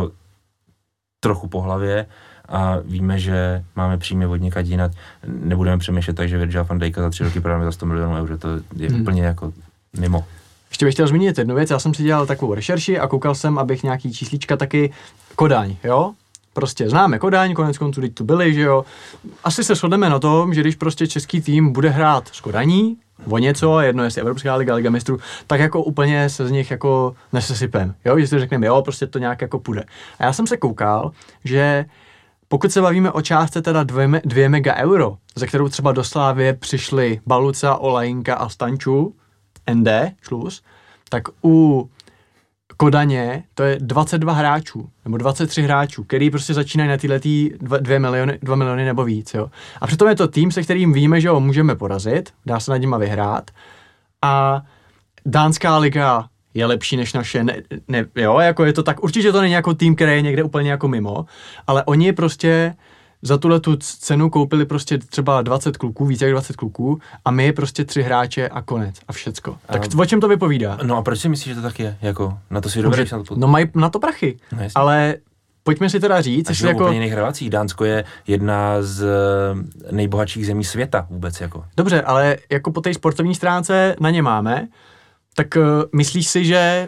trochu po hlavě a víme, že máme příjmy od někať jinat. Nebudeme přemýšlet tak, že Virgila van Dijka za 3 roky prodáme za 100 milionů eur. To je úplně jako mimo. Ještě bych chtěl zmínit jednu věc. Já jsem si dělal takovou rešerši a koukal jsem, abych nějaký číslička taky Kodaň, jo? Prostě známe Kodaň, konec konců teď tu byli, že jo? Asi se shodneme na tom, že když prostě český tým bude hrát s Kodaní, o něco, jedno jestli Evropská liga, Liga mistrů, tak jako úplně se z nich jako nesesypem, jo? Že si řekneme, jo, prostě to nějak jako půjde. A já jsem se koukal, že pokud se bavíme o částce teda 2 mega euro, ze kterou třeba do Slávie přišli Baluca, Olajinka a Stanču, ND, šluz, tak u Kodaně to je 22 hráčů, nebo 23 hráčů, který prostě začínají na tyhletý 2 miliony nebo víc, jo. A přitom je to tým, se kterým víme, že ho můžeme porazit, dá se nad nima vyhrát a dánská liga je lepší než naše, jo, jako je to tak, určitě to není jako tým, který je někde úplně jako mimo, ale oni prostě za tu cenu koupili prostě třeba 20 kluků, více jak 20 kluků a my prostě 3 hráče a konec a všecko. Tak o čem to vypovídá? No a proč si myslíš, že to tak je? Jako, na to si dobře. No mají na to prachy, no, ale pojďme si teda říct, jestli jako... úplně jiných relacích. Dánsko je jedna z nejbohatších zemí světa vůbec jako. Dobře, ale jako po té sportovní stránce na ně máme, tak myslíš si, že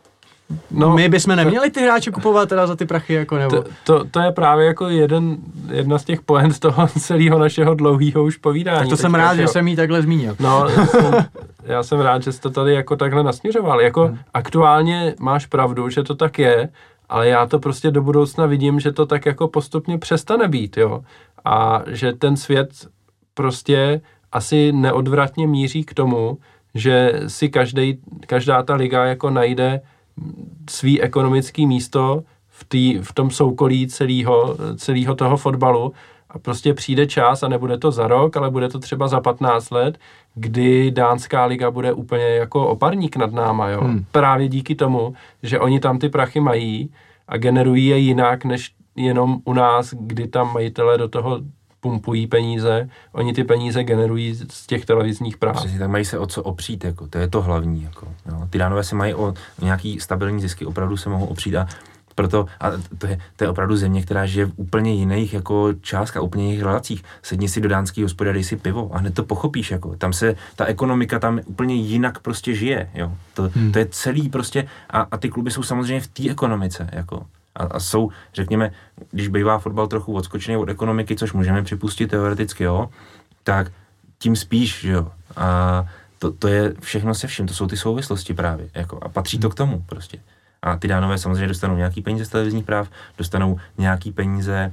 my bychom neměli ty hráče kupovat teda za ty prachy, jako nebo? To je právě jako jedna z těch poent toho celého našeho dlouhého už povídání. Tak to jsem rád, že jsem jí takhle zmínil. No, já jsem rád, že jsi to tady jako takhle nasměřoval. Jako aktuálně máš pravdu, že to tak je, ale já to prostě do budoucna vidím, že to tak jako postupně přestane být, jo. A že ten svět prostě asi neodvratně míří k tomu, že si každá ta liga jako najde svý ekonomický místo v tom soukolí celého toho fotbalu a prostě přijde čas a nebude to za rok, ale bude to třeba za 15 let, kdy dánská liga bude úplně jako oparník nad náma, jo. Právě díky tomu, že oni tam ty prachy mají a generují je jinak, než jenom u nás, kdy tam majitelé do toho pumpují peníze, oni ty peníze generují z těch televizních práv. Přesně, tak mají se o co opřít, jako, to je to hlavní. Jako, no. Ty Dánové se mají o nějaký stabilní zisky, opravdu se mohou opřít a proto, a to je opravdu země, která žije v úplně jiných jako částkách, úplně jiných relacích. Sedni si do dánského hospody a dej si pivo a hned to pochopíš, jako. Tam se, ta ekonomika tam úplně jinak prostě žije, jo. To je celý prostě a ty kluby jsou samozřejmě v té ekonomice, jako. A jsou, řekněme, když bývá fotbal trochu odskočený od ekonomiky, což můžeme připustit teoreticky, jo, tak tím spíš, jo. A to je všechno se vším, to jsou ty souvislosti právě, jako, a patří to k tomu prostě. A ty Dánové samozřejmě dostanou nějaký peníze z televizních práv, dostanou nějaký peníze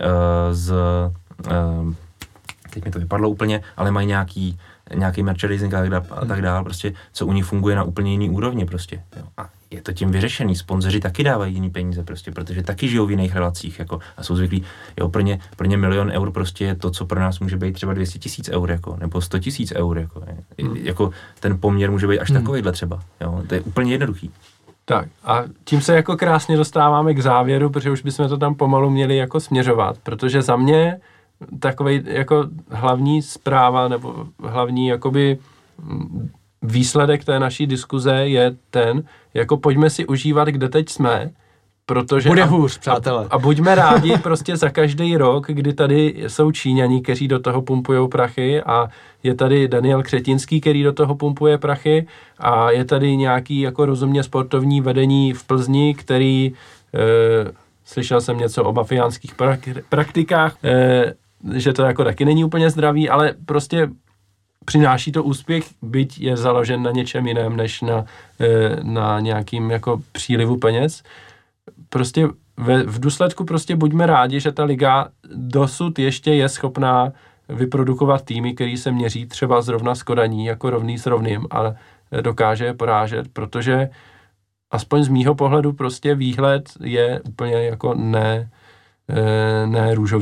teď mi to vypadlo úplně, ale mají nějaký merchandising a tak dále, prostě, co u nich funguje na úplně jiný úrovni prostě, jo. A je to tím vyřešený, sponzoři taky dávají jiný peníze prostě, protože taky žijou v jiných relacích, jako, a jsou zvyklí, jo, pro ně 1 milion eur prostě je to, co pro nás může být třeba 200 000 eur, jako, nebo 100 000 eur, jako, jako ten poměr může být až takovýhle třeba, jo, to je úplně jednoduchý. Tak a tím se jako krásně dostáváme k závěru, protože už bychom to tam pomalu měli jako směřovat, protože za mě takovej jako hlavní zpráva nebo hlavní jakoby výsledek té naší diskuze je ten, jako pojďme si užívat, kde teď jsme, protože... Bude hůř, přátelé. A buďme rádi prostě za každý rok, kdy tady jsou Číňani, kteří do toho pumpujou prachy a je tady Daniel Křetinský, který do toho pumpuje prachy a je tady nějaký jako rozumně sportovní vedení v Plzni, který... slyšel jsem něco o mafiánských praktikách, že to jako taky není úplně zdravý, ale prostě přináší to úspěch, byť je založen na něčem jiném, než na nějakým jako přílivu peněz. Prostě v důsledku prostě buďme rádi, že ta liga dosud ještě je schopná vyprodukovat týmy, který se měří třeba zrovna s Kodaní, jako rovný s rovným, ale dokáže je porážet, protože aspoň z mýho pohledu prostě výhled je úplně jako ne růžový.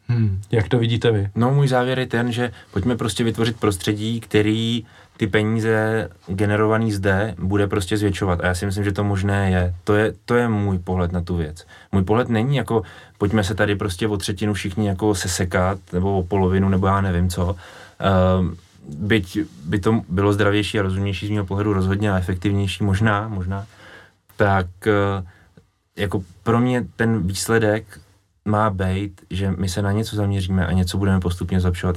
Jak to vidíte vy? No, můj závěr je ten, že pojďme prostě vytvořit prostředí, který ty peníze generovaný zde bude prostě zvětšovat. A já si myslím, že to možné je. To je můj pohled na tu věc. Můj pohled není jako, pojďme se tady prostě o třetinu všichni jako sesekat, nebo o polovinu, nebo já nevím co. Byť by to bylo zdravější a rozumnější z mého pohledu rozhodně a efektivnější, možná, tak jako pro mě ten výsledek má být, že my se na něco zaměříme a něco budeme postupně zlepšovat.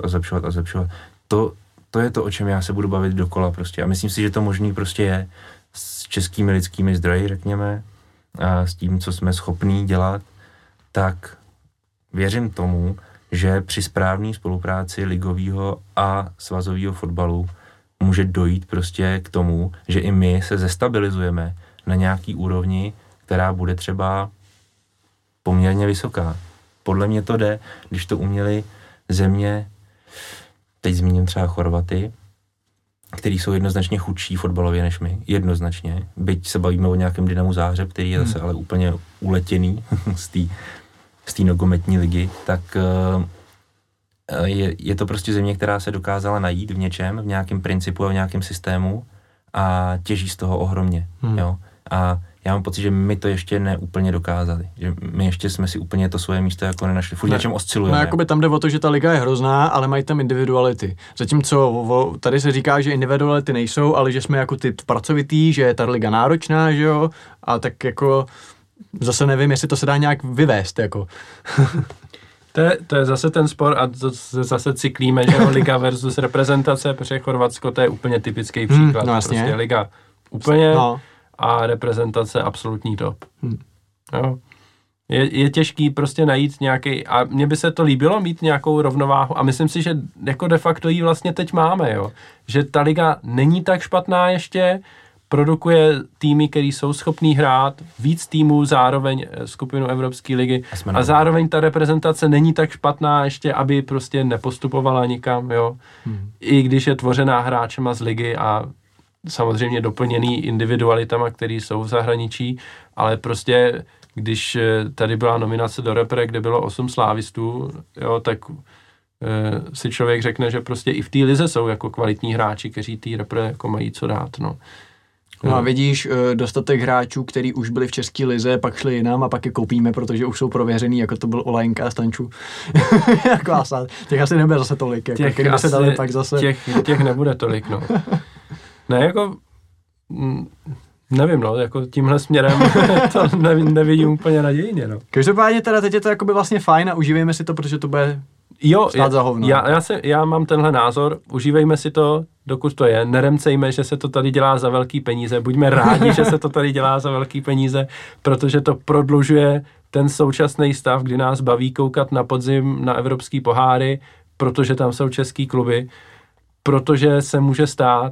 To je to, o čem já se budu bavit dokola prostě. A myslím si, že to možný prostě je s českými lidskými zdroji, řekněme, a s tím, co jsme schopní dělat, tak věřím tomu, že při správné spolupráci ligového a svazového fotbalu může dojít prostě k tomu, že i my se zestabilizujeme na nějaký úrovni, která bude třeba poměrně vysoká. Podle mě to jde, když to uměli země, teď zmíním třeba Chorvaty, který jsou jednoznačně chudší fotbalově než my, jednoznačně. Byť se bavíme o nějakém Dynamu Záhřeb, který je zase ale úplně uletěný z té nogometní ligy, tak je to prostě země, která se dokázala najít v něčem, v nějakém principu a v nějakém systému a těží z toho ohromně. Jo? A já mám pocit, že my to ještě neúplně dokázali. Že my ještě jsme si úplně to svoje místo jako nenašli. Furt něčem oscilujeme. No jakoby tam jde o to, že ta liga je hrozná, ale mají tam individuality. Zatímco tady se říká, že individuality nejsou, ale že jsme jako ty pracovitý, že je ta liga náročná, že jo? A tak jako zase nevím, jestli to se dá nějak vyvést, jako. To je zase ten spor a zase cyklíme, že jo, liga versus reprezentace, protože Chorvatsko to je úplně typický příklad. No, prostě liga úplně a reprezentace absolutní top. Jo. Je těžký prostě najít nějaký, a mně by se to líbilo mít nějakou rovnováhu a myslím si, že jako de facto ji vlastně teď máme, jo. Že ta liga není tak špatná ještě, produkuje týmy, který jsou schopní hrát, víc týmů, zároveň skupinu Evropské ligy a zároveň ta reprezentace není tak špatná ještě, aby prostě nepostupovala nikam, jo. I když je tvořená hráčema z ligy a samozřejmě doplněný individualitama, který jsou v zahraničí, ale prostě když tady byla nominace do repre, kde bylo 8 slávistů, jo, tak si člověk řekne, že prostě i v té lize jsou jako kvalitní hráči, kteří té repre jako mají co dát, no. No a vidíš dostatek hráčů, kteří už byli v české lize, pak šli jinam a pak je koupíme, protože už jsou prověřený, jako to byl Olajnka a Stančů. Jako asát. Těch asi nebude zase tolik, jako kdyby se dali pak zase. Těch nebude tolik, no. Ne, jako nevím, no, jako tímhle směrem to nevidím úplně nadějně, no. Každopádně teda teď je to jakoby vlastně fajn a užívejme si to, protože to bude stát za hovno. Já mám tenhle názor, užívejme si to, dokud to je, neremcejme, že se to tady dělá za velký peníze, buďme rádi, že se to tady dělá za velký peníze, protože to prodlužuje ten současný stav, kdy nás baví koukat na podzim na evropský poháry, protože tam jsou český kluby, protože se může stát,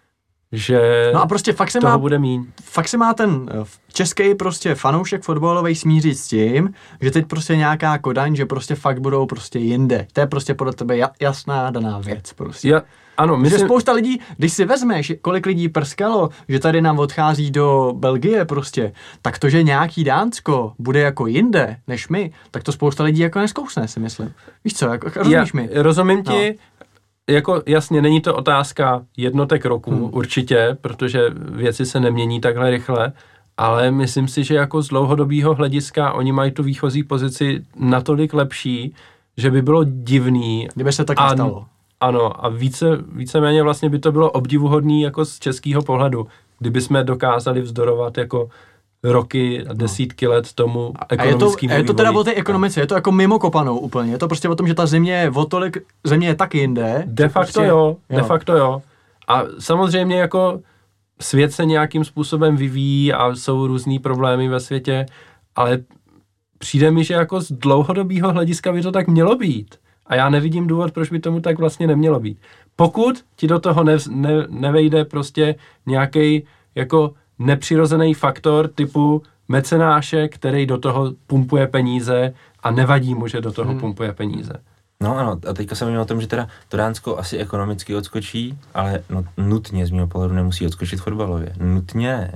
že no a prostě fakt toho bude míň. Fakt se má ten český prostě fanoušek fotbalový smířit s tím, že teď prostě nějaká Kodaň, že prostě fakt budou prostě jinde. To je prostě podle tebe jasná daná věc prostě. Ano, myslím, že spousta lidí, když si vezmeš, kolik lidí prskalo, že tady nám odchází do Belgie prostě, tak to, že nějaký Dánsko bude jako jinde než my, tak to spousta lidí jako neskousne, si myslím. Víš co, jako, rozumíš mi? Rozumím ti. Jako jasně, není to otázka jednotek roku, určitě, protože věci se nemění takhle rychle, ale myslím si, že jako z dlouhodobého hlediska oni mají tu výchozí pozici natolik lepší, že by bylo divný. Kdyby se tak nestalo. Ano, a víceméně vlastně by to bylo obdivuhodný jako z českého pohledu, kdyby jsme dokázali vzdorovat jako roky a desítky let tomu ekonomickému A je to teda o té ekonomice, je to jako mimo kopanou úplně, je to prostě o tom, že ta země je tak jinde. De facto jo. A samozřejmě jako svět se nějakým způsobem vyvíjí a jsou různý problémy ve světě, ale přijde mi, že jako z dlouhodobého hlediska by to tak mělo být. A já nevidím důvod, proč by tomu tak vlastně nemělo být. Pokud ti do toho nevejde prostě nějaký jako nepřirozený faktor typu mecenáše, který do toho pumpuje peníze a nevadí mu, že do toho pumpuje peníze. No ano, a teďka se mluvím o tom, že teda to Dánsko asi ekonomicky odskočí, ale nutně z mého pohledu nemusí odskočit fotbalově. Nutně, jako.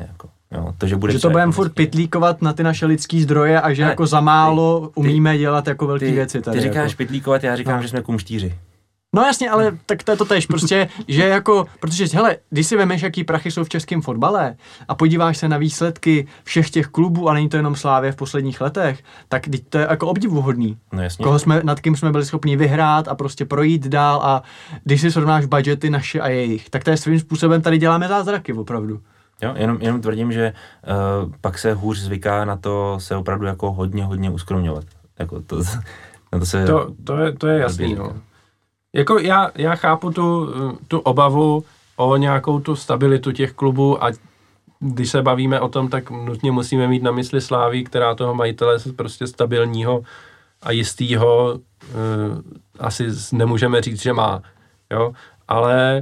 Jo, to, že bude že to budeme furt pitlíkovat na ty naše lidský zdroje a že ne, jako za málo umíme dělat jako velké věci tady. Ty říkáš jako. pitlíkovat, já říkám, že jsme kumštíři. No jasně, ale tak to je to tež, prostě, že jako, protože hele, když si vemeš, jaký prachy jsou v českém fotbale a podíváš se na výsledky všech těch klubů, a není to jenom Slavie v posledních letech, tak to je jako obdivuhodný. No jasně. Nad kým jsme byli schopni vyhrát a prostě projít dál, a když si srovnáš budgety naše a jejich, tak to je svým způsobem tady děláme zázraky opravdu. Jo, jenom tvrdím, že pak se hůř zvyká na to se opravdu jako hodně uskromňovat. Jako na to se... To je jasný, no. Jako já chápu tu obavu o nějakou tu stabilitu těch klubů, a když se bavíme o tom, tak nutně musíme mít na mysli Slávii, která toho majitele prostě stabilního a jistýho asi nemůžeme říct, že má, jo, ale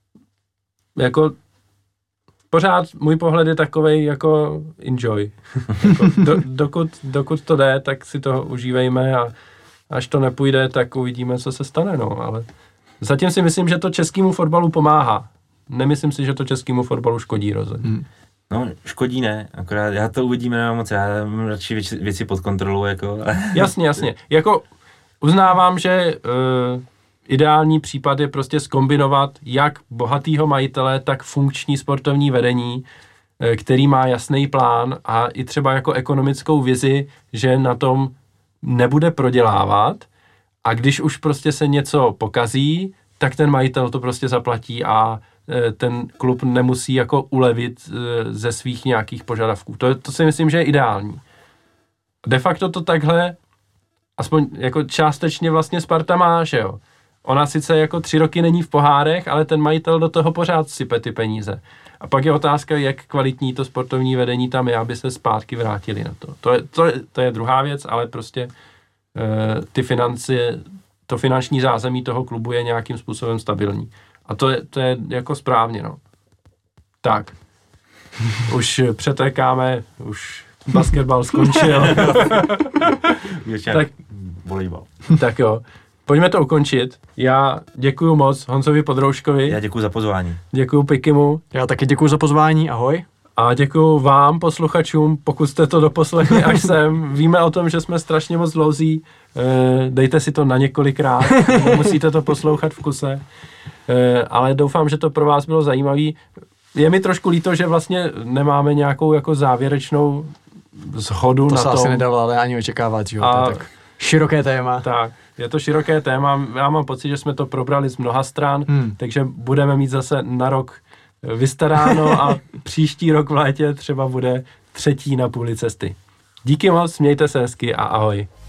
jako pořád můj pohled je takovej jako enjoy. Jako dokud to jde, tak si to užívejme, a až to nepůjde, tak uvidíme, co se stane, no, ale zatím si myslím, že to českému fotbalu pomáhá. Nemyslím si, že to českému fotbalu škodí rozhodně. No, škodí ne, akorát já to uvidíme, nemám moc, já mám radši věci pod kontrolou, jako. Jasně. Jako uznávám, že ideální případ je prostě zkombinovat jak bohatýho majitele, tak funkční sportovní vedení, který má jasný plán a i třeba jako ekonomickou vizi, že na tom nebude prodělávat, a když už prostě se něco pokazí, tak ten majitel to prostě zaplatí a ten klub nemusí jako ulevit ze svých nějakých požadavků. To si myslím, že je ideální. De facto to takhle aspoň jako částečně vlastně Sparta má, že jo. Ona sice jako 3 roky není v pohárech, ale ten majitel do toho pořád sype ty peníze. A pak je otázka, jak kvalitní to sportovní vedení tam je, aby se zpátky vrátili na to. To je druhá věc, ale prostě ty finance, to finanční zázemí toho klubu je nějakým způsobem stabilní. A to je jako správně, no. Tak. Už přetékáme, už basketbal skončil. Tak volejbal. Tak jo. Pojďme to ukončit. Já děkuju moc Honzovi Podrouškovi. Já děkuju za pozvání. Děkuju Pikimu. Já taky děkuju za pozvání, ahoj. A děkuju vám, posluchačům, pokud jste to doposlechli až sem. Víme o tom, že jsme strašně moc dlouzí. Dejte si to na několikrát, musíte to poslouchat v kuse. Ale doufám, že to pro vás bylo zajímavé. Je mi trošku líto, že vlastně nemáme nějakou jako závěrečnou shodu to na tom. To se asi nedalo ale ani očekávat, že jo, to je tak široké téma. Tak, je to široké téma. Já mám pocit, že jsme to probrali z mnoha stran, takže budeme mít zase na rok vystaráno a příští rok v létě třeba bude 3. na půli cesty. Díky moc, mějte se hezky a ahoj.